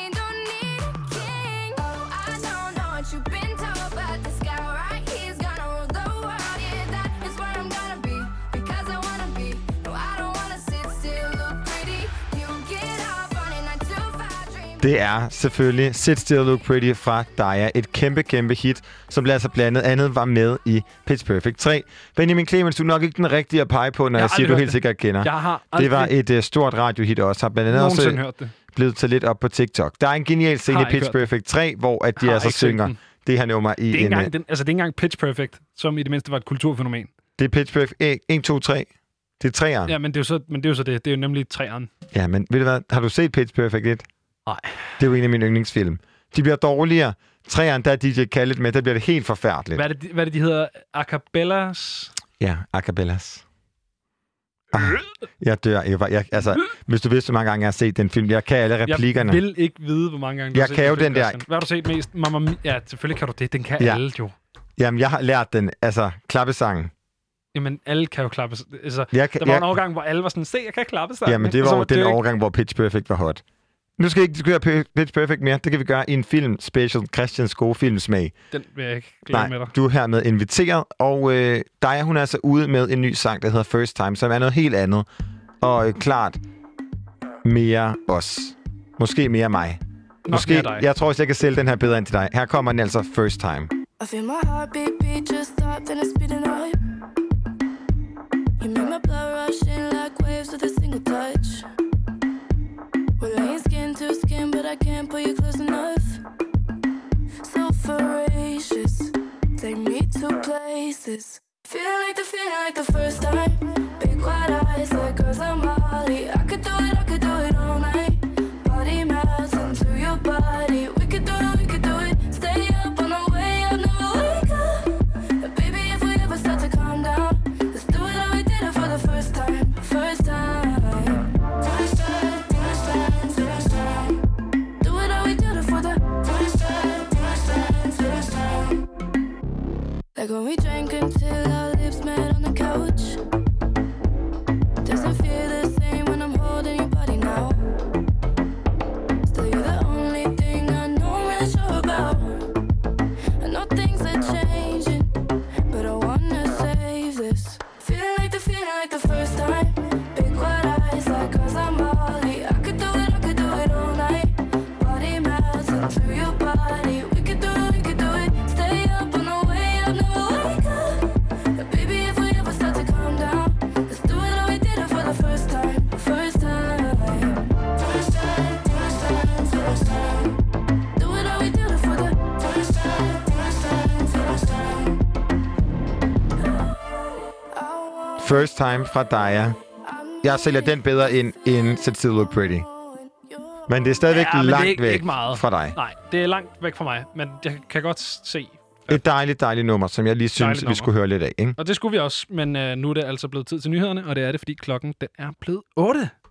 Det er selvfølgelig Sit Still Look Pretty fra Daya. Et kæmpe, kæmpe hit, som blandt altså blandt andet var med i Pitch Perfect tre. Benjamin Clemens, du er nok ikke den rigtige at pege på, når jeg, jeg siger, du helt det. sikkert kender. Jeg har det var aldrig et uh, stort radiohit også. Har blandt andet også hørt det. blevet til lidt op på TikTok. Der er en genial scene Har i ikke Pitch hørt Perfect tre, hvor at de Har altså ikke set synger den. det her nummer i Det er, ikke en... engang, den, altså, det er ikke engang Pitch Perfect, som i det mindste var et kulturfænomen. Det er Pitch Perfect en, to, tre. Det er treeren. Ja, men det er jo så, men det, er jo så det. Det er jo nemlig treeren. Ja, men ved du hvad? Har du set Pitch Perfect et? Nej. Det er jo en af mine yndlingsfilm. De bliver dårligere. Treeren, der er D J Khaled med, der bliver det helt forfærdeligt. Hvad er det, hvad er det de hedder? Acapellas? Ja, acapellas. Ah, jeg dør. Jeg, var- jeg, altså, hvis du vidste, hvor mange gange jeg har set den film. Jeg kan alle replikkerne. Jeg vil ikke vide, hvor mange gange du Jeg har set kan jo film, den der- Christian. Hvad har du set mest? Mamma Mia. Ja, selvfølgelig kan du det. Den kan Ja. alle jo. Jamen, jeg har lært den. Altså, klappesangen. Jamen, alle kan jo klappe. Altså, Jeg kan- der var jeg- en overgang, hvor alle var sådan, se, jeg kan klappe sig. Jamen, det Og så var jo den ikke- overgang, hvor Pitch Perfect var hot. Nu skal vi ikke diskutere Pitch Perfect mere. Det kan vi gøre i en film special. Christians gode filmsmag. Den vil jeg ikke glemme Nej, med dig. du er hermed inviteret. Og øh, Daya, hun er altså ude med en ny sang, der hedder First Time, som er noget helt andet. Og øh, klart mere os. Måske mere mig. Nok Måske, mere dig. jeg tror også, jeg kan sælge den her bedre end til dig. Her kommer den altså First Time. I feel my heartbeat beat just stop, then it's speeding up. You make my blood rush in like waves with a single touch. We're laying skin to skin, but I can't pull you close enough. So voracious, take me to places. Feeling like the feeling like the first time. Big wide eyes like girls on Molly. I could do it, I could do it all night. Body mass into your body. We could do it, we could do it. Stay up on the way up, never wake up. And baby, if we ever start to calm down, let's do it how we did it for the first time. First time. First time, first time, first time. Do it how we did it for the first time, first time, first time. Like when we drank until our lips met on the couch. Doesn't feel the same when I'm holding your body now. Still, you're the only thing I know I'm really sure about. I know things are changing, but I wanna save this. Feeling like the feeling like the first time. Big wide eyes like girls on Molly. I could do it, I could do it all night. Body melts into your body. We could do it, we could do it. Stay up on the way up, never wake up. And baby, if we ever start to calm down, let's do it how we did it for the first time. First time. First time, first time, first time. Do it how we did it for the first time. First time, first time. First Time fra Daya. Jeg sælger den bedre end, end Sit Still Look Pretty. Men det er stadigvæk Ja, men det er langt ikke, væk ikke meget. fra dig. Nej, det er langt væk fra mig, men jeg kan godt se. Et dejligt, dejligt nummer, som jeg lige synes, Dejligt vi nummer. skulle høre lidt af. Ikke? Og det skulle vi også, men øh, nu er det altså blevet tid til nyhederne, og det er det, fordi klokken den er blevet otte.